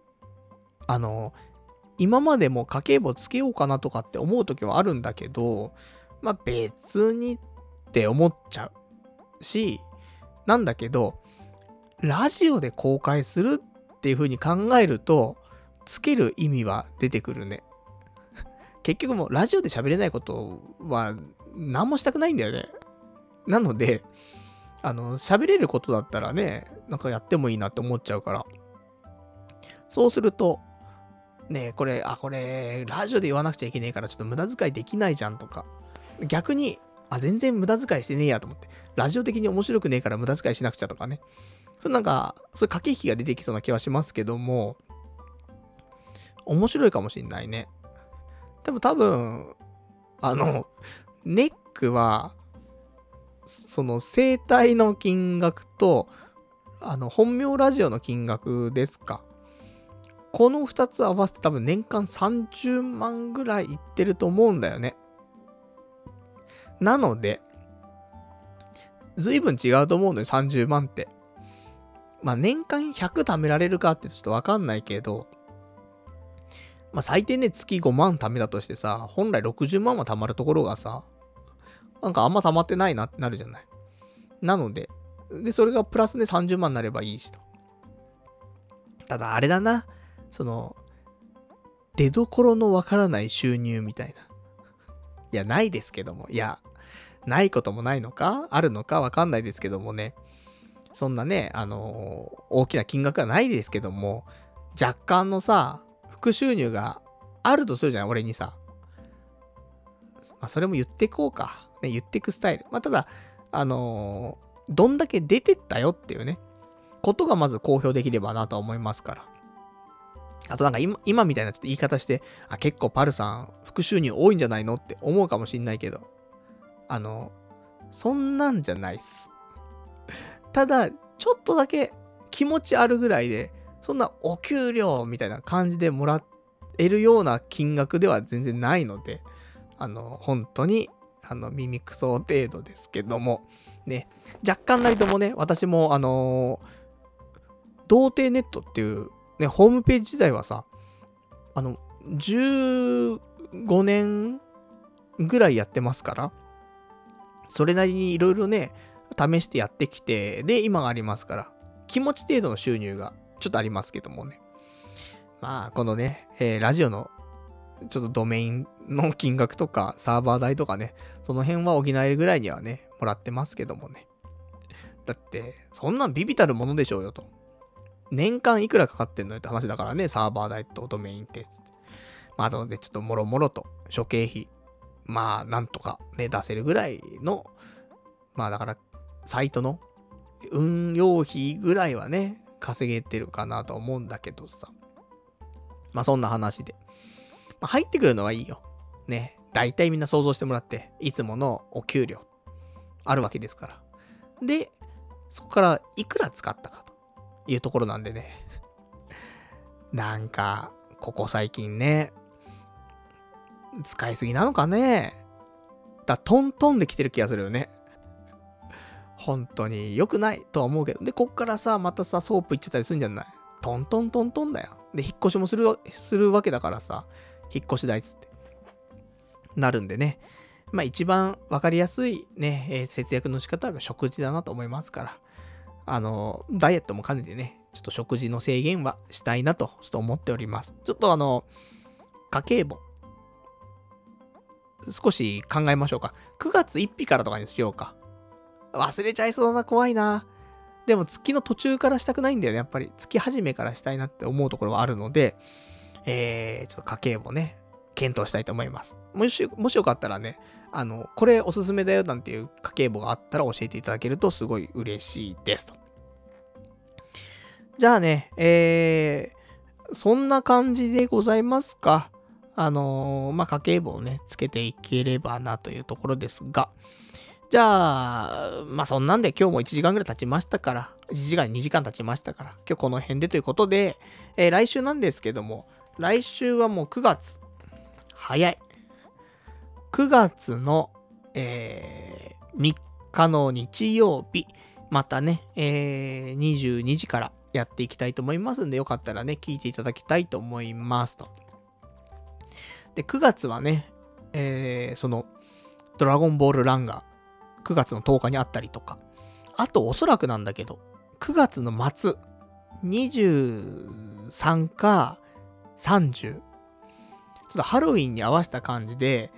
今までも家計簿つけようかなとかって思う時はあるんだけど、まあ別にって思っちゃうし、なんだけど、ラジオで公開するっていう風に考えると、つける意味は出てくるね。結局もうラジオで喋れないことは何もしたくないんだよね。なので、喋れることだったらね、なんかやってもいいなって思っちゃうから。そうすると、ねこれ、ラジオで言わなくちゃいけねえからちょっと無駄遣いできないじゃんとか。逆に、全然無駄遣いしてねえやと思って。ラジオ的に面白くねえから無駄遣いしなくちゃとかね。そういう駆け引きが出てきそうな気はしますけども、面白いかもしんないね。でも多分、ネックは、その生体の金額と、本名ラジオの金額ですか。この2つ合わせて多分年間30万ぐらいいってると思うんだよね。なので、随分違うと思うのよ、30万って。まあ年間100貯められるかってちょっとわかんないけど、まあ最低ね、月5万貯めたとしてさ、本来60万は貯まるところがさ、なんかあんま貯まってないなってなるじゃない。なので、それがプラスで30万になればいいしと。ただあれだな、出どころのわからない収入みたいな。いや、ないですけども。いや、ないこともないのかあるのかわかんないですけどもね。そんなね、大きな金額はないですけども、若干のさ、副収入があるとするじゃん、俺にさ。まあ、それも言ってこうか。ね、言ってくスタイル。まあ、ただ、どんだけ出てったよっていうね、ことがまず公表できればなとは思いますから。あとなんか今みたいなちょっと言い方して、結構パルさん、副収入多いんじゃないのって思うかもしんないけど、そんなんじゃないっす。ただ、ちょっとだけ気持ちあるぐらいで、そんなお給料みたいな感じでもらえるような金額では全然ないので、本当に、耳くそ程度ですけども、ね、若干なりともね、私も、童貞ネットっていう、ね、ホームページ自体はさ、15年ぐらいやってますから、それなりにいろいろね、試してやってきて、で、今がありますから、気持ち程度の収入がちょっとありますけどもね。まあ、このね、ラジオのちょっとドメインの金額とか、サーバー代とかね、その辺は補えるぐらいにはね、もらってますけどもね。だって、そんなんビビたるものでしょうよと。年間いくらかかってんのよって話だからね、サーバー代とドメインって、つって。まあ、なので、ちょっともろもろと、諸経費、まあ、なんとかね、出せるぐらいの、まあ、だから、サイトの運用費ぐらいはね、 稼げてるかなと思うんだけどさ。まあそんな話で。まあ入ってくるのはいいよ。ね。大体みんな想像してもらって、いつものお給料、あるわけですから。で、そこからいくら使ったかというところなんでね。なんか、ここ最近ね、使いすぎなのかね。トントンで来てる気がするよね。本当に良くないとは思うけど。で、こっからさ、またさ、ソープ行っちゃったりするんじゃない？トントントントンだよ。で、引っ越しもするわけだからさ、引っ越し代つって。なるんでね。まあ一番わかりやすいね、節約の仕方は食事だなと思いますから。ダイエットも兼ねてね、ちょっと食事の制限はしたいなと、ちょっと思っております。ちょっと家計簿。少し考えましょうか。9月1日からとかにしようか。忘れちゃいそうだな、怖いな。でも月の途中からしたくないんだよね。やっぱり月始めからしたいなって思うところはあるので、ちょっと家計簿ね、検討したいと思います。もしよかったらね、これおすすめだよなんていう家計簿があったら教えていただけるとすごい嬉しいですと。じゃあね、そんな感じでございますか。まあ、家計簿をね、つけていければなというところですが、じゃあ、まあ、そんなんで今日も1時間ぐらい経ちましたから、1時間2時間経ちましたから、今日この辺でということで、来週なんですけども、来週はもう9月。早い。9月の、3日の日曜日、またね、22時からやっていきたいと思いますんで、よかったらね、聞いていただきたいと思いますと。で、9月はね、その、ドラゴンボールランが9月の10日にあったりとか、あとおそらくなんだけど、9月の末、23か30、ちょっとハロウィンに合わせた感じで、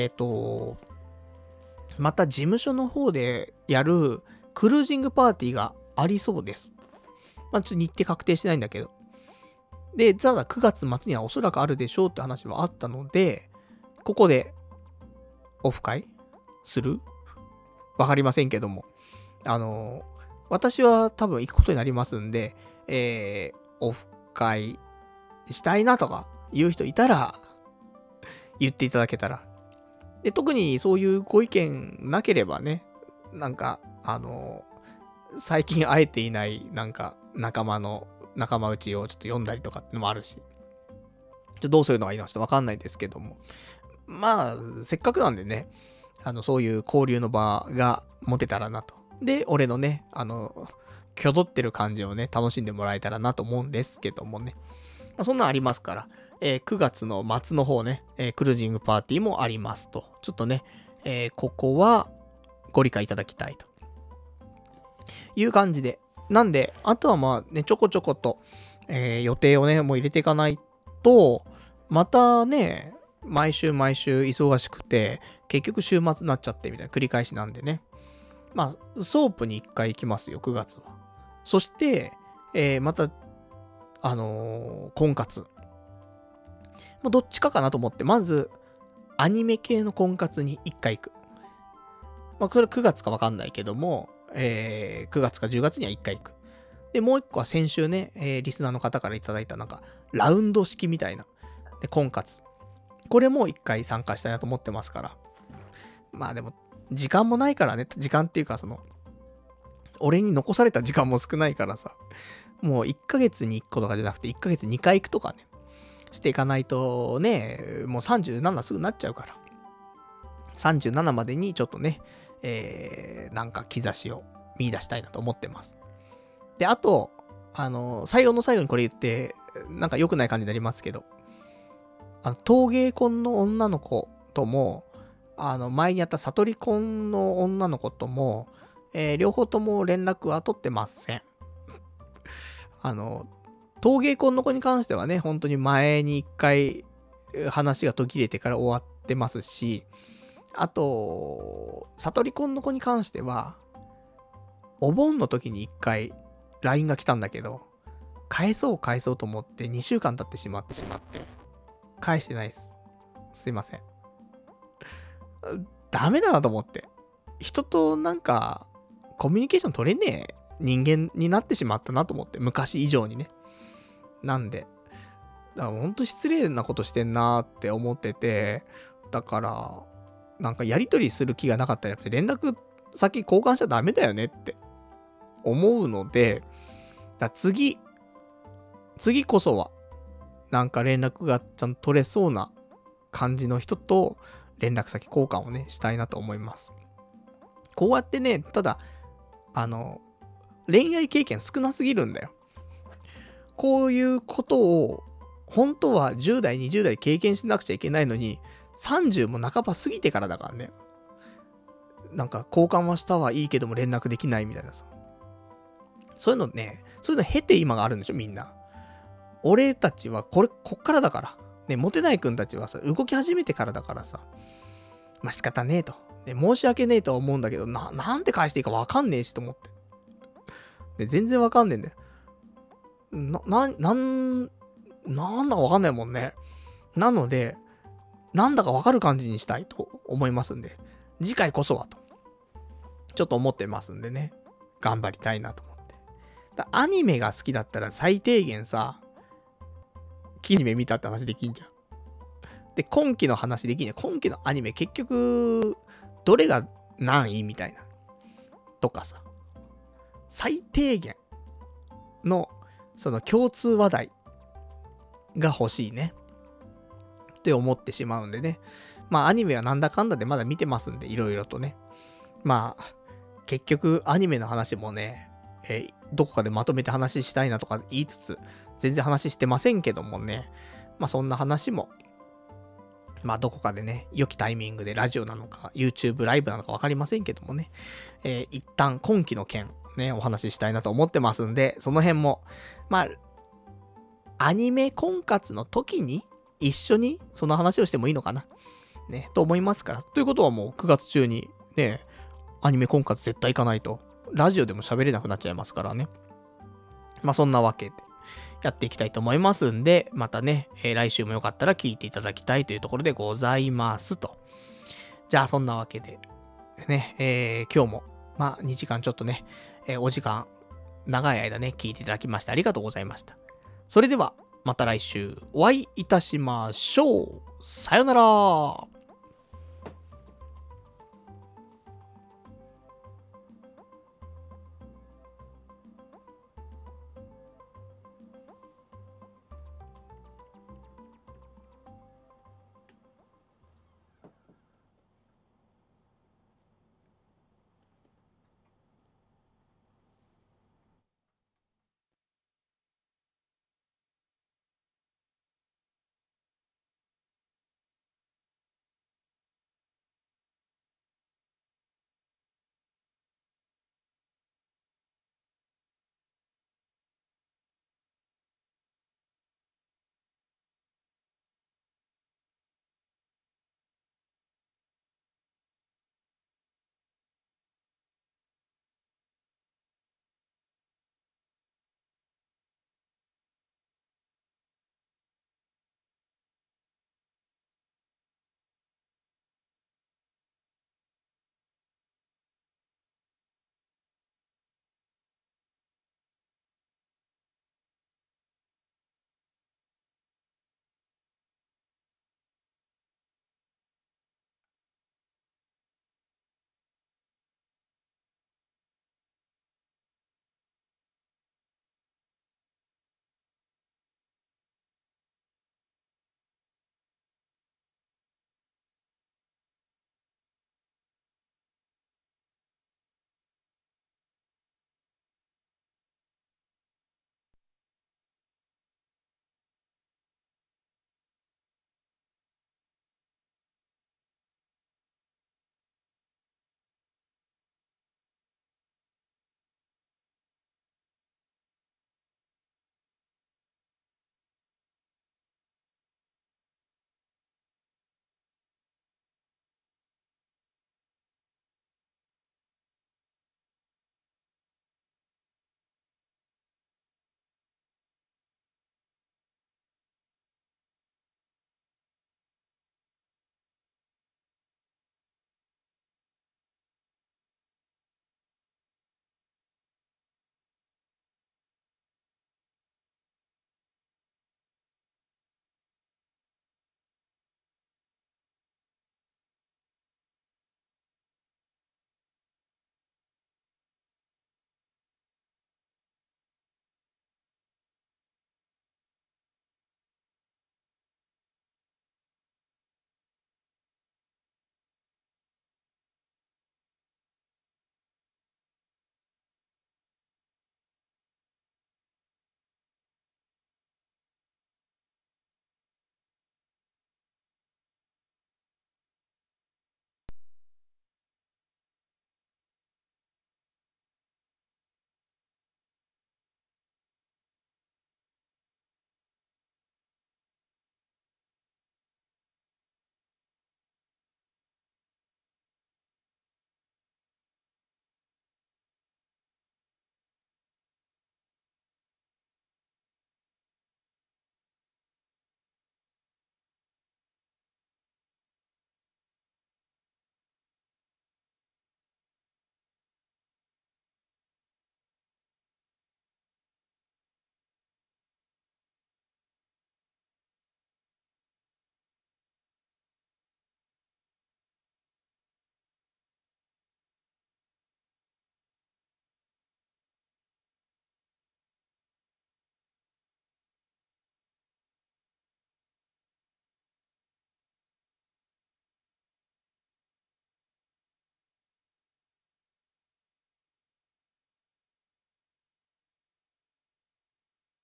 また事務所の方でやるクルージングパーティーがありそうです。まあ、ちょっと日程確定してないんだけど。で、ただ9月末にはおそらくあるでしょうって話はあったので、ここでオフ会する？わかりませんけども。私は多分行くことになりますんで、オフ会したいなとか言う人いたら、言っていただけたら。で、特にそういうご意見なければね、なんか、最近会えていない、なんか、仲間内をちょっと読んだりとかってのもあるし、どうするのがいいのかちょっとわかんないですけども。まあ、せっかくなんでね、そういう交流の場が持てたらなと。で、俺のね、挙動ってる感じをね、楽しんでもらえたらなと思うんですけどもね。まあ、そんなんありますから、9月の末の方ね、クルージングパーティーもありますと。ちょっとね、ここはご理解いただきたいという感じで。なんで、あとはまあね、ちょこちょこと、予定をね、もう入れていかないと、またね、毎週忙しくて、結局週末になっちゃってみたいな繰り返しなんでね。まあ、ソープに1回行きますよ、9月は。そして、また、婚活。もうどっちかかなと思って、まず、アニメ系の婚活に1回行く。まあ、これ9月かわかんないけども、9月か10月には1回行く。で、もう1個は先週ね、リスナーの方からいただいたなんか、ラウンド式みたいな、で、婚活。これも1回参加したいなと思ってますから。まあでも、時間もないからね、時間っていうか俺に残された時間も少ないからさ、もう1ヶ月に1個とかじゃなくて1ヶ月2回行くとかね、していかないとね、もう37すぐなっちゃうから。37までにちょっとね、なんか兆しを見出したいなと思ってます。で、あと、最後の最後にこれ言って、なんか良くない感じになりますけど、陶芸婚の女の子とも、前にやった悟り婚の女の子とも、両方とも連絡は取ってません。陶芸婚の子に関してはね、本当に前に一回話が途切れてから終わってますし、あと、悟り婚の子に関しては、お盆の時に一回 LINE が来たんだけど、返そうと思って2週間経ってしまって、返してないです。すいません。ダメだなと思って。人となんか、コミュニケーション取れね人間になってしまったなと思って、昔以上にね。なんで、だからほんと失礼なことしてんなーって思ってて、だから、なんかやりとりする気がなかったらやっぱり連絡先交換しちゃダメだよねって思うので、次こそは、なんか連絡がちゃんと取れそうな感じの人と連絡先交換をね、したいなと思います。こうやってね、ただ、恋愛経験少なすぎるんだよ。こういうことを、本当は10代、20代経験しなくちゃいけないのに、30も半ば過ぎてからだからね。なんか交換はしたはいいけども連絡できないみたいなさ。そういうの経て今があるんでしょ、みんな。俺たちはこっからだから。ね、モテない君たちはさ、動き始めてからだからさ。まあ、仕方ねえと。ね、申し訳ねえとは思うんだけど、なんて返していいかわかんねえしと思って。で、全然わかんねえんだよ。なんだかわかんないもんね。なので、なんだかわかる感じにしたいと思いますんで、次回こそはと、ちょっと思ってますんでね、頑張りたいなと思って。アニメが好きだったら最低限さ、アニメ見たって話できんじゃん。で、今期の話できんじゃん。今期のアニメ結局、どれが何位みたいな。とかさ、最低限の、その共通話題が欲しいね。って思ってしまうんでね。まあアニメはなんだかんだでまだ見てますんで、いろいろとね。まあ、結局アニメの話もね、どこかでまとめて話したいなとか言いつつ、全然話してませんけどもね。まあそんな話も、まあどこかでね、良きタイミングでラジオなのか、YouTube ライブなのかわかりませんけどもね。一旦今期の件、ね、お話ししたいなと思ってますんで、その辺も、まあ、アニメ婚活の時に一緒にその話をしてもいいのかな。ね、と思いますから。ということはもう9月中にね、アニメ婚活絶対行かないと、ラジオでも喋れなくなっちゃいますからね。まあそんなわけで、やっていきたいと思いますんで、またね、来週もよかったら聞いていただきたいというところでございますと。じゃあそんなわけで、ね、今日も、まあ2時間ちょっとね、お時間、長い間ね、聞いていただきましてありがとうございました。それでは、また来週お会いいたしましょう。さよなら。